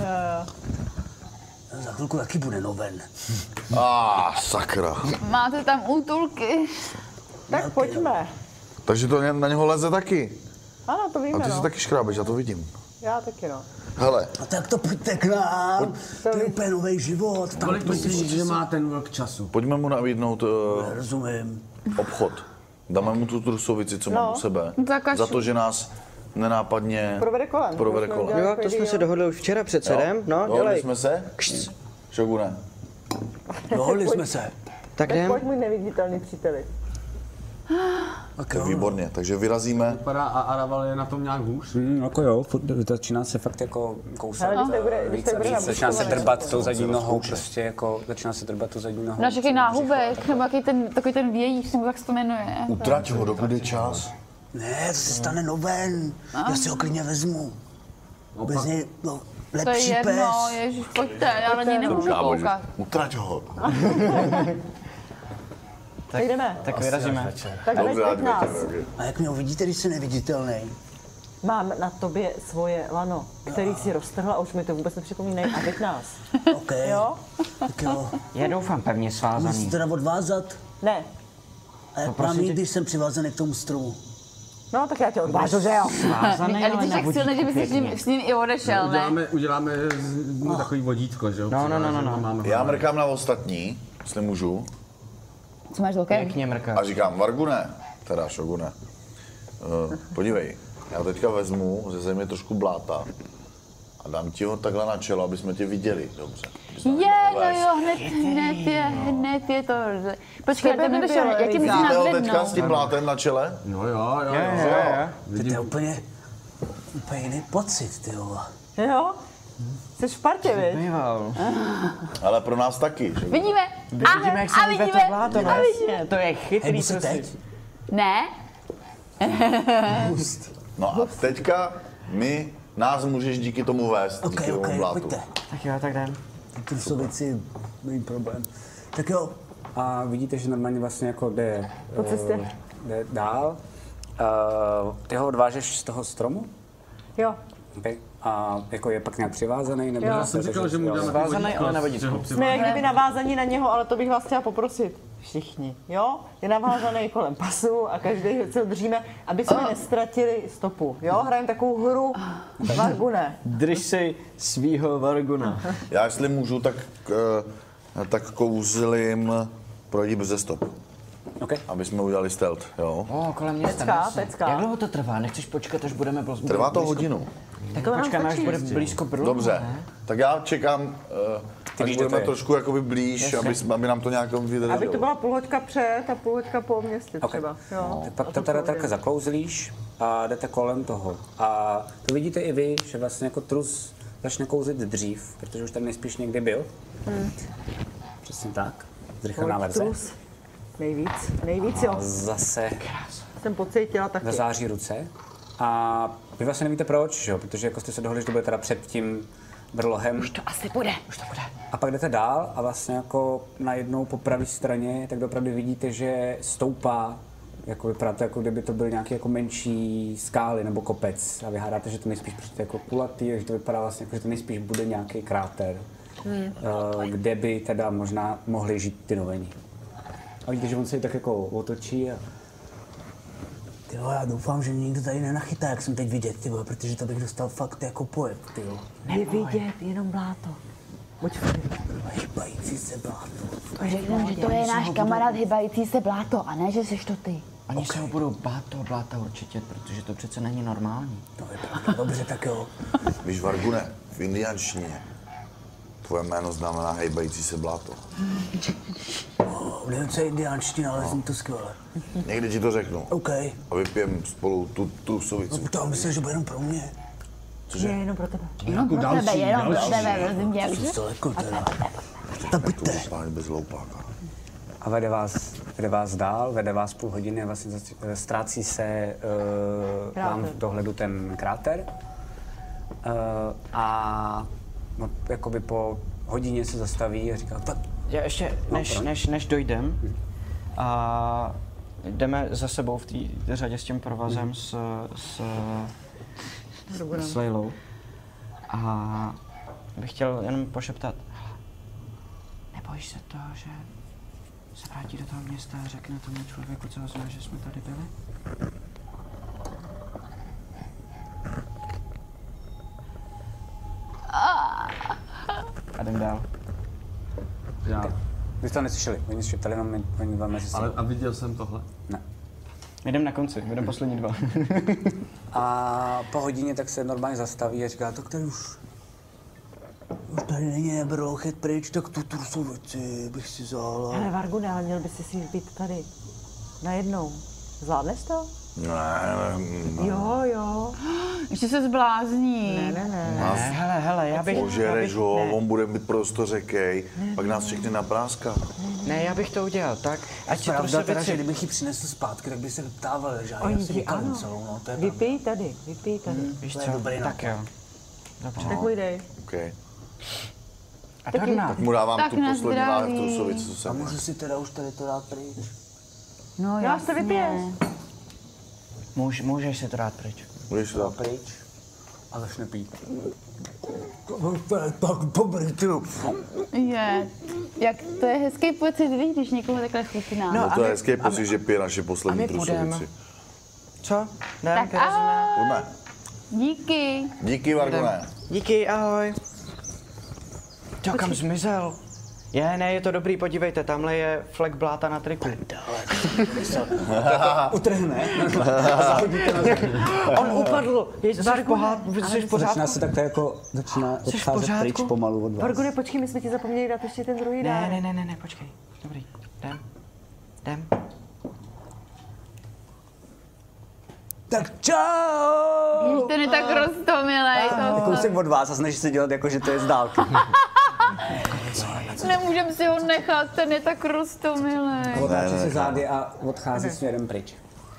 Za chvilku taky bude noven. Sakra. Máte tam útulky. Tak pojďme. Takže to na něho leze taky. Ano, to A víme, ty se no. taky škrábeš, já to vidím. Já taky, no. Hele, A tak to pojďte k nám. To je úplně nový život. Tam Kolik myslíš, že má ten vlk času? pojďme mu nabídnout Rozumím. obchod. Dáme mu tu trusovici, co mám u sebe. za kašu. Za to, že nás nenápadně Provede kolem. Provede To jsme kolem. udělali Jo, to jsme se dohodli už včera před sedem. No, Dohodli dělej. jsme se? Šogune. Dohodli jsme se. Tak Tak jdem. pojď, můj neviditelný příteli. Tak Výborně, takže vyrazíme. Vypadá a Araval je na tom nějak hůř? Jako jo, začíná se fakt jako kousat. Ale když to bude Začíná se nabuškované. drbat tou zadní nohou, prostě jako začíná se drbat tou zadní nohou. Na všechny náhubek, nebo takový ten vějíř, nebo jak se to jmenuje. Utrať ho, dokud je čas. Ne, to se stane noven. Já si ho klidně vezmu. Bez něj, no, To je lepší jedno, pes. ježiš, pojďte, já na něj nemůžu koukat. Utrať ho. Tak jdeme. Tak vyrazíme. Tak než nás. A jak mě uvidíte, když jsi neviditelný? Mám na tobě svoje lano, který si roztrhla a už mi to vůbec nepřipomínej a veď nás. OK. Jo? Tak jo. Já doufám pevně Můžu svázaný. teda odvázat? Ne. A jak mám jít, když jsem přivázaný k tomu stromu? No, tak já tě odvážu, že jo? Svázaný, Ale ty jsi tak silný, že bys s ním i odešel, ne? Uděláme z mu takový vodítko, že jo? No. Máme Já mrkám na ostatní, jestli můžu. Co máš velké? Pěkně mrká. A říkám, Vargune, teda Šogune, podívej, já teďka vezmu ze země trošku bláta a dám ti ho takhle na čelo, aby jsme tě viděli dobře. No jo, hned je to. Počkej, Tebe to mi došlo, nebylo, já ti musím Vidíte ho teďka s nadvednout. tím blátem na čele? Jo. To je úplně jiný pocit, ty jo. Jo? Jsi v partě, viď? Býval. Ale pro nás taky. Že? Vidíme. Vidíme, jak se A hýbe to vidíme. bláto, no. A vidíme. To je chytrý Hejbu se prostě. teď. Ne? No a teďka nás můžeš díky tomu vést, díky tomu OK, blátu. pojďte. Tak jo, tak jdem. Trusovici, není problém. Tak jo. A vidíte, že normálně vlastně jako jde, Po cestě. jde dál. Ty ho odvážeš z toho stromu? Jo. Okay. A jako je pak nějak přivázaný? Nebo Jo. Já jsem říkal, že mu uděláme Svázaný, ale na vodítku. Jsme jak kdyby navázaní na něho, ale to bych vás chtěla poprosit. Všichni, jo? Je navázaný kolem pasu a každý se ho držíme, aby jsme nestratili stopu, jo? Hrajeme takovou hru Vargune. Drž si svýho Varguna. Já jestli můžu, tak kouzlím projdi beze stop. Okay. Aby jsme udělali stealth, jo? Kolem města. Tecka, jasně. tecka. Jak dlouho to trvá? Nechceš počkat, až budeme Trvá to hodinu. Počkáme, až bude blízko průlomu. Dobře, tak já čekám, až víš, kde to budeme je. trošku jakoby blíž, aby nám to nějak vydrželo. Aby to byla půl hoďka před a půl hoďka po městě třeba. Jo. Pak to teda takhle zaklouzlíš a jdete kolem toho. A to vidíte i vy, že vlastně jako trus začne kouzlit dřív, protože už tady nejspíš někdy byl. Přesně tak. Zrychlená verze. Trus. Nejvíc jo. Zase Jsem pocítila taky. zazáří ruce. A vy vlastně nevíte proč, že jo? Protože jako jste se dohodli, že to bude teda před tím brlohem. To asi bude. A pak jdete dál a vlastně jako najednou po pravé straně tak opravdu vidíte, že stoupá, jako vypadá to, jako kdyby to byl nějaký jako menší skály nebo kopec. A vy hádáte, že to nejspíš prostě jako kulatý, že to vypadá vlastně jako, že to nejspíš bude nějaký kráter, kde by teda možná mohli žít ty novení. A vidíte, že on se tak jako otočí a tyjo, já doufám, že mě nikdo tady nenachytá, jak jsem teď vidět, tyjo, protože to bych dostal fakt jako pojeb, tyjo. Nevidět, jenom bláto. Buď Hybající se bláto. Řeknu, že to je náš kamarád hybající se bláto, a ne, že jsi to ty. Oni se ho budou bát toho bláta určitě, protože to přece není normální. To vypadá dobře, tak jo. Víš, Vargune, v indiánštině tvoje jméno znamená hejbající se bláto. Nevím, co je indiánština, ale zní to skvěle. Někdy ti to řeknu. OK. A vypijem spolu tu trusovici. To myslím, že bude jenom pro mě. je jenom pro tebe. Jenom pro tebe, jenom pro tebe, rozuměl. To jako teda. Tak pojďte. Páni bez loupáka. A vede vás dál, vede vás půl hodiny a vlastně ztrácí se vám v dohledu ten kráter. A no, jakoby po hodině se zastaví a říká, tak Já ještě, než dojdem, a jdeme za sebou v té řadě s tím provazem s Leilou. A bych chtěl jenom pošeptat. Nebojíš se toho, že se vrátí do toho města a řekne tomu člověku, co ho zná, že jsme tady byli? A jdem dál. Vy to neslyšeli, oni šeptali jenom oni dva mezi sebou. Ale a viděl jsem tohle? Ne. Jdem na konci, jdem poslední dva. A po hodině tak se normálně zastaví a říká, tak tady už tady není brlochet pryč, tak tu trusovici bych si vzal. Ale Vargune, ale měl by si být tady najednou. Zvládneš to? Ne. Jo. Ještě se zblázní. Ne. Hele, já bych... Požereš ho, on bude mít prostořekej, pak nás všechny napráská. Ne, já bych to udělal tak, ať si Pravda teda, že trusovici... kdybych ji přinesl zpátky, tak by se ptával, že já Oni si ti vykalím ano. celou, no to je Vypij tady. Víš to je co, dobrý tak jo. Dobře. Tak půjdej. Okay. A Darna, Tak mu dávám Tak tu na poslední láhev zdraví. trusovici, co jsem. Můžu si teda už tady to dát pryč. No Já se vypiješ. můžeš si to dát pryč. Můžeš to dát. Pryč a začne pít. Tak dobrý, ty. Je. Jak to je hezký pocit, víš, když někomu takhle chutná. No, No to je hezký pocit, že pije naše poslední my půjdeme. trusovici. Co? Tak Vyrazíme? Pojďme. Díky. Díky, Vargone. Díky, ahoj. To kam zmizel? Ne, je to dobrý, podívejte, tamhle je flek bláta na triku. Utrhne. On upadl. Jsi v pořádku? Začíná se tak jako, začíná Jsi v odcházet pořádku? pryč pomalu od vás. Vargune, počkej, my jsme ti zapomněli dát ještě ten druhý dár. Ne, počkej. Dobrý, jdem. Tak čau! Ten je tak roztomilej. Kousek od vás a snaží se dělat jako, že to je z dálky. Nemůžem si ho nechat, ten je tak roztomilej. Otáčí se zády a odchází směrem pryč.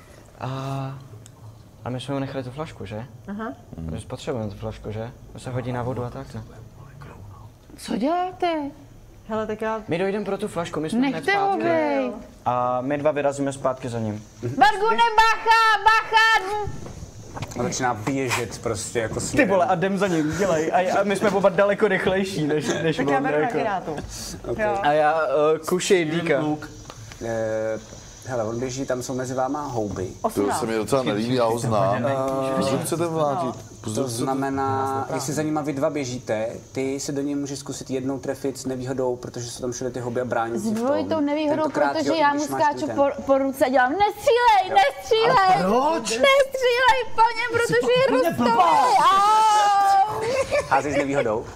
A my jsme mu nechali tu flašku, že? Aha. My potřebujeme tu flašku, že? To se hodí na vodu a tak, ne? Co děláte? Hele, tak já... My dojdeme pro tu flašku, my jsme hned Nechte ho zpátky. bejt. A my dva vyrazíme zpátky za ním. Vargune, bacha! A začíná běžet prostě jako Ty směrem. vole, a jdem za ním, dělej. A my jsme oba daleko rychlejší, než Tak já on. beru Jako. nagirátu. A já kušej díka. Hele, on běží, tam jsou mezi váma houby. To se mi docela nelíbí, já ho znám. Co chcete vrátit? To znamená, jestli za nima vy dva běžíte, ty se do něj můžeš zkusit jednou trefit s nevýhodou, protože jsou tam všude ty houby a brání S ti v tom. dvojitou nevýhodou, Tentokrát, protože jo, já mu když máš skáču ten po ruce a dělám nestřílej! Proč? Nestřílej po něm, protože je roztomilej! Házej s nevýhodou.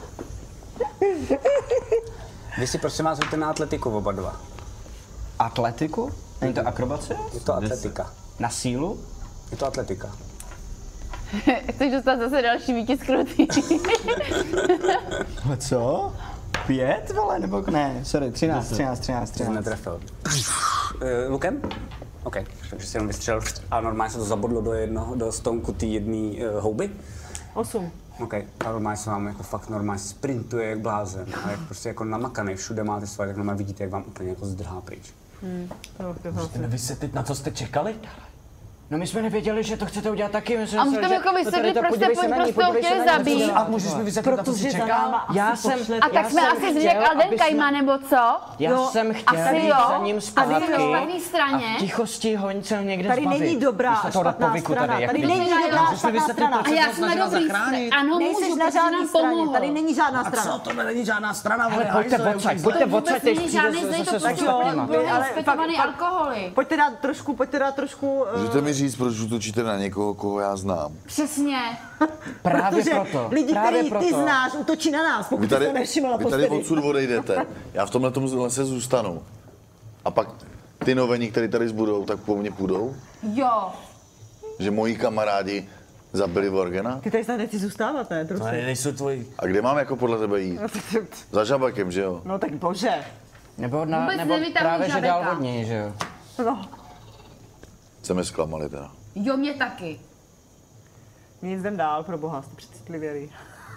Vy si prosím vás hoďte na atletiku oba dva. Atletiku? Není to akrobace? Je to atletika. Na sílu? Je to atletika. Chceš dostat zase další vítěz krutý. Ale co? 5, vole, nebo ne? Sorry, 13. Jsem netrefil. Lukem? OK, takže si jenom vystřelil a normálně se to zabodlo do stonku té jedné houby. 8. OK, a normálně se vám jako fakt normálně sprintuje jak blázen a jak prostě jako namakaný, všude máte svaly, tak normálně vidíte, jak vám úplně jako zdrhá pryč. Můžete mi vysvětlit, na co jste čekali? No my jsme nevěděli, že to chcete udělat taky. A můžete mi jako vysvětlit, proč jste prostě ho chtěli zabít? A můžeš mi vysvětlit, na co jsi čekal? A tak jsme asi zřejmě jak Alden Kajma, nebo co? Já jsem chtěl jít za ním zpátky. A na špatné straně. A v tichosti ho něco někde Tady zbavit. není dobrá Když se to špatná povyku strana. jak Tady vidíš. není dobrá špatná strana. A já jsem na dobrý straně. Ano, Nejseš můžu, na protože žádný nám straně. pomohl. Tady není žádná strana. To není žádná strana, Ale pojďte odsaď, buďte odsaď, teď Není žádný přijde zde, to zase s prostě ostatníma. byly ale inspektovaný fakt- alkoholy. Pojďte dát trošku... Můžete mi říct, proč útočíte na někoho, koho já znám? Přesně. Právě Protože proto. lidi, Právě který ty proto. znáš, útočí na nás, pokud Vy jsi tady, to nevšiml vy tady odsud odejdete. Já v tomhle lese zůstanu. A pak ty novení, který tady zbudou, tak po mně půjdou? Jo. Že moji kamarádi zabili Vorgena? Ty tady snad nechci zůstávat, ne? To Truci? nejsou tvoji. A kde mám jako podle tebe jít? Za žabakem, že jo? No tak bože. Nebo Vůbec nebo neví tam právě, že žabeka. dál od něj, že jo? No, Chceme zklamali teda. Jo, mě taky. nic jdem dál, pro boha, jste přecitlivělí.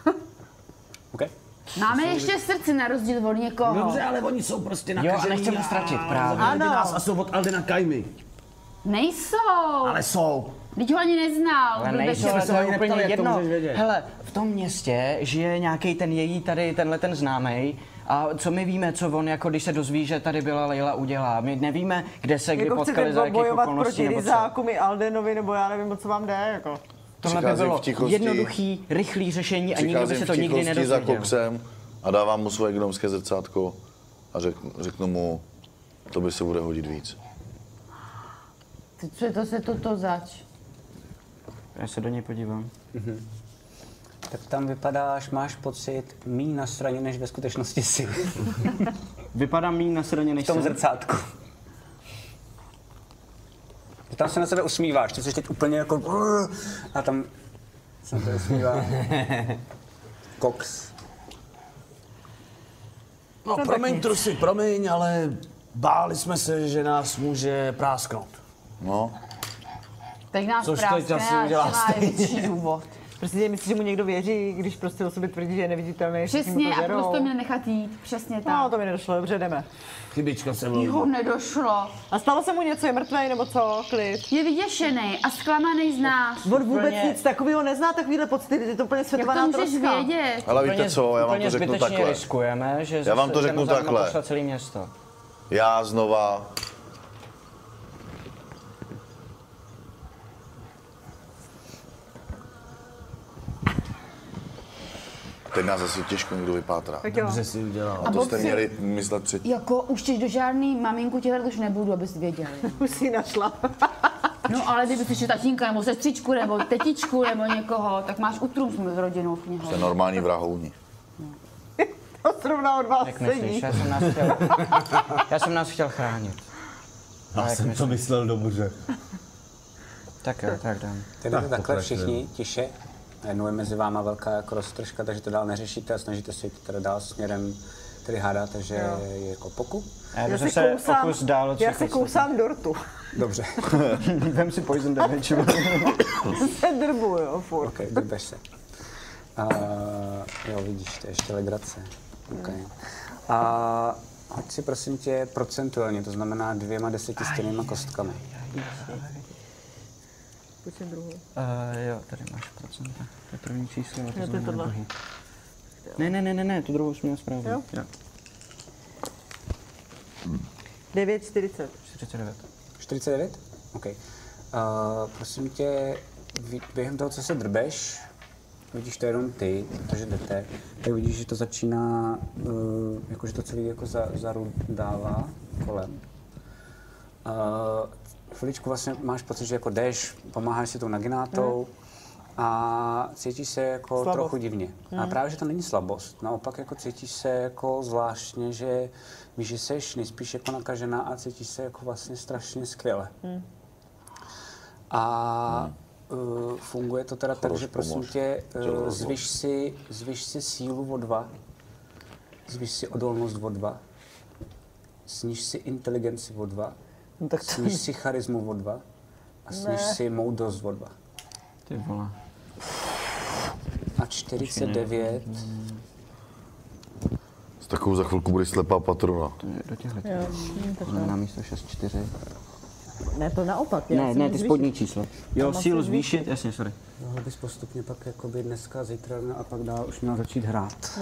OK? Máme ještě srdce na rozdíl od někoho. Dobře, ale oni jsou prostě Jo, a nakažený nechceme ztratit právě. Ano. nás a jsou od Aldena Kajmy. Nejsou. Ale jsou. Teď ho ani neznal. Ale blbeček. nejsou, ale to se je ani úplně neptali, jak to jedno. můžeš vědět. Hele, v tom městě žije nějaký ten její tady, tenhle ten známej. A co my víme, co on, jako když se dozví, že tady byla Leila, udělá. My nevíme, kde se kdy Jako potkali, chcete za jakých bojovat okolností proti nebo co. Rizákům i Aldenovi, nebo já nevím, o co vám jde, jako. Tohle by Přicházím bylo v tichosti. jednoduchý, rychlý řešení a nikdo by Přicházím se v to nikdy tichosti za nedozvěděl. koksem a dávám mu svoje gnomské zrcátko a řeknu mu, to by se bude hodit víc. Co je to se toto zač? Já se do něj podívám. Tak tam vypadáš, máš pocit míň na straně, než ve skutečnosti si. Vypadám méně na straně než V tom jsem. zrcátku. Tam se na sebe usmíváš, ty jsi teď úplně jako... A tam se na sebe usmívá. Koks. No, promiň, Trusi, promiň, ale báli jsme se, že nás může prásknout. No, Teď nás Což teď práskne asi a udělá ještě má větší důvod. Prostě myslíš, že mu někdo věří, když prostě o sobě tvrdí, že je neviditelný, všichni mu Přesně, to a věrou? prostě mě nechat jít. Přesně No, tak. to mi nedošlo, dobře, jdeme. Chybička se mluví. Jo, nedošlo. A stalo se mu něco, je mrtvý nebo co? Klid. Je vyděšený a zklamaný z nás. On vůbec Úplně- nic takového nezná, takovýhle pocity, je to úplně Jak světovaná to můžeš troska. vědět? ale víte co, já vám úplně to řeknu zbytečně takhle. riskujeme, že Já vám to zase řeknu za náma takhle. pošle celé město. Já znova... Teď nás asi těžko někdo vypátrá. Tak jo. Dobře si udělal. A to jste Bobsi- měli myslet předtím. Jako už teď do žádný maminku těhle už nebudu, abys věděli. Už si ji našla. No ale kdyby si šel tatínka, nebo sestřičku, nebo tetičku, nebo někoho, tak máš utrům s rodinou v něho. Jste normální vrahouni. To zrovna od vás Jak sedí. myslíš? Já jsem nás chtěl chránit. Já jsem to myslel dobře. Tak jo, tak dám. Teď jdete takhle všichni, tiše. Najednou je mezi váma velká jako roztržka, takže to dál neřešíte a snažíte se jít teda dál směrem, který hádáte, že je jako poku. A já Já bych si se kousám, pokus dál od já všech si ostatních. kousám dortu. Dobře. Vem si poison damage. Se drbu, jo, furt. OK, vybeš se. Jo, vidíš, to je ještě legrace. Okay. A hoď si prosím tě procentuálně, to znamená 2 desetistěnými kostkami. Pojď sem druhou. Jo, tady máš procenta. To je první číslo, a to to je znamená tohle. druhý. Ne, tu druhou jsi měl správně. Jo? Jo. 9,40. 49. 49? OK. Prosím tě, během toho, co se drbeš, vidíš to jenom ty, protože jdete, tak vidíš, že to začíná, jakože to celý jako zarudává kolem. Chviličku vlastně máš pocit, že jako jdeš, pomáháš si tou naginátou a cítíš se jako Slabost. trochu divně. A právě, že to není slabost. Naopak jako cítíš se jako zvláštně, že víš, že seš nejspíš jako nakažená a cítíš se jako vlastně strašně skvěle. A funguje to teda tak, že prosím tě, zvyš si sílu o 2, zvyš si odolnost o 2, sníž si inteligenci o 2, No, tak to sníž si charismu o 2 a sníž si moudrost o 2. Ty vole. A 49, S takovou za chvilku budeš slepá patrona. Do těchto. Jo, To znamená místo 6-4. ne, to naopak. Ne, ty spodní číslo. Jo, Tam sílu asi zvýšit, jasně, sorry. mohl bys postupně pak jakoby dneska, zítra a pak dál už měl začít hrát.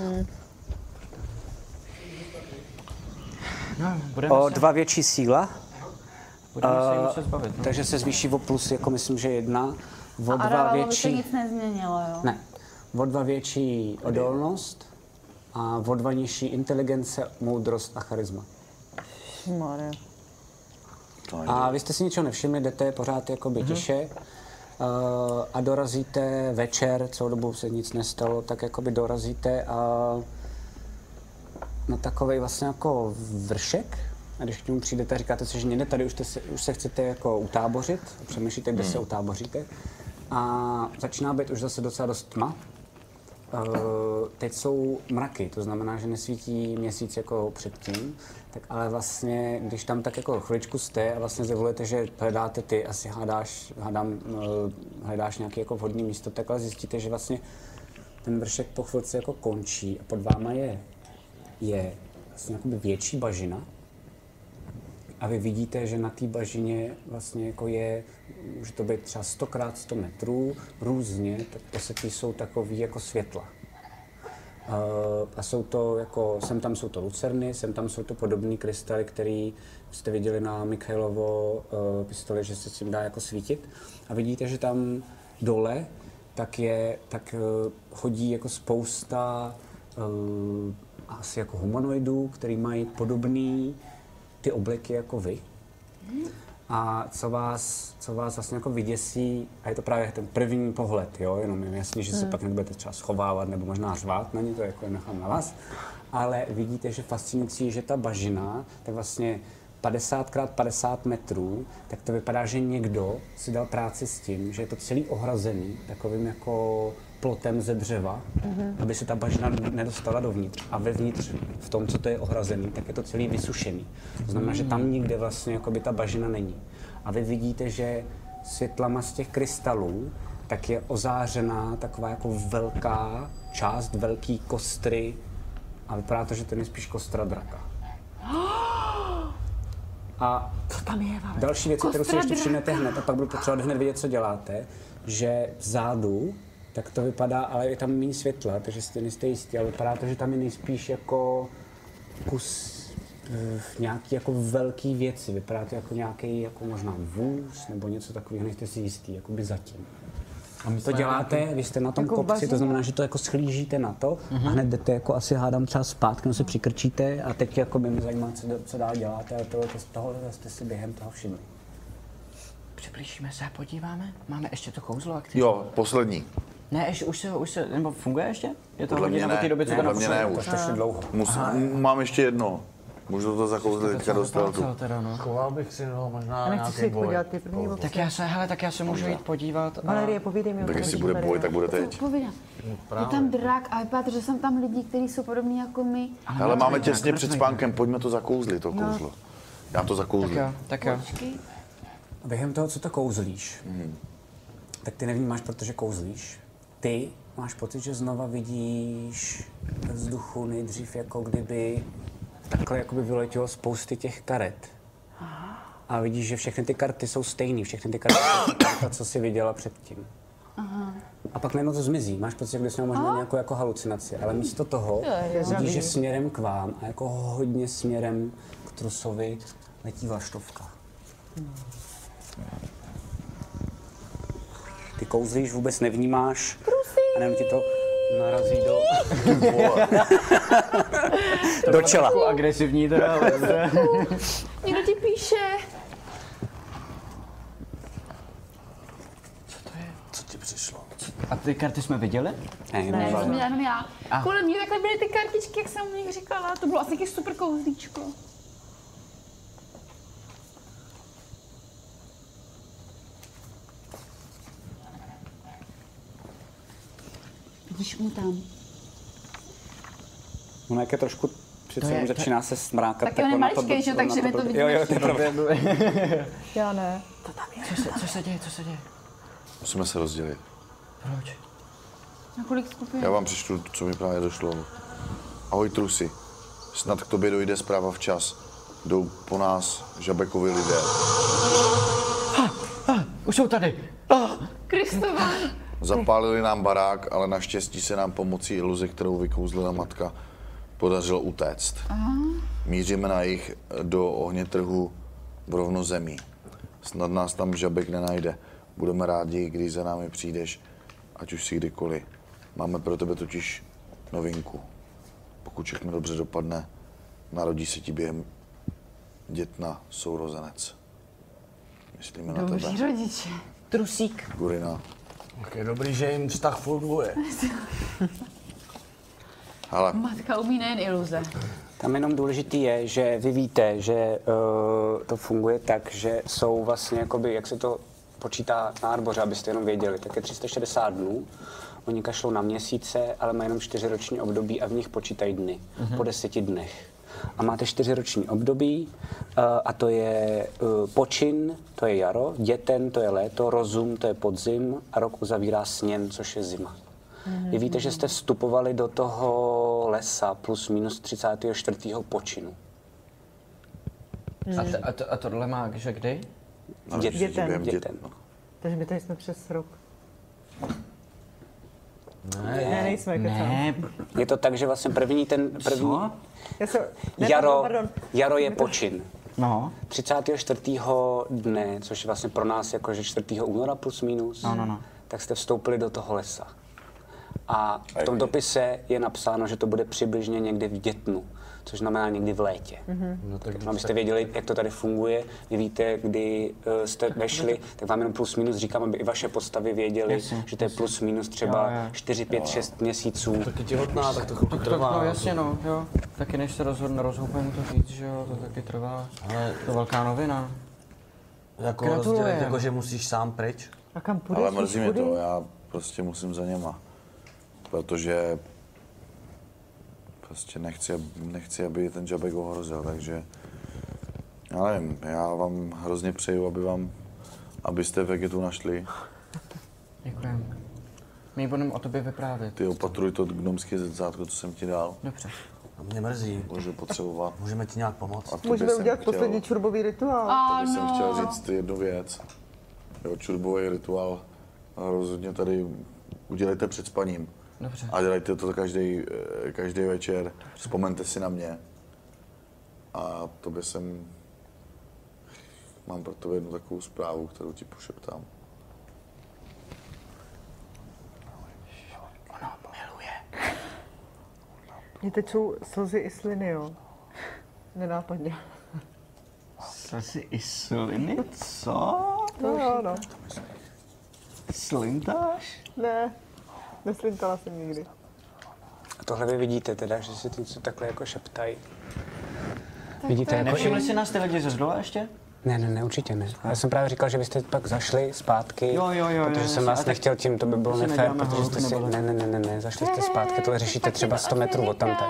No, budeme O se, 2 větší síla, budeme se jí muset zbavit. No. takže se zvýší o plus, jako myslím, že 1. O A 2 Aravalovi se větší, nic nezměnilo, jo? ne, o 2 větší odolnost a o 2 nižší inteligence, moudrost a charisma. Maria. A vy jste si ničeho nevšimli, jdete pořád jakoby tiše a dorazíte večer, celou dobu se nic nestalo, tak jakoby dorazíte na takovej vlastně jako vršek. A když k němu přijdete a říkáte si, že někde tady už se chcete jako utábořit, přemýšlíte, kde se utáboříte. A začíná být už zase docela dost tma. Teď jsou mraky, to znamená, že nesvítí měsíc jako předtím, tak ale vlastně, když tam tak jako chviličku jste a vlastně zvolujete, že hledáte ty, asi hledáš nějaké jako vhodné místo, tak ale zjistíte, že vlastně ten vršek po chvilce jako končí a pod váma je vlastně jakoby větší bažina. A vy vidíte, že na té bažině vlastně jako může to být třeba 100 x 100 metrů, různě, tak jsou takový jako světla. A jsou to jako, sem tam jsou to lucerny, sem tam jsou to podobné krystaly, které jste viděli na Mikhailovo pistoli, že se s tím dá jako svítit. A vidíte, že tam dole tak chodí jako spousta asi jako humanoidů, který mají podobný ty obleky jako vy. A co vás vlastně jako vyděsí, a je to právě ten první pohled, jo, jenom je jasný, že se pak nebudete třeba schovávat nebo možná řvát na ně, to jako nechám na vás, ale vidíte, že fascinující, že ta bažina, tak vlastně 50 x 50 metrů, tak to vypadá, že někdo si dal práci s tím, že je to celý ohrazený takovým jako plotem ze dřeva, aby se ta bažina nedostala dovnitř. A vevnitř, v tom, co to je ohrazený, tak je to celý vysušený. To znamená, že tam nikde vlastně jakoby ta bažina není. A vy vidíte, že světlama z těch krystalů tak je ozářená taková jako velká část, velký kostry a vypadá to, že to je spíš kostra draka. A Co tam je, Vale? další věc, kterou si ještě všimnete hned a pak budu potřebovat hned vidět, co děláte, že vzadu tak to vypadá, ale je tam méně světla, takže si nejste jistí, ale vypadá to, že tam je nejspíš jako kus nějaký jako velký věci. Vypadá to jako nějaký jako možná vůz nebo něco takového, nejste si jistí, jako by zatím. A my to děláte, vy jste na tom jako kopci, to znamená, že to jako schlížíte na to a hned jdete jako asi hádám třeba zpátky, no se přikrčíte a teď jako by mě zajímá, co dál děláte a tohle jste si během toho všimli. Přiblížíme se a podíváme. Máme ještě to kouzlo aktivní. Jo, poslední. Ne, ještě už se, nebo funguje ještě? Je to Podle mě hodina ne. od té doby, co to Podle mě ne naposledy? už. To strašně dlouho. Mám ještě jedno. Můžu to zakouzlit teďka do stealthu. Teda, no. Choval bych si možná A nechci si jít boj. podívat ty první Tak já se můžu jít podívat. A... Valerie, povídej mi o Tak tom, jestli že bude Valerie- boj, tak bude teď. Povídám. Je tam drak a vypadá to, že jsou tam lidi, kteří jsou podobní jako my. Ale máme těsně před spánkem, pojďme to zakouzlit, to kouzlo. Já to zakouzlím. Tak jo. A během toho, co to kouzlíš, tak ty nevnímáš, protože kouzlíš. Ty máš pocit, že znova vidíš ve vzduchu nejdřív, jako kdyby takhle jakoby vyletělo spousty těch karet. A vidíš, že všechny ty karty jsou stejný, všechny ty karty jsou karta, co jsi viděla předtím. A pak najednou to zmizí. Máš pocit, že bys měl možná nějakou jako halucinaci, ale místo toho vidíš, že směrem k vám a jako hodně směrem k Trusovi letí vlaštovka. Ty kouzlíš, vůbec nevnímáš a jenom ti to narazí do čela. Trošku agresivní teda, ale dobře. Někdo ti píše. Co ti přišlo? A ty karty jsme viděli? Ne, to jsem jenom já. Kolem mě takhle byly ty kartičky, jak jsem o nich říkala. To bylo asi taky super kouzlíčko. Vidíš mu tam. Ono jak je trošku přece jenom začíná se smrákat. Tak on je maličkej, že, takže my to vidíme. Jo, to je pravda. Já ne. Co se děje? Musíme se rozdělit. Proč? Na kolik skupin? Já vám přečtu, co mi právě došlo. Ahoj trusi, snad k tobě dojde zpráva včas. Jdou po nás Žabekovi lidé. Už jsou tady. Kristova. Zapálili nám barák, ale naštěstí se nám pomocí iluze, kterou vykouzlila matka, podařilo utéct. Míříme na jich do ohnětrhu v rovnozemí. Snad nás tam Žabek nenajde. Budeme rádi, když za námi přijdeš, ať už si kdykoliv. Máme pro tebe totiž novinku. Pokud všechno dobře dopadne, narodí se ti během dětna sourozenec. Myslíme na Dobří tebe. rodiče. Trusík. Gurina. Tak je dobrý, že jim vztah funguje. Hele, Matka umí nejen iluze. Tam jenom důležitý je, že vy víte, že to funguje tak, že jsou vlastně, jakoby, jak se to počítá na arboře, abyste jenom věděli, tak je 360 dnů. Oni kašlou na měsíce, ale mají jenom 4 roční období a v nich počítají dny, po 10 dnech. A máte 4 roční období a to je počin, to je jaro, děten, to je léto, rozum, to je podzim a rok uzavírá sněm, což je zima. Vy víte, že jste vstupovali do toho lesa plus minus 34. počinu. A tohle má že kdy? během Děten. Takže my tady jsme přes rok. Ne, nejsme, kecám. Ne, Je to tak, že vlastně první. Já se, pardon. Jaro je počin. no. 34. dne, což je vlastně pro nás jakože 4. února plus minus, tak jste vstoupili do toho lesa. A v tom dopise je napsáno, že to bude přibližně někdy v dětnu, což znamená někdy v létě. No, tak Abyste věděli, jak to tady funguje, vy víte, kdy jste vešli, tak vám jenom plus minus říkám, aby i vaše postavy věděli, že to je plus minus třeba 4, 5, 6 měsíců. taky těhotná, tak to chvilku trvá. No jasně no, jo. Taky než se rozhoupne mu to říct, že jo, to taky trvá. Ale To je velká novina. jako Gratulujem. rozdělit, jako že musíš sám pryč. A kam půjdeš? ale mrzí mě kudy? to, já prostě musím za něma. Protože prostě nechci, aby ten Žabek ohrozil, takže já nevím, já vám hrozně přeju, abyste Vegetu našli. Děkujeme. My budeme o tobě vyprávět. Ty opatruj to gnomské zrcátko, co jsem ti dal, Dobře. A mě mrzí. můžu potřebovat. Můžeme ti nějak pomoct? A tobě Můžeme jsem udělat chtěl- poslední čurbový rituál. Tady jsem chtěl říct jednu věc. Jo, čurbový rituál rozhodně tady udělejte před spaním. Dobře. A dělejte to každý večer. Vzpomeňte si na mě. A mám pro tebe jednu takovou zprávu, kterou ti pošeptám. Mně tečou slzy i sliny, jo. Nenápadně. Slzy i sliny? Co? No jo, no. Slintáš? Ne, neslintala jsem nikdy. A tohle vy vidíte teda, že si něco takhle jako šeptají. Vidíte jako Nevšimli si nás ty lidi ze zdola ještě? Ne, určitě ne. Já jsem právě říkal, že vy jste pak zašli zpátky, Jo, protože jsem vás nechtěl tím, to by bylo si nefér, neděláme protože jste si... hloupy, Ne, zašli jste zpátky, tohle řešíte třeba 100 metrů od tamtať.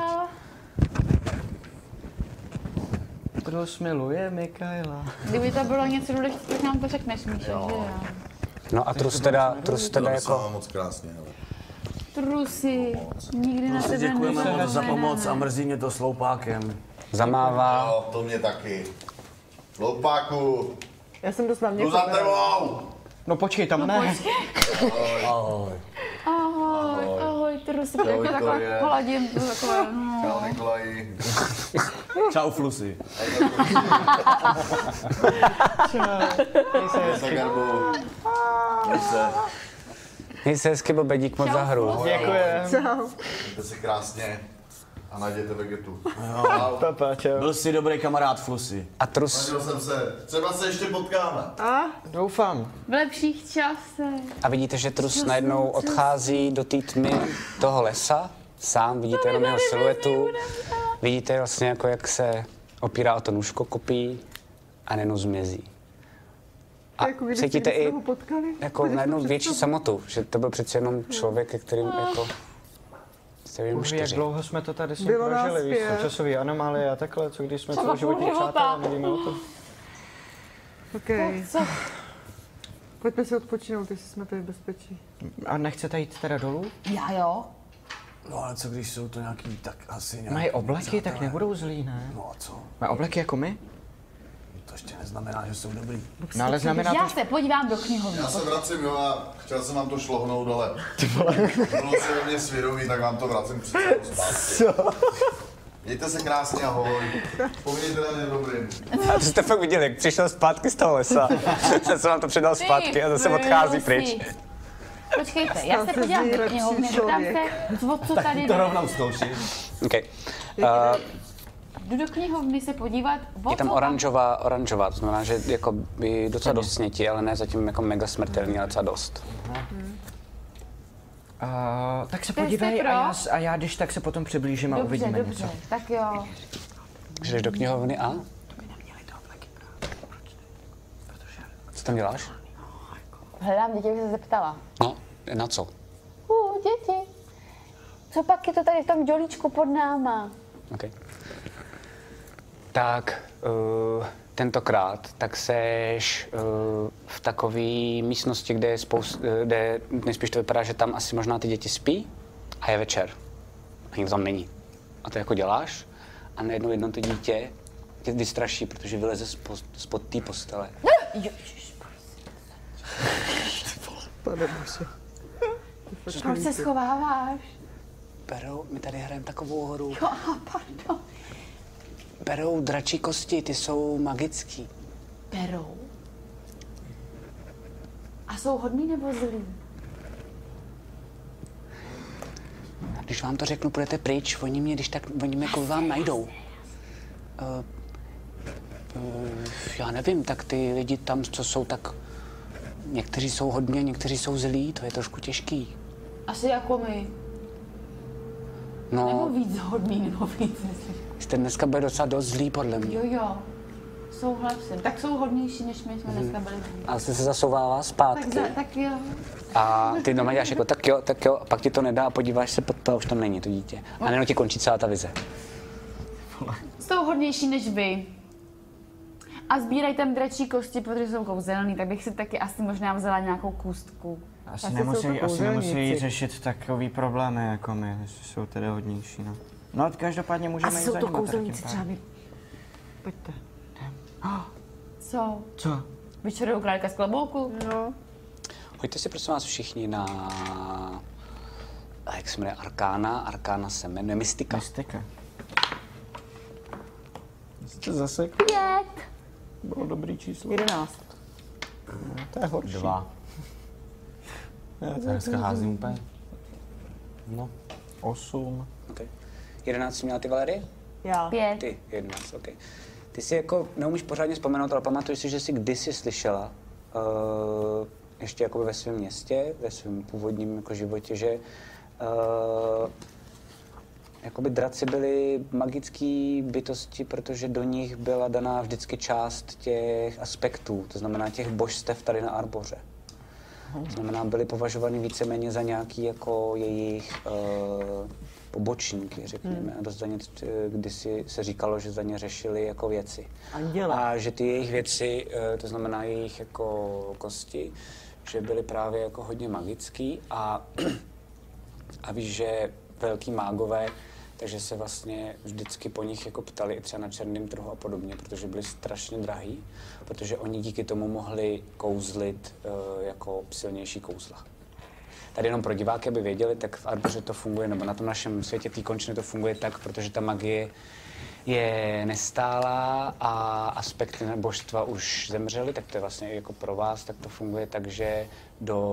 Kdo smiluje Mikaela? Kdyby to bylo něco důležitého, tak nám to řekneš, Míša, že jo? No a trus teda jako... moc krásně, hele. Trusy, nikdy na tebe Děkujeme moc za nezapomeneme. pomoc a mrzí mě to s loupákem. Zamává. Jo, to mě taky. Loupáku, Já jsem dost na mě jdu za tebou! No počkej, tam ne. Ahoj. Ahoj, Trusy, Ahoj, jako takhle Viktorie. hladím, to takhle, no. Čau, Nikolaji. Čau, Flusy. Za garbu. Měj se. Měj se hezky, Bobe, dík moc za hru. Děkujem. Čau. Mějte se krásně. A najděte vegetu. Papa, čau. Byl jsi dobrý kamarád Flusy. A trus, Snažil jsem se. Třeba se ještě potkáme. Doufám. V lepších časech. a vidíte, že trus najednou odchází do té tmy toho lesa. Sám vidíte jenom jeho siluetu. Vidíte vlastně jako jak se opírá o to nůžko, kopí a najednou zmizí. A cítíte i jako najednou větší samotu, že to byl přeci jenom člověk, ke kterým jako jste jenom Už jak 4. dlouho jsme to tady s ním Bylo nás prožili, víš, 5. časový anomálie a takhle, co když jsme Třeba celoživotní půl života. přátelé, nevíme o tom. OK. Co? Pojďme si odpočinout, jestli jsme tady v bezpečí. A nechcete jít teda dolů? Já jo. No ale co když jsou to nějaký, tak asi nějaký... Mají obleky, tak přátelé. nebudou zlí, ne? No a co? Mají obleky jako my? To ještě neznamená, že jsou dobrý. No ale znamená Já to, se podívám do knihovny. Já se vracím, jo, a chtěl jsem vám to šlohnout, ale bylo se ve mně svědomí, tak vám to vracím před zpátky. Mějte se krásně, ahoj. Povídejte na mě dobrým. A to jste fakt viděli, jak přišel zpátky z toho lesa. Zase vám to předal zpátky a zase odchází pryč. Počkejte, já se Stal se podívám do znejlepší knihovny, zeptám člověk. se, co tady To jde. rovnou zkouším. Okay. Jdu do knihovny se podívat, Je tam oranžová, to znamená, že jako by docela dost sněti, ale ne zatím jako mega smrtelný, ale docela dost. tak se To jste podívej pro? a já když tak se potom přiblížím a Dobře, uvidíme dobře, něco. tak jo. Takže jdeš do knihovny a? Co tam děláš? Hledám děti, bych se zeptala. No, na co? Děti. Co pak je to tady v tom dělíčku pod náma? Okay. Tak tentokrát tak seš v takové místnosti, kde je kde nejspíš to vypadá, že tam asi možná ty děti spí a je večer. A nikdo tam není. A to jako děláš a najednou jedno to dítě tě vystraší, protože vyleze spod té postele. Proč se schováváš? Berou, my tady hrajeme takovou hru. Jo, pardon. Berou dračí kosti, ty jsou magický. Berou. A jsou hodný nebo zlý? Když vám to řeknu, půjdete pryč, oni mě, když tak, oni mě jako vám najdou. Já nevím, tak ty lidi tam, co jsou tak, někteří jsou hodně, někteří jsou zlí, to je trošku těžký. Asi jako my. Nebo No, víc hodný, nebo víc zlý. jste dneska byli docela dost zlí, podle mě. Jo. Souhlasím. Tak jsou hodnější, než my jsme dneska byli zlí. A jsi se zasouvává zpátky. Tak jo. A ty doma děláš jako tak jo, a pak ti to nedá a podíváš se pod to a už tam není to dítě. A najednou ti končí celá ta vize. Jsou hodnější než vy. A sbírají tam dračí kosti, protože jsou kouzelný, tak bych si taky asi možná vzala nějakou kůstku. Asi Asi nemusí jsou to kouzelníci. řešit takový problémy jako my, jestli jsou tedy hodnější, no. No a každopádně můžeme Asi jít jsou za to nima, teda kouzelníci tím třeba pádem. my. Pojďte. Co? Co? Vyčerujou králíka z klobouku? No. Hoďte si prosím vás všichni na, jak se jmenuje, Arkána se jmenuje Mystika. Mystika. Jste zase 5. bylo dobrý číslo. 11. To je horší. 2. Já dneska házím úplně. No, 8. Okay. 11 měla ty Valerie? Já. 5. Ty, 11, OK. Ty si jako neumíš pořádně vzpomenout, ale pamatuješ si, že jsi kdysi slyšela, ještě jako ve svém městě, ve svém původním jako životě, že jakoby draci byly magické bytosti, protože do nich byla daná vždycky část těch aspektů, to znamená těch božstev tady na Arboře. To znamená, byly považovány víceméně za nějaký jako jejich pobočníky, řekněme. A dost za ně, kdysi se říkalo, že za ně řešili jako věci. Anděle. A že ty jejich věci, to znamená jejich jako kosti, že byly právě jako hodně magický a víš, že velký mágové, takže se vlastně vždycky po nich jako ptali i třeba na černém trhu a podobně, protože byli strašně drahý, protože oni díky tomu mohli kouzlit jako silnější kouzla. Tady jenom pro diváky, aby věděli, tak v Arboře to funguje, nebo na tom našem světě té končiny to funguje tak, protože ta magie je nestálá a aspekty božstva už zemřely, tak to je vlastně jako pro vás, tak to funguje tak, že do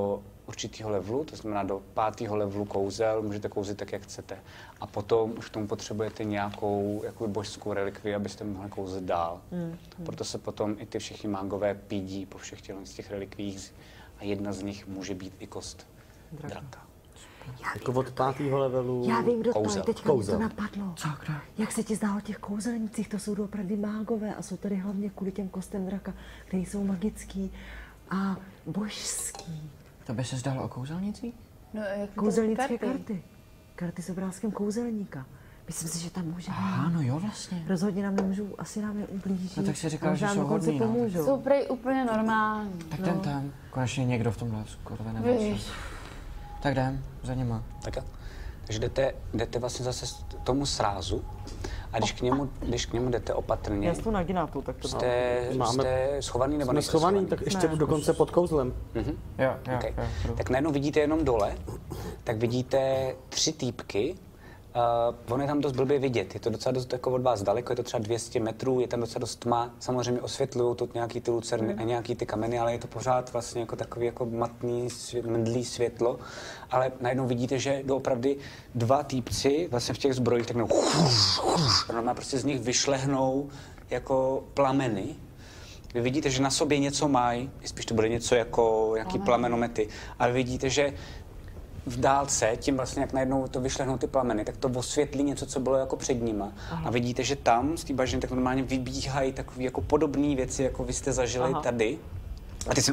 určitého levelu, to znamená do 5. levelu kouzel, můžete kouzit tak, jak chcete. A potom už k tomu potřebujete nějakou jakoby božskou relikvii, abyste mohli kouzet dál. Proto se potom i ty všichni mágové pídí po všech těch relikvích a jedna z nich může být i kost draka. Jako od 5. levelu. Já vím, kdo to je, Kouzel. teďka mě to napadlo. Co, kdo? Jak se ti zdá o těch kouzelnících, to jsou opravdu mágové a jsou tady hlavně kvůli těm kostem draka, které jsou magický a božský. To by se zdálo o kouzelnicích? No, jak Kouzelnické karty. Karty s obrázkem kouzelníka. Myslím si, že tam může Aha, no jo, vlastně. Rozhodně nám nemůžou, asi nám neublíží. No tak si říkal, A že možná jsou dokonce hodný, no. pomůžou. Jsou prej úplně normální. Tak jdem tam. Konečně někdo v tomhle skorve nemá. Víš. Tak jdem, za nima. Tak jo. Takže jdete vlastně zase tomu srázu a když k němu jdete opatrně, Já jsem tu na Ginátu, tak to jste schovaný nebo Jsme nejste schovaný, tak ještě dokonce pod kouzlem. Jo, Okay. Tak najednou vidíte jenom dole, tak vidíte 3 týpky. On je tam dost blbě vidět, je to docela dost jako od vás daleko, je to třeba 200 metrů, je tam docela dost tma, samozřejmě osvětlují to nějaký ty lucerny a nějaký ty kameny, ale je to pořád vlastně jako takový jako matný, mdlý světlo, ale najednou vidíte, že doopravdy 2 týpci vlastně v těch zbrojích tak normálně prostě z nich vyšlehnou jako plameny. Vy vidíte, že na sobě něco mají, spíš to bude něco jako nějaký plamenomety, ale vidíte, že v dálce, tím vlastně, jak najednou to vyšlehnou ty plameny, tak to osvětlí něco, co bylo jako před nima. A vidíte, že tam z té bažiny tak normálně vybíhají takové jako podobné věci, jako vy jste zažili tady. A ty se...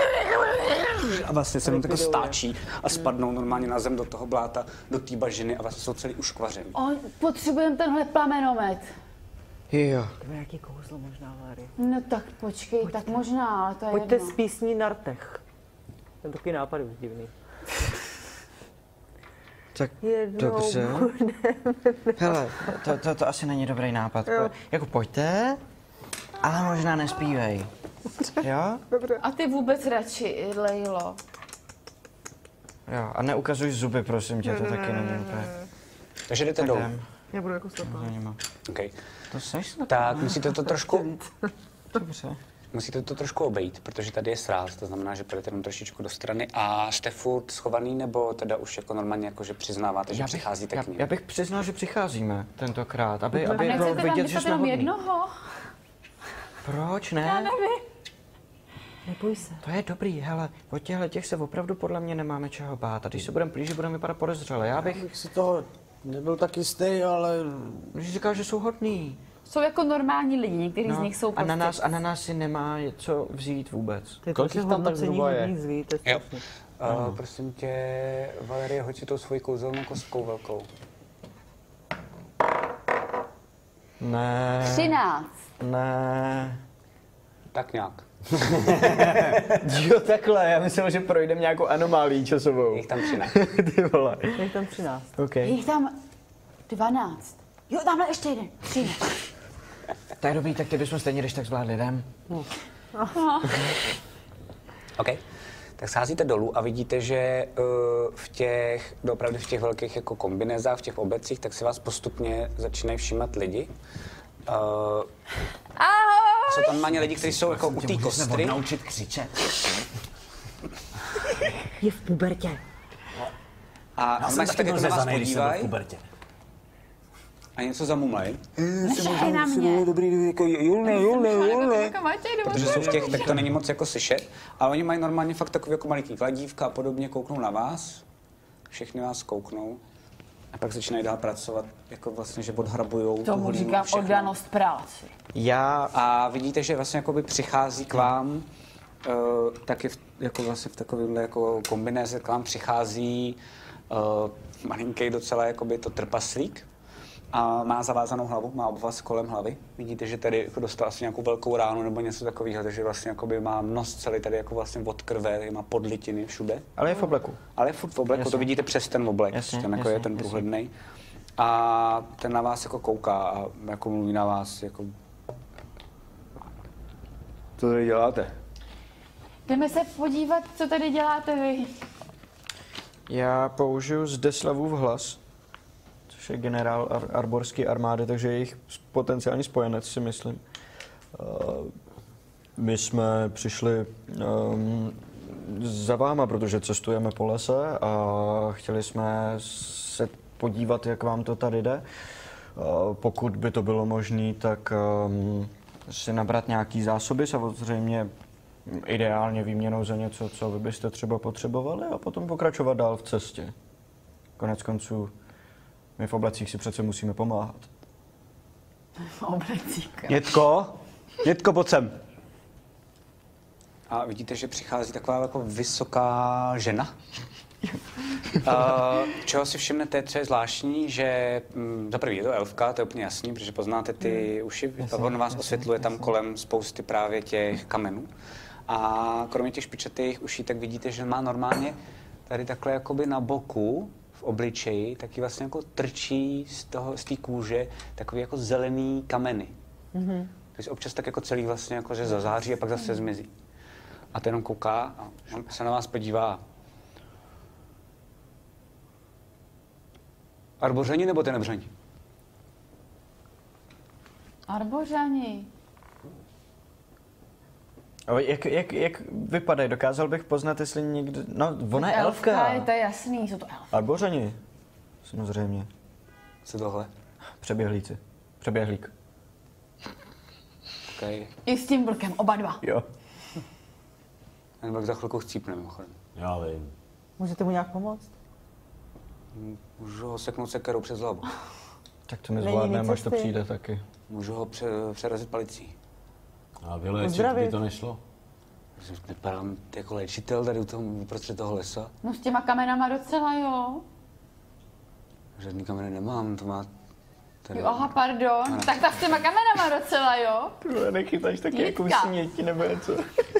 A vlastně se jenom tako stáčí a spadnou normálně na zem do toho bláta, do té bažiny a vlastně jsou celý uškvařený. Potřebujeme tenhle plamenomet. Jo. Nějaký kouzlo možná, Láry. No tak počkej, tak možná, ale to je Pojďte jedno. z písní na rtech. Ten takový nápad už divný. Tak Jednou dobře. Hele, to asi není dobrý nápad. Jako pojďte, ale možná nespívej. Jo? A ty vůbec radši, Lejlo. Jo, a neukazuj zuby, prosím tě, to taky není úplně. Takže jdete dolů. Jdem Já budu jako slepá. za nima. Okay. To seš snad? Tak musíte to trošku... Dobře. Musíte to trošku obejít, protože tady je sráz, to znamená, že půjdete jenom trošičku do strany. A jste furt schovaný, nebo teda už jako normálně jako, že přiznáváte, že přicházíte k ním? Já bych přiznal, že přicházíme tentokrát, aby A bylo nechcete tam vidět, že nechat jsme jenom hodní. jednoho? Proč Já ne? nevím. Neboj se. To je dobrý, hele, od těch se opravdu podle mě nemáme čeho bát. A když se budeme blížit, budeme vypadat podezřele. Já bych Si toho nebyl tak jistý, ale říkal, že jsou hodný. Jsou jako normální lidi, někteří z nich jsou a na prostě... nás si nemá co vzít vůbec. Kolik jich tam tak zhruba je? Jo. Prosím tě, Valerie, hoď si tou svoji kouzelnou kostkou velkou. Ne. 13. Ne. Tak nějak. Jo, takhle, já myslel, že projdeme nějakou anomálii časovou. Jich tam 13. Ty vole. Je tam 13. OK. Je jich tam 12. Jo, tamhle ještě jeden. 13. Tak dobrý, tak ty bychom stejně když tak zvládli, jdem. OK. Tak scházíte dolů a vidíte, že opravdu v těch velkých jako kombinézách, v těch oblecích, tak si vás postupně začínají všímat lidi. Jsou tam normálně lidi, kteří jsou jako u té kostry. Naučit křičet. Je v pubertě. A normálně se tak jako na vás podívají a něco zamumlají. Nešahej na mě. Dobrý, jako julne. Jako Matěj, nebo Protože jsou v těch, tak to není moc jako slyšet. Ale oni mají normálně fakt takový jako maliký kladívka a podobně, kouknou na vás. Všechny vás kouknou. A pak začínají dál pracovat, jako vlastně, že odhrabujou tu tomu hlínu říkám všechno. oddanost práci. A vidíte, že vlastně jakoby přichází k vám, taky jako vlastně v takovémhle jako kombinéze k vám přichází malinký docela jakoby to trpaslík. A má zavázanou hlavu, má obvaz kolem hlavy. Vidíte, že tady jako dostal asi nějakou velkou ránu nebo něco takového, takže vlastně jakoby má nos celý tady jako vlastně od krve, má podlitiny všude. Ale je v obleku. Ale je furt v obleku, to vidíte přes ten oblek, Jasně, ten jako je ten průhlednej. A ten na vás jako kouká a jako mluví na vás jako... Co tady děláte? Jdeme se podívat, co tady děláte vy. Já použiju Zdeslavův hlas, což je generál arborské armády, takže je jejich potenciální spojenec, si myslím. My jsme přišli za váma, protože cestujeme po lese a chtěli jsme se podívat, jak vám to tady jde. Pokud by to bylo možné, tak si nabrat nějaký zásoby, samozřejmě ideálně výměnou za něco, co vy byste třeba potřebovali, a potom pokračovat dál v cestě. Konec konců, my v oblacích si přece musíme pomáhat. V oblecích. Nětko, pojď sem. A vidíte, že přichází taková jako vysoká žena. Čeho si všimnete, co je zvláštní, že za prvý je to elfka, to je úplně jasný, protože poznáte ty uši, on vás osvětluje tam kolem spousty právě těch kamenů. A kromě těch špičatých uší, tak vidíte, že má normálně tady takhle jakoby na boku, v obličeji, taky vlastně jako trčí z té kůže takový jako zelený kameny. Takže občas tak jako celý vlastně jako, že zazáří a pak zase zmizí. A ten jenom kouká a on se na vás podívá. Arbořani nebo tenebřani? Arbořani. Ale jak vypadají? Dokázal bych poznat, jestli někdo... No, ona je elfka. To je jasný, jsou to elfy. Arbořani, samozřejmě. Co tohle? Přeběhlík. Okay. I s tím vlkem, oba dva. Jo. Ten vlk za chvilku chcípne, mimochodem. Já vím. Můžete mu nějak pomoct? Můžu ho seknout sekerou přes hlavu. Tak to my Není zvládneme, až to cesty. přijde taky. Můžu ho přerazit palicí. A vyléčit Uzdravit. by to nešlo? Vypadám jako léčitel tady uprostřed toho lesa. No s těma kamenama docela, jo. Žádný kameny nemám, to má... Tady... Jo, aha, pardon. Tak s těma kamenama docela, jo. Ty nechytáš taky Jitka. jakou sněti nebo něco.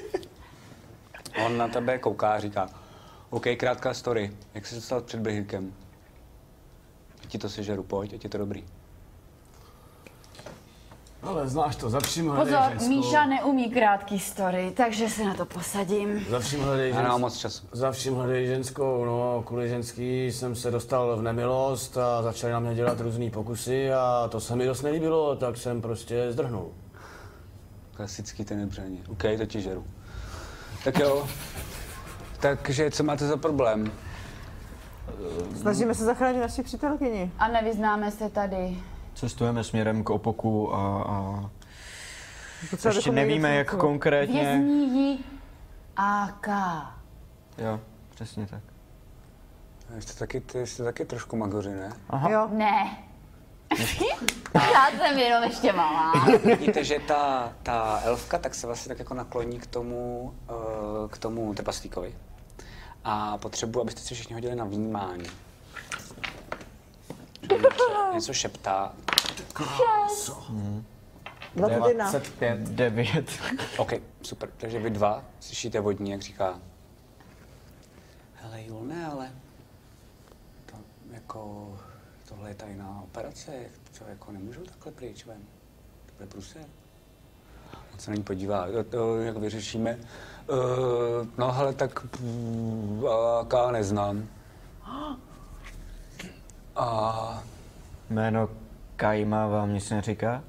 On na tebe kouká a říká, OK, krátká story, jak jsi se stal před brhýrkem? Ti to sežeru, pojď, ať je to dobrý. Ale znáš to, zavším hledej Pozor, ženskou. Míša neumí krátký story, takže se na to posadím. Zavším hledej Já nemám ženskou. moc času. Zavším hledej ženskou, no, kvůli ženský jsem se dostal v nemilost a začali na mě dělat různý pokusy a to se mi dost nelíbilo, tak jsem prostě zdrhnul. Klasický tenebření. OK, to ti žeru. Tak jo. Takže co máte za problém? Snažíme se zachránit naši přítelkyni. A nevyznáme se tady. Cestujeme směrem k Opoku a Potřeba ještě bychom nevíme, vědět, jak co. konkrétně. Vězní ji AK. Jo, přesně tak. Jste taky trošku magoři, ne? Jo. Ne. Já jsem jenom ještě malá. Vidíte, že ta elfka tak se vlastně tak jako nakloní k tomu trpaslíkovi. A potřebuji, abyste si všichni hodili na vnímání. Něco šeptá. 21. 9. OK, super. Takže vy dva slyšíte vodní, jak říká. Hele, Julne, ale tohle je tajná operace, to jako nemůžu takhle pryč ven. To bude průser. On se na ní podívá, to jak vyřešíme. No hele, tak AK neznám. A Jméno Kajma vám nic neříká?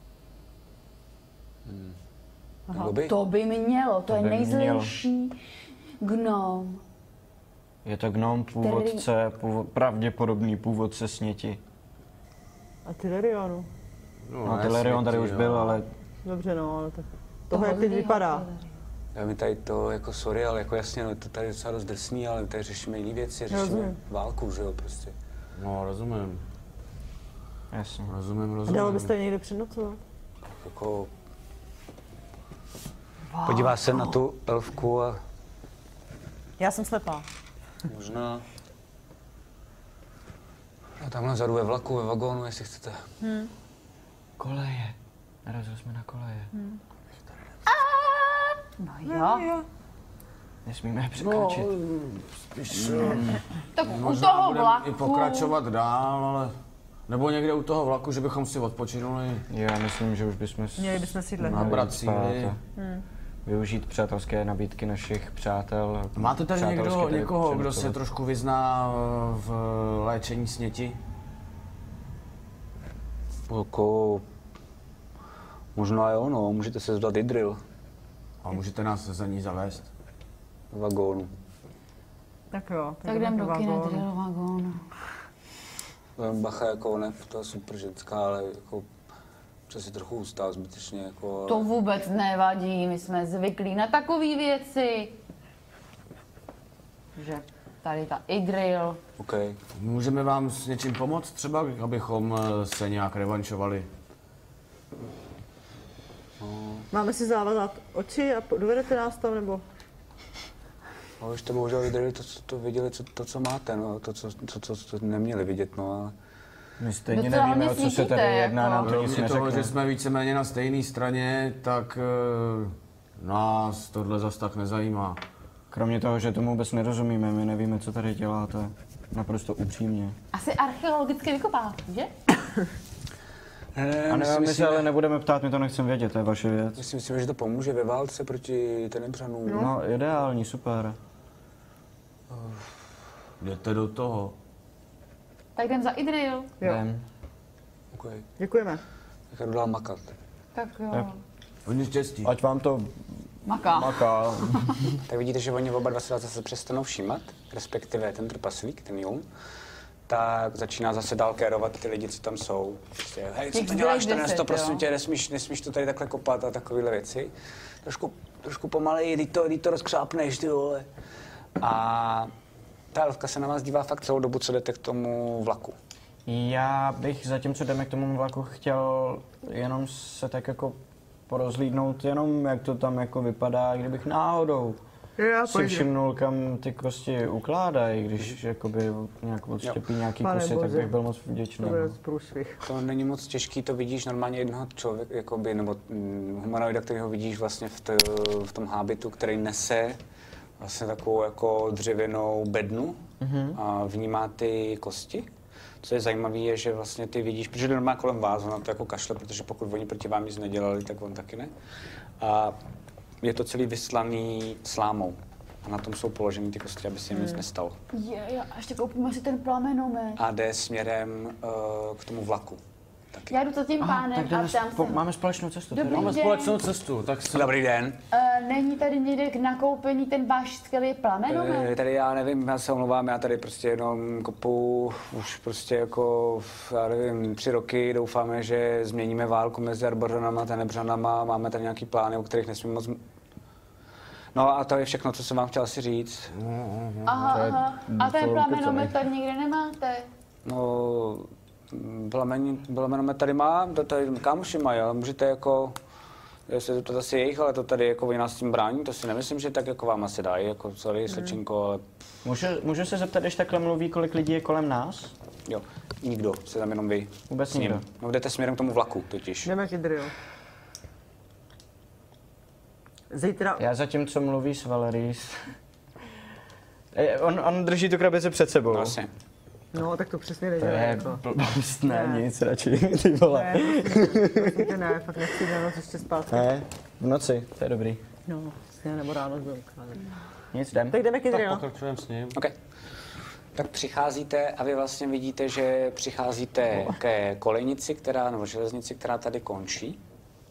bylo by? To by mělo, to je by nejzlejší gnom. Je to gnom původce, pravděpodobný původce sněti. A Tylerionu. No, Tylerion tady už byl, ale Dobře, no, ale tak. Toho, jak teď vypadá. Já mi tady to jako sorry, ale jako jasně, no, to tady je docela dost drsný, ale tady řešíme jiné věci, řešíme Rozumím. válku, že jo, prostě. No, rozumím. jasně. Rozumím. A dalo byste někde přenocovat? Jako... Podívá se na tu elfku a Já jsem slepá. možná... A tamhle vzadu ve vlaku, ve vagónu, jestli chcete. Koleje. Narazili jsme na koleje. No jo. Nesmíme je překročit. Spíš Tak u možná toho budeme vlaku. i pokračovat dál, ale... Nebo někde u toho vlaku, že bychom si odpočinuli, Já myslím, že už bychom Měli bychom si jít nabrat síly. využít přátelské nabídky našich přátel. Máte tady Přátelsky tady někoho, kdo se přenocovat. trošku vyzná v léčení sněti? Jako... Možná jo, no, můžete se zeptat Idril. A můžete nás za ní zavést? vagónu. Tak jo. Tak jdem do kina, tedy do vagónu. Bacha, jako ona je to super ženská, ale jako občas si trochu ustál zbytečně, jako... To vůbec nevadí, my jsme zvyklí na takové věci. Že tady ta Idril. OK. Můžeme vám s něčím pomoct třeba, abychom se nějak revanšovali? Máme si závazat oči a dovedete nás tam, nebo? Ale už to bohužel vydali to viděli, co máte, no, co neměli vidět, no, ale... My stejně Docela nevíme, o hodně co se tady svítíte, jedná, nám to nic Kromě toho, že neřekne. jsme víceméně na stejné straně, tak nás tohle zas tak nezajímá. Kromě toho, že tomu vůbec nerozumíme, my nevíme, co tady děláte. Naprosto upřímně. Asi archeologicky vykopávat, že? A my se ale nebudeme ptát, my to nechceme vědět, to je vaše věc. My si myslíme, že to pomůže ve válce proti Tenebřanům. No, ideální, super. Jdete do toho. Tak jdem za Idril. Jo. Jdem. Okay. Děkujeme. Jak jdu dál makat. Tak jo. Hodně štěstí. Ať vám to Maká. maká. Tak vidíte, že oni oba dva se zase přestanou všímat, respektive ten trpaslík, ten Jung, tak začíná zase dál kérovat ty lidi, co tam jsou. Prostě, hej, co Těch to děláš, zbylých ten to 10, prosím jo. tě, nesmíš to tady takhle kopat a takovéhle věci. Trošku pomaleji, kdy to rozkřápneš, ty vole. A ta elfka se na vás dívá fakt celou dobu, co jdete k tomu vlaku. Já bych zatímco jdeme k tomu vlaku chtěl jenom se tak jako porozhlídnout, jenom jak to tam jako vypadá, kdybych náhodou si všimnul, kam ty kosti ukládají, když jakoby nějak odštěpí nějaký Pane kusy, tak Bože. bych byl moc vděčný. To bude průšvih. To není moc těžký, to vidíš normálně jednoho člověka, jakoby, nebo humanoida, kterého vidíš vlastně v tom hábitu, který nese vlastně takovou jako dřevěnou bednu a vnímá ty kosti. Co je zajímavé, je, že vlastně ty vidíš, protože jde normálně kolem vás, ona to jako kašle, protože pokud oni proti vám nic nedělali, tak on taky ne. A je to celý vyslaný slámou. A na tom jsou položeny ty kosti, aby se jim nic nestalo. Je, a ještě koupíme si ten plamenomet. A jde směrem k tomu vlaku. Taky. Já jdu za tím pánem a ptám se. Máme společnou cestu. Dobrý teda. Máme den. společnou cestu, tak se... Dobrý den. Není tady někde k nakoupení ten váš skvělý plamenomet? Tady já nevím, já se omlouvám, já tady prostě jenom kopu už prostě jako, já nevím, 3 roky doufáme, že změníme válku mezi Arbořanama a Tenebřanama, máme tady nějaký plány, o kterých nesmím moc... No a to je všechno, co jsem vám chtěl asi říct. Aha. A ten plamenomet tady nikde nemáte? No, plamenomet tady mám, to tady kámoši mají, ale můžete jako... Jestli to asi jejich, ale to tady jako oni nás tím brání, to si nemyslím, že tak jako vám asi dají, jako sorry, slečinko, ale Můžu se zeptat, když takhle mluví, kolik lidí je kolem nás? jo, nikdo, jste tam jenom vy. Vůbec s ním. nikdo. No jdete směrem k tomu vlaku totiž. Jdeme k Idril. Zítra... Já zatím, co mluví s Valeries. On drží tu krabici před sebou. Vlastně. No, tak to přesně To nedělá. je Jako. blbost, ne, nic radši, ty vole. Ne, prosím tě, ne, fakt nechci jít na noc ještě spát. Ne, v noci, to je dobrý. No, přesně, nebo ráno s Bělkou. Nic, jdem. Tak jdeme k Tak Idril. pokračujeme s ním. OK. Tak přicházíte a vy vlastně vidíte, že přicházíte ke kolejnici, nebo železnici, která tady končí.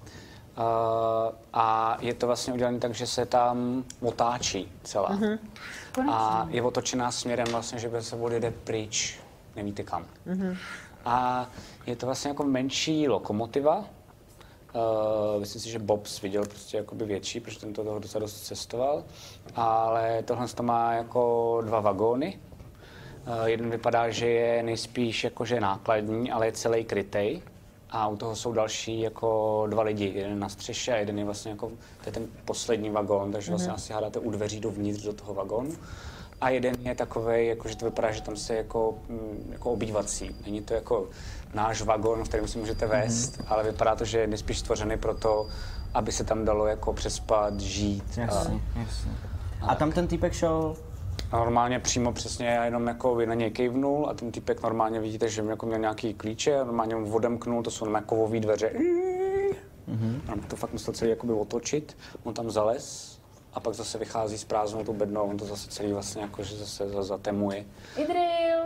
A je to vlastně udělané tak, že se tam otáčí celá. A je otočená směrem vlastně, že se odjede pryč, nevíte kam. A je to vlastně jako menší lokomotiva. Myslím si, že Bobs viděl prostě jakoby větší, protože ten toho docela dost cestoval. Ale tohle to má jako 2 vagóny. Jeden vypadá, že je nejspíš jakože nákladní, ale je celý krytej. A u toho jsou další jako 2 lidi, jeden na střeše a jeden je vlastně jako, to je ten poslední vagón, takže vlastně asi hádáte u dveří dovnitř do toho vagónu. A jeden je takovej, jako, že to vypadá, že tam se jako obývací. Není to jako náš vagón, v kterém si můžete vést, ale vypadá to, že je nejspíš stvořený pro to, aby se tam dalo jako přespat, žít. Jasně. A tam ten týpek šel... A normálně přímo přesně já jenom jako na něj kejvnul a ten týpek normálně vidíte, že jako měl nějaký klíče a normálně mu odemknul, to jsou normálně kovové dveře. A to fakt musel celý jakoby otočit, on tam zalez a pak zase vychází s prázdnou tu bednou, on to zase celý vlastně jako, že zase zatemuje. Idril!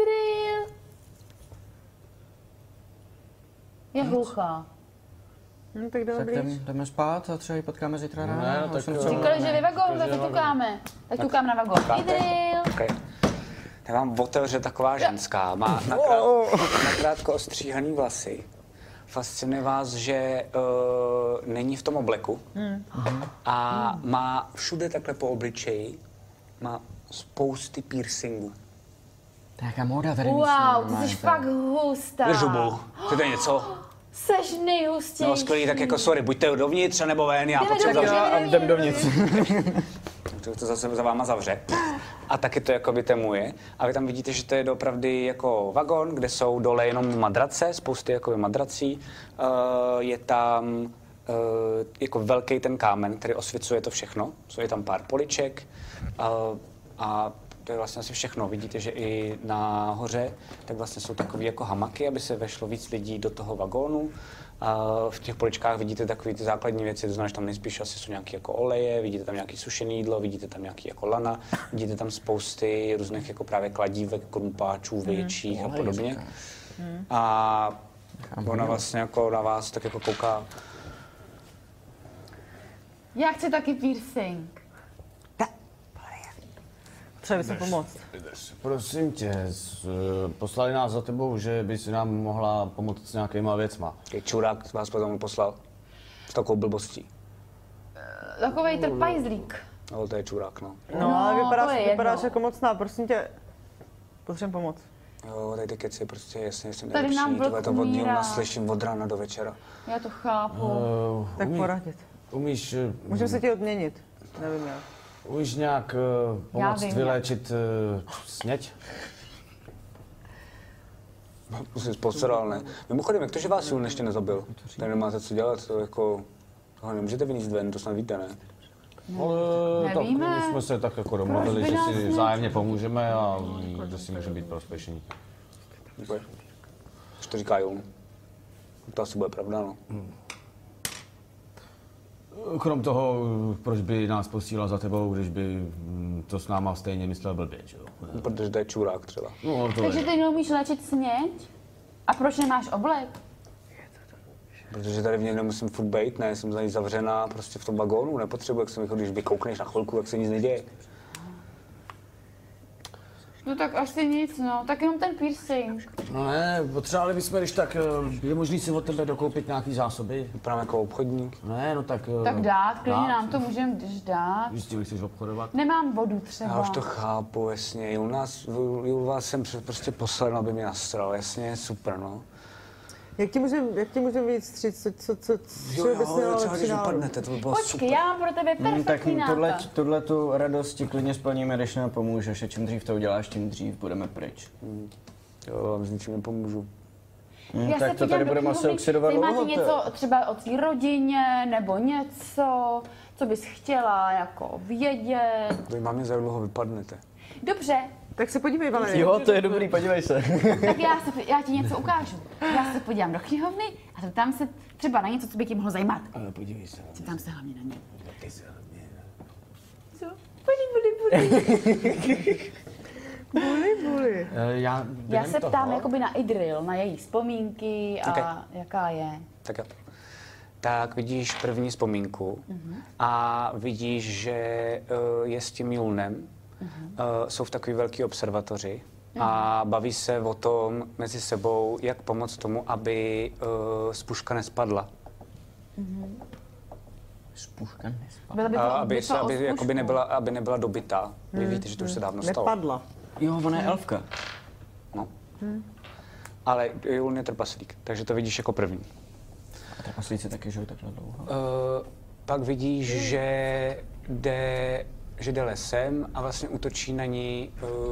Idril! Je hluchá. Tak jdeme blíž. Jdeme spát a třeba ji potkáme zítra ráno. Ne, tak Říkali, že vy vagón, tak to tukáme. Tak tukám na vagón. Idril. Okay. Tak vám otevře taková ženská, má nakrátko ostříhaný vlasy. Fascinuje vás, že není v tom obleku a má všude takhle po obličeji, má spousty piercingů. To je jaká móda tady. Wow, ty jsi fakt hustá. Drž hubu, to je něco. Seš nejhustější. No skvělý, tak jako sorry, buďte dovnitř nebo ven, já potřebuji dovnitř. Jdem dovnitř. to zase za váma zavře. A taky to jako vytemuje. A vy tam vidíte, že to je opravdu jako vagon, kde jsou dole jenom madrace, spousty jako madrací. Je tam jako velký ten kámen, který osvěcuje to všechno. Je tam pár poliček a to je vlastně asi všechno. Vidíte, že i nahoře tak vlastně jsou takové jako hamaky, aby se vešlo víc lidí do toho vagónu. A v těch poličkách vidíte takové ty základní věci, to znamená, že tam nejspíš asi jsou nějaké jako oleje, vidíte tam nějaké sušené jídlo, vidíte tam nějaké jako lana, vidíte tam spousty různých jako právě kladívek, krumpáčů, větších a podobně. A ona vlastně jako na vás tak jako kouká. Já chci taky piercing. Třeba bychom pomoct. Prosím tě, poslali nás za tebou, že bys nám mohla pomoct s nějakýma věcma. Čurák vás potom poslal s takovou blbostí. Takovej trpajzlík. No, to je čurák, no. No, ale to je vypadáš jedno. jako mocná, prosím tě. Potřebujeme pomoc. Jo, tady ty keci prostě jasně jsem Tady nejlepší. nám vlk Tohle to od něho umírá. naslyším od rána do večera. Já to chápu. Tak poradit. Umíš, Můžeme se ti odměnit. Nevím jak. umíš nějak pomoct vím, vyléčit sněď? Jsi postaral, ne? Mimochodem, jak to, že vás Jul ještě nezabil? Tady nemáte co dělat, to jako... Tohle nemůžete vyníst ven, to snad víte, ne? Ale tak Nevíme. my jsme se tak jako domluvili, Proč že by nás si ne- vzájemně pomůžeme a že si můžeme být prospěšní. Děkuji. Už to říká Jul. To asi bude pravda, no. Krom toho, proč by nás posílal za tebou, když by to s náma stejně myslel blbě, že jo? Protože to je čurák třeba. No, to Takže je. ty neumíš léčit sněď? A proč nemáš oblek? Protože tady v něj nemusím furt bejt, ne? Jsem tady zavřená prostě v tom vagónu, nepotřebuji, jak se mi když vykoukneš na chvilku, jak se nic neděje. No tak asi nic, no. Tak jenom ten piercing. No ne, potřebovali bychom, když tak, je možný si od tebe dokoupit nějaký zásoby? Vypadám jako obchodník. Ne, no tak... Tak dát, klidně nám to můžeme když dát. Když ti chceš obchodovat? Nemám vodu třeba. Já už to chápu, jasně. Jul vás jsem prostě poslal, aby mě nastral, jasně, super, no. Jak ti můžeme víc stříct? Co bys měla třeba lepší když náhodou? vypadnete, to by bylo Počkej, super. já mám pro tebe Tak perfektní nápad. tuhle tu radost ti klidně splníme, když nám pomůžeš. A čím dřív to uděláš, tím dřív budeme pryč. Jo, vám s ničím nepomůžu. Já tak se to tady podívám do budeme asi knihovny, oxidovat zajímá tě dlouho, něco třeba o tvý rodině, nebo něco, co bys chtěla jako vědět. Vy máme za dlouho vypadnete. Dobře, Tak se podívej, Valerie. Jo, to je dobrý, podívej se. tak já ti něco ukážu. Já se podívám do knihovny a zeptám se třeba na něco, co by tě mohlo zajímat. Ale podívej se. Zeptám se hlavně na ně. Ty se hlavně. Co? Buli. Buli. Já Já se ptám jakoby na Idril, na její vzpomínky a Ok. jaká je. Tak jo. Tak vidíš první vzpomínku a vidíš, že je s tím Julnem. Jsou v takové velké observatoři a baví se o tom mezi sebou, jak pomoct tomu, aby spuška nespadla. Spuška nespadla. Byla by A to aby, bitva o aby, jakoby spušku. aby nebyla dobytá. Vy víte, že to už se dávno stalo. Nepadla. Jo, ona je elfka. No. Ale Juln je trpaslík, takže to vidíš jako první. A trpaslíci taky žijou takhle dlouho. Pak vidíš, že jde lesem a vlastně útočí na ní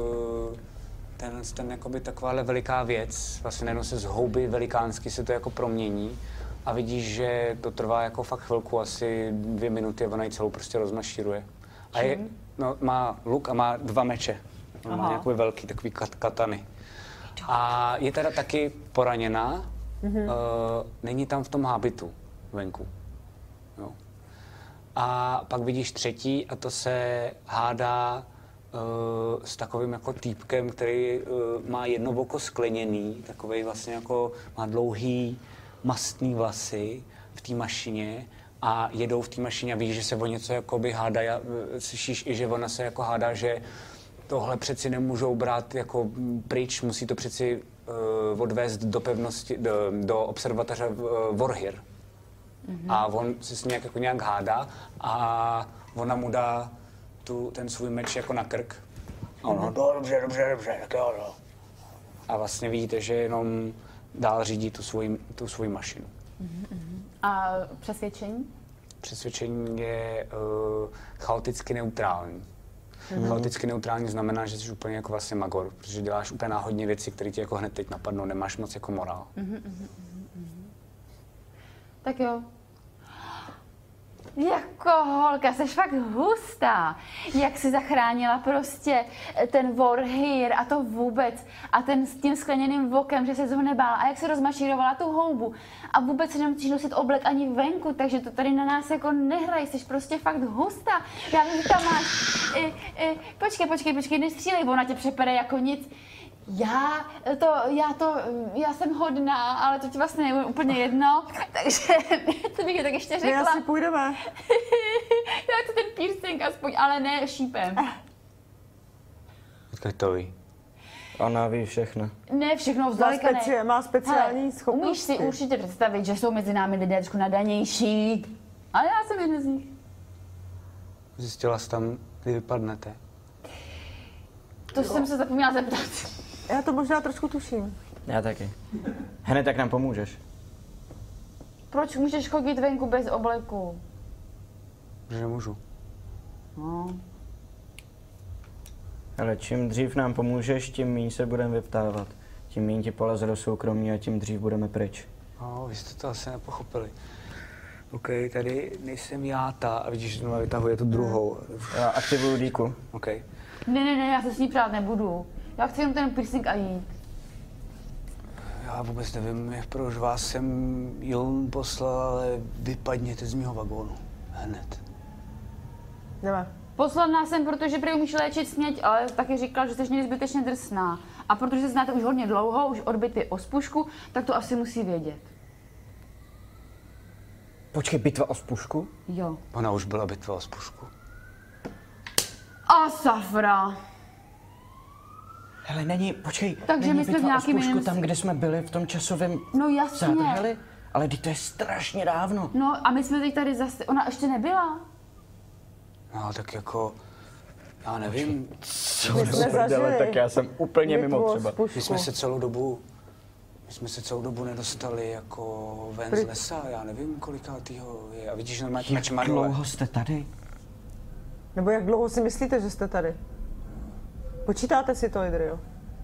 ten jakoby takováhle veliká věc. Vlastně najednou se z houby velikánsky se to jako promění a vidíš, že to trvá jako fakt chvilku, asi 2 minuty a ona ji celou prostě rozmašíruje. A má luk a má 2 meče. Ona má nějaký velký, takový katany. A je teda taky poraněná, není tam v tom hábitu venku. Jo. A pak vidíš třetí a to se hádá s takovým jako týpkem, který má jedno oko skleněný, takovej vlastně jako má dlouhý mastný vlasy v té mašině a jedou v té mašině a víš, že se o něco jakoby hádají a slyšíš i, že ona se jako hádá, že tohle přeci nemůžou brát jako pryč, musí to přeci odvést do pevnosti, do observatoře Vorhir. A on se s ní nějak hádá a ona mu dá ten svůj meč jako na krk. A ono, dobře, tak jo, no. A vlastně vidíte, že jenom dál řídí tu svoji mašinu. A přesvědčení? Přesvědčení je chaoticky neutrální. Chaoticky neutrální znamená, že jsi úplně jako vlastně magor, protože děláš úplně náhodně věci, které ti jako hned teď napadnou, nemáš moc jako morál. Tak jo. Jako holka, jsi fakt hustá. Jak jsi zachránila prostě ten Vorhir a to vůbec. A s tím skleněným vokem, že se ho nebála. A jak se rozmašírovala tu houbu. A vůbec si nemusíš nosit oblek ani venku, takže to tady na nás jako nehraj. Jsi prostě fakt hustá. Já vím, že tam máš... Počkej, nestřílej, ona tě přepere jako nic. Já jsem hodná, ale to ti vlastně je úplně jedno, takže to bych je tak ještě řekla. My asi půjdeme. Já chci ten piercing aspoň, ale ne šípem. Odkud to ví? Ona ví všechno. Ne všechno, zdaleka ne. Má speciální schopnosti. Umíš si určitě představit, že jsou mezi námi lidé trošku nadanější, ale já jsem jeden z nich. Zjistila jsi tam, kdy vypadnete? To jsem se zapomněla zeptat. Já to možná trošku tuším. Já taky. Hned, tak nám pomůžeš. Proč můžeš chodit venku bez obleku? Že můžu. No. Ale čím dřív nám pomůžeš, tím méně se budeme vyptávat. Tím méně ti poleze do soukromí a tím dřív budeme pryč. No, vy jste to asi nepochopili. OK, tady nejsem já ta, a vidíš, že znovu vytahuje tu druhou. Já aktivuju díku. OK. Ne, já se s ní prát nebudu. Já chci jenom ten piercing a jít. Já vůbec nevím, proč vás jsem Jon poslal, ale vypadněte z mého vagónu. Hned. Jdeme. Poslal nás sem, protože prý umíš léčit směť, ale taky říkal, že jsi někdy zbytečně drsná. A protože se znáte už hodně dlouho, už od bitvy o Spušku, tak to asi musí vědět. Počkej, bitva o Spušku? Jo. Ona už byla bitva o Spušku. A safra. Hele, počkej, Takže není my jsme bitva v nějakým o Spušku jiném... tam, kde jsme byli v tom časovém No jasně. zádrheli? Ale to je strašně dávno. No a my jsme teď tady zase, ona ještě nebyla. No, tak jako, já nevím, My jsme zažili. Tak já jsem úplně bitvu mimo o třeba. Spušku. my jsme se celou dobu nedostali jako ven z lesa, já nevím, kolikátýho je. A vidíš, normálně Jak meč má dole. dlouho jste tady? Nebo jak dlouho si myslíte, že jste tady? Počítáte si to, Idrio?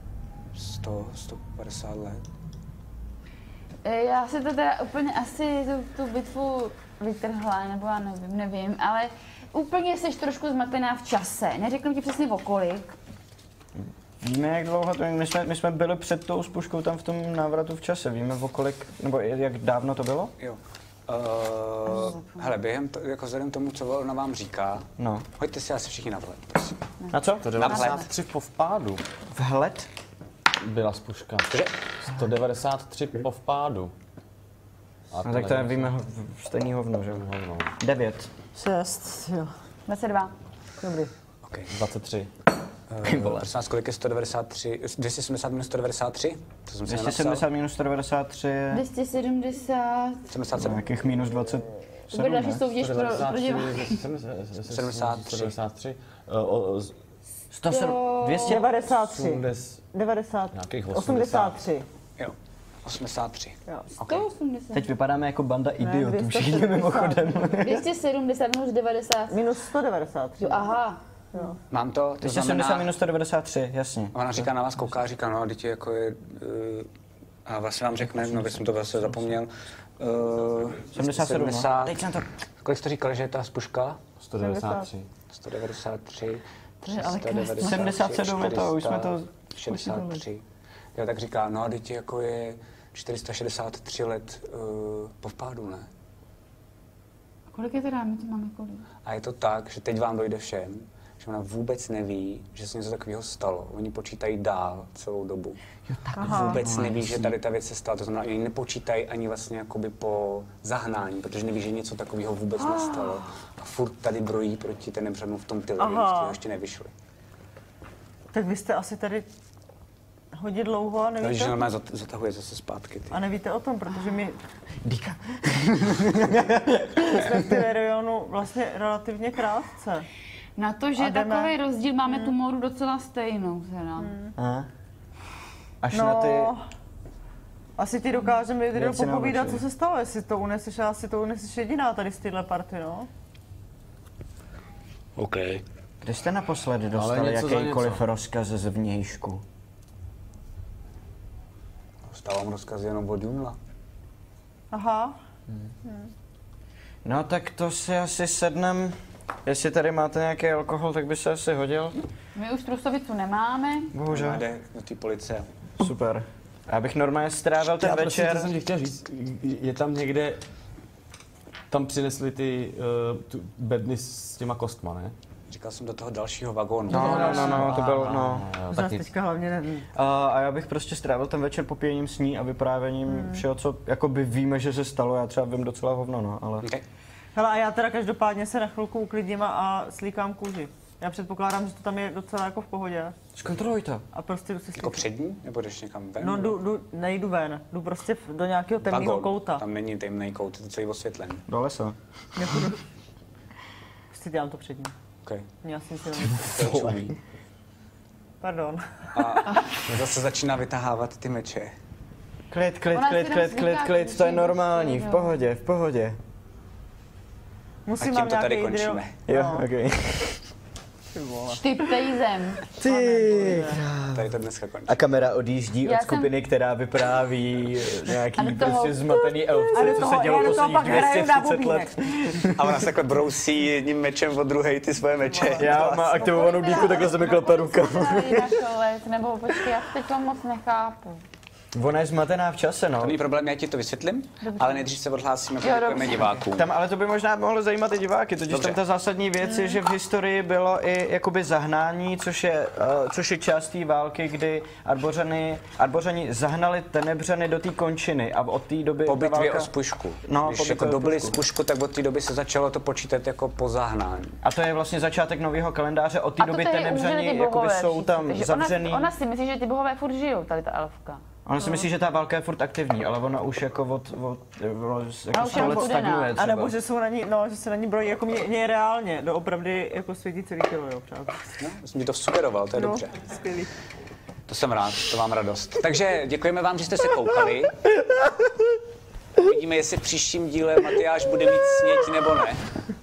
150 let. Já si to teda úplně asi tu bitvu vytrhla, nebo já nevím, ale úplně jsi trošku zmatená v čase. Neřeknu ti přesně o kolik. Víme, jak dlouho to je? My jsme byli před tou Spuškou tam v tom návratu v čase. Víme, o kolik, nebo jak dávno to bylo? Jo. Hele, jako vzhledem tomu, co ona vám říká, No. hoďte si asi všichni na vhled, prosím. Na co? 193 po vpádu Vhled? byla Spuška. 193 po vpádu. A No tak to víme stejný hovno, že? 9. 6, jo. 22. Dobrý. Okay. 23. Prosím vás, kolik je 193, 270 minus 193? To jsem si 270 minus 193 je 270. 77. nějakých minus To bude 27, další ne? soutěž pro diváky. 73. 200? 93. 90. Nějakých 83. Jo, 83. Jo. 180. Teď vypadáme jako banda idiotů, 270. všichni mimochodem. 270 minus 90. Minus 193. Jo, aha. Jo. Mám to, to 270 znamená, minus 193, jasně. ona říká na vás, kouká, říká, no, dítě jako je, a vlastně vám řekne, no, bych jsem to vlastně zapomněl. 77, no. Teď jsem to... Kolik jste říkal, že je ta Spuška? 193. 193, ale 393, 77 je to, už jsme to... 63. Jo, tak říká, no a dítě jako je 463 let po vpádu, ne? A kolik je teda? My to máme kolik? A je to tak, že teď vám dojde všem, že ona vůbec neví, že se něco takového stalo. Oni počítají dál celou dobu. Vůbec neví, že tady ta věc se stala. To znamená, oni nepočítají ani vlastně jakoby po zahnání, protože neví, že něco takového vůbec nestalo. A furt tady brojí proti Tenebřanům v tom tylu, ještě nevyšli. Tak vy jste asi tady hodně dlouho a nevíte? Takže normálně zatahuje zase zpátky. A nevíte o tom, protože my... Díka. My jsme v Tylerionu vlastně relativně krátce. Na to, že je takový rozdíl, máme tu moru docela stejnou. Až na ty... Asi ti dokážeme Idril popovídat, co se stalo, jestli to uneseš, a asi to uneseš jediná tady z téhle party, no. OK. Kde jste naposledy dostali jakýkoliv rozkaz z vnějšku? Dostávám rozkaz jenom od Jumla. Aha. No tak to si asi sednem. Jestli tady máte nějaký alkohol, tak by se asi hodil. My už trusovicu nemáme. Bohužel. Jde do té policie. Super. Já bych normálně strávil ten večer. To jsem ti chtěl říct, je tam někde, tam přinesli ty bedny s těma kostma, ne? Říkal jsem do toho dalšího vagónu. No, to bylo, no. Zase teďka hlavně nevím. A já bych prostě strávil ten večer popíjením s ní a vyprávěním všeho, co jakoby víme, že se stalo. Já třeba vím docela hovno, no, ale... Okay. Hele, a já teda každopádně se na chvilku uklidím a slíkám kůži. Já předpokládám, že to tam je docela jako v pohodě. Zkontroluj to. A prostě jdu si Jako před ní? Nebo jdeš někam ven? No, nejdu ven. Jdu prostě do nějakého temného kouta. Tam není temný kout, je to celý osvětlený. Do lesa. Prostě dělám to před ní. Okay. Já si myslím. Pardon. A zase začíná vytahávat ty meče. Klid, to je normální, v pohodě. Musím a tím to tady končíme. Jo, okej. Štyptej zem. Ty. Tady to dneska končí. A kamera odjíždí od skupiny, která vypráví nějaký prostě zmatený elfce, co se dělo posledních 230 let. A ona se takhle brousí jedním mečem od druhej ty svoje meče. Já mám aktivovanou díku, takhle se mi klepe ruka. Nebo počkej, já teď to moc nechápu. Ona je zmatená v čase, no. To není problém, já ti to vysvětlím, ale nejdřív se odhlásíme, poděkujeme divákům. Tam, ale to by možná mohlo zajímat i diváky, totiž tam ta zásadní věc je, že v historii bylo i jakoby zahnání, což je část té války, kdy Arbořani zahnali Tenebřany do té končiny a od té doby po bitvě o Spušku. No, když jako dobili Spušku, tak od té doby se začalo to počítat jako po zahnání. A to je vlastně začátek nového kalendáře, od té doby Tenebřani jakoby jsou tam zavřený. Ona si myslí, že ty bohové furt žijou, tady ta elfka. Ona si myslí, že ta válka je furt aktivní, ale ona už jako od jako 100 let stagnuje třeba. A nebo že jsou na ní, že se na ní brojí jako mě reálně, doopravdy jako světí celý tělo, jo, přátel. No, jsem ti to sugeroval, to je dobře. Skvělý. To jsem rád, to mám radost. Takže děkujeme vám, že jste se koukali. Uvidíme, jestli v příštím díle Matyáš bude mít sněť nebo ne.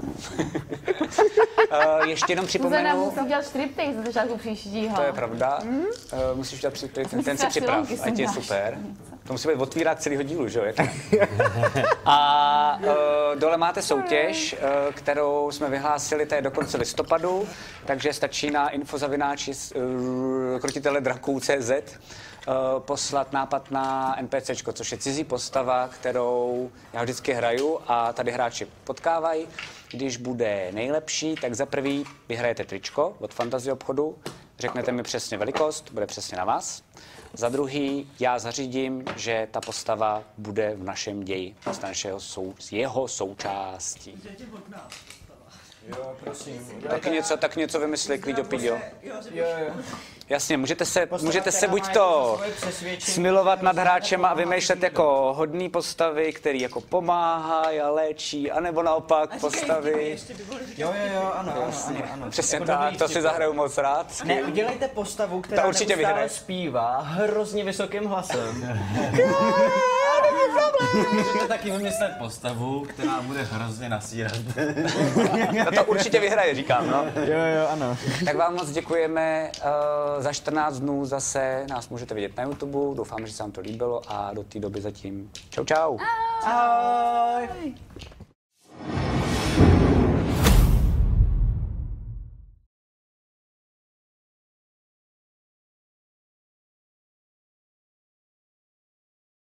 Ještě jenom připomenu... Musí udělat striptease na začátku příštího. To je pravda. Musíš udělat ten si připrav, ať je super. To musí být otvírák celého dílu, že jo? A dole máte soutěž, kterou jsme vyhlásili, to je do konce listopadu, takže stačí na info@, krotitele draků.cz poslat nápad na NPCčko, což je cizí postava, kterou já vždycky hraju a tady hráči potkávají. Když bude nejlepší, tak za prvý vyhrajete tričko od Fantasy obchodu, řeknete mi přesně velikost, bude přesně na vás. Za druhý, já zařídím, že ta postava bude v našem ději, z jeho součástí. Jo, prosím. Tak něco vymysli, Klíďo Píďo. Jasně, můžete se buď to smilovat nad hráčem a vymýšlet jako hodný postavy, který jako pomáhají a léčí, anebo naopak postavy. Jo, ano. Přesně tak, to si zahraju moc rád. Ne, udělejte postavu, která neustále zpívá hrozně vysokým hlasem. Můžete taky vymyslet postavu, která bude hrozně nasírat. No to určitě vyhraje, říkám, no. Jo, ano. Tak vám moc děkujeme. Za 14 dnů zase nás můžete vidět na YouTube. Doufám, že se vám to líbilo a do té doby zatím čau. Ahoj.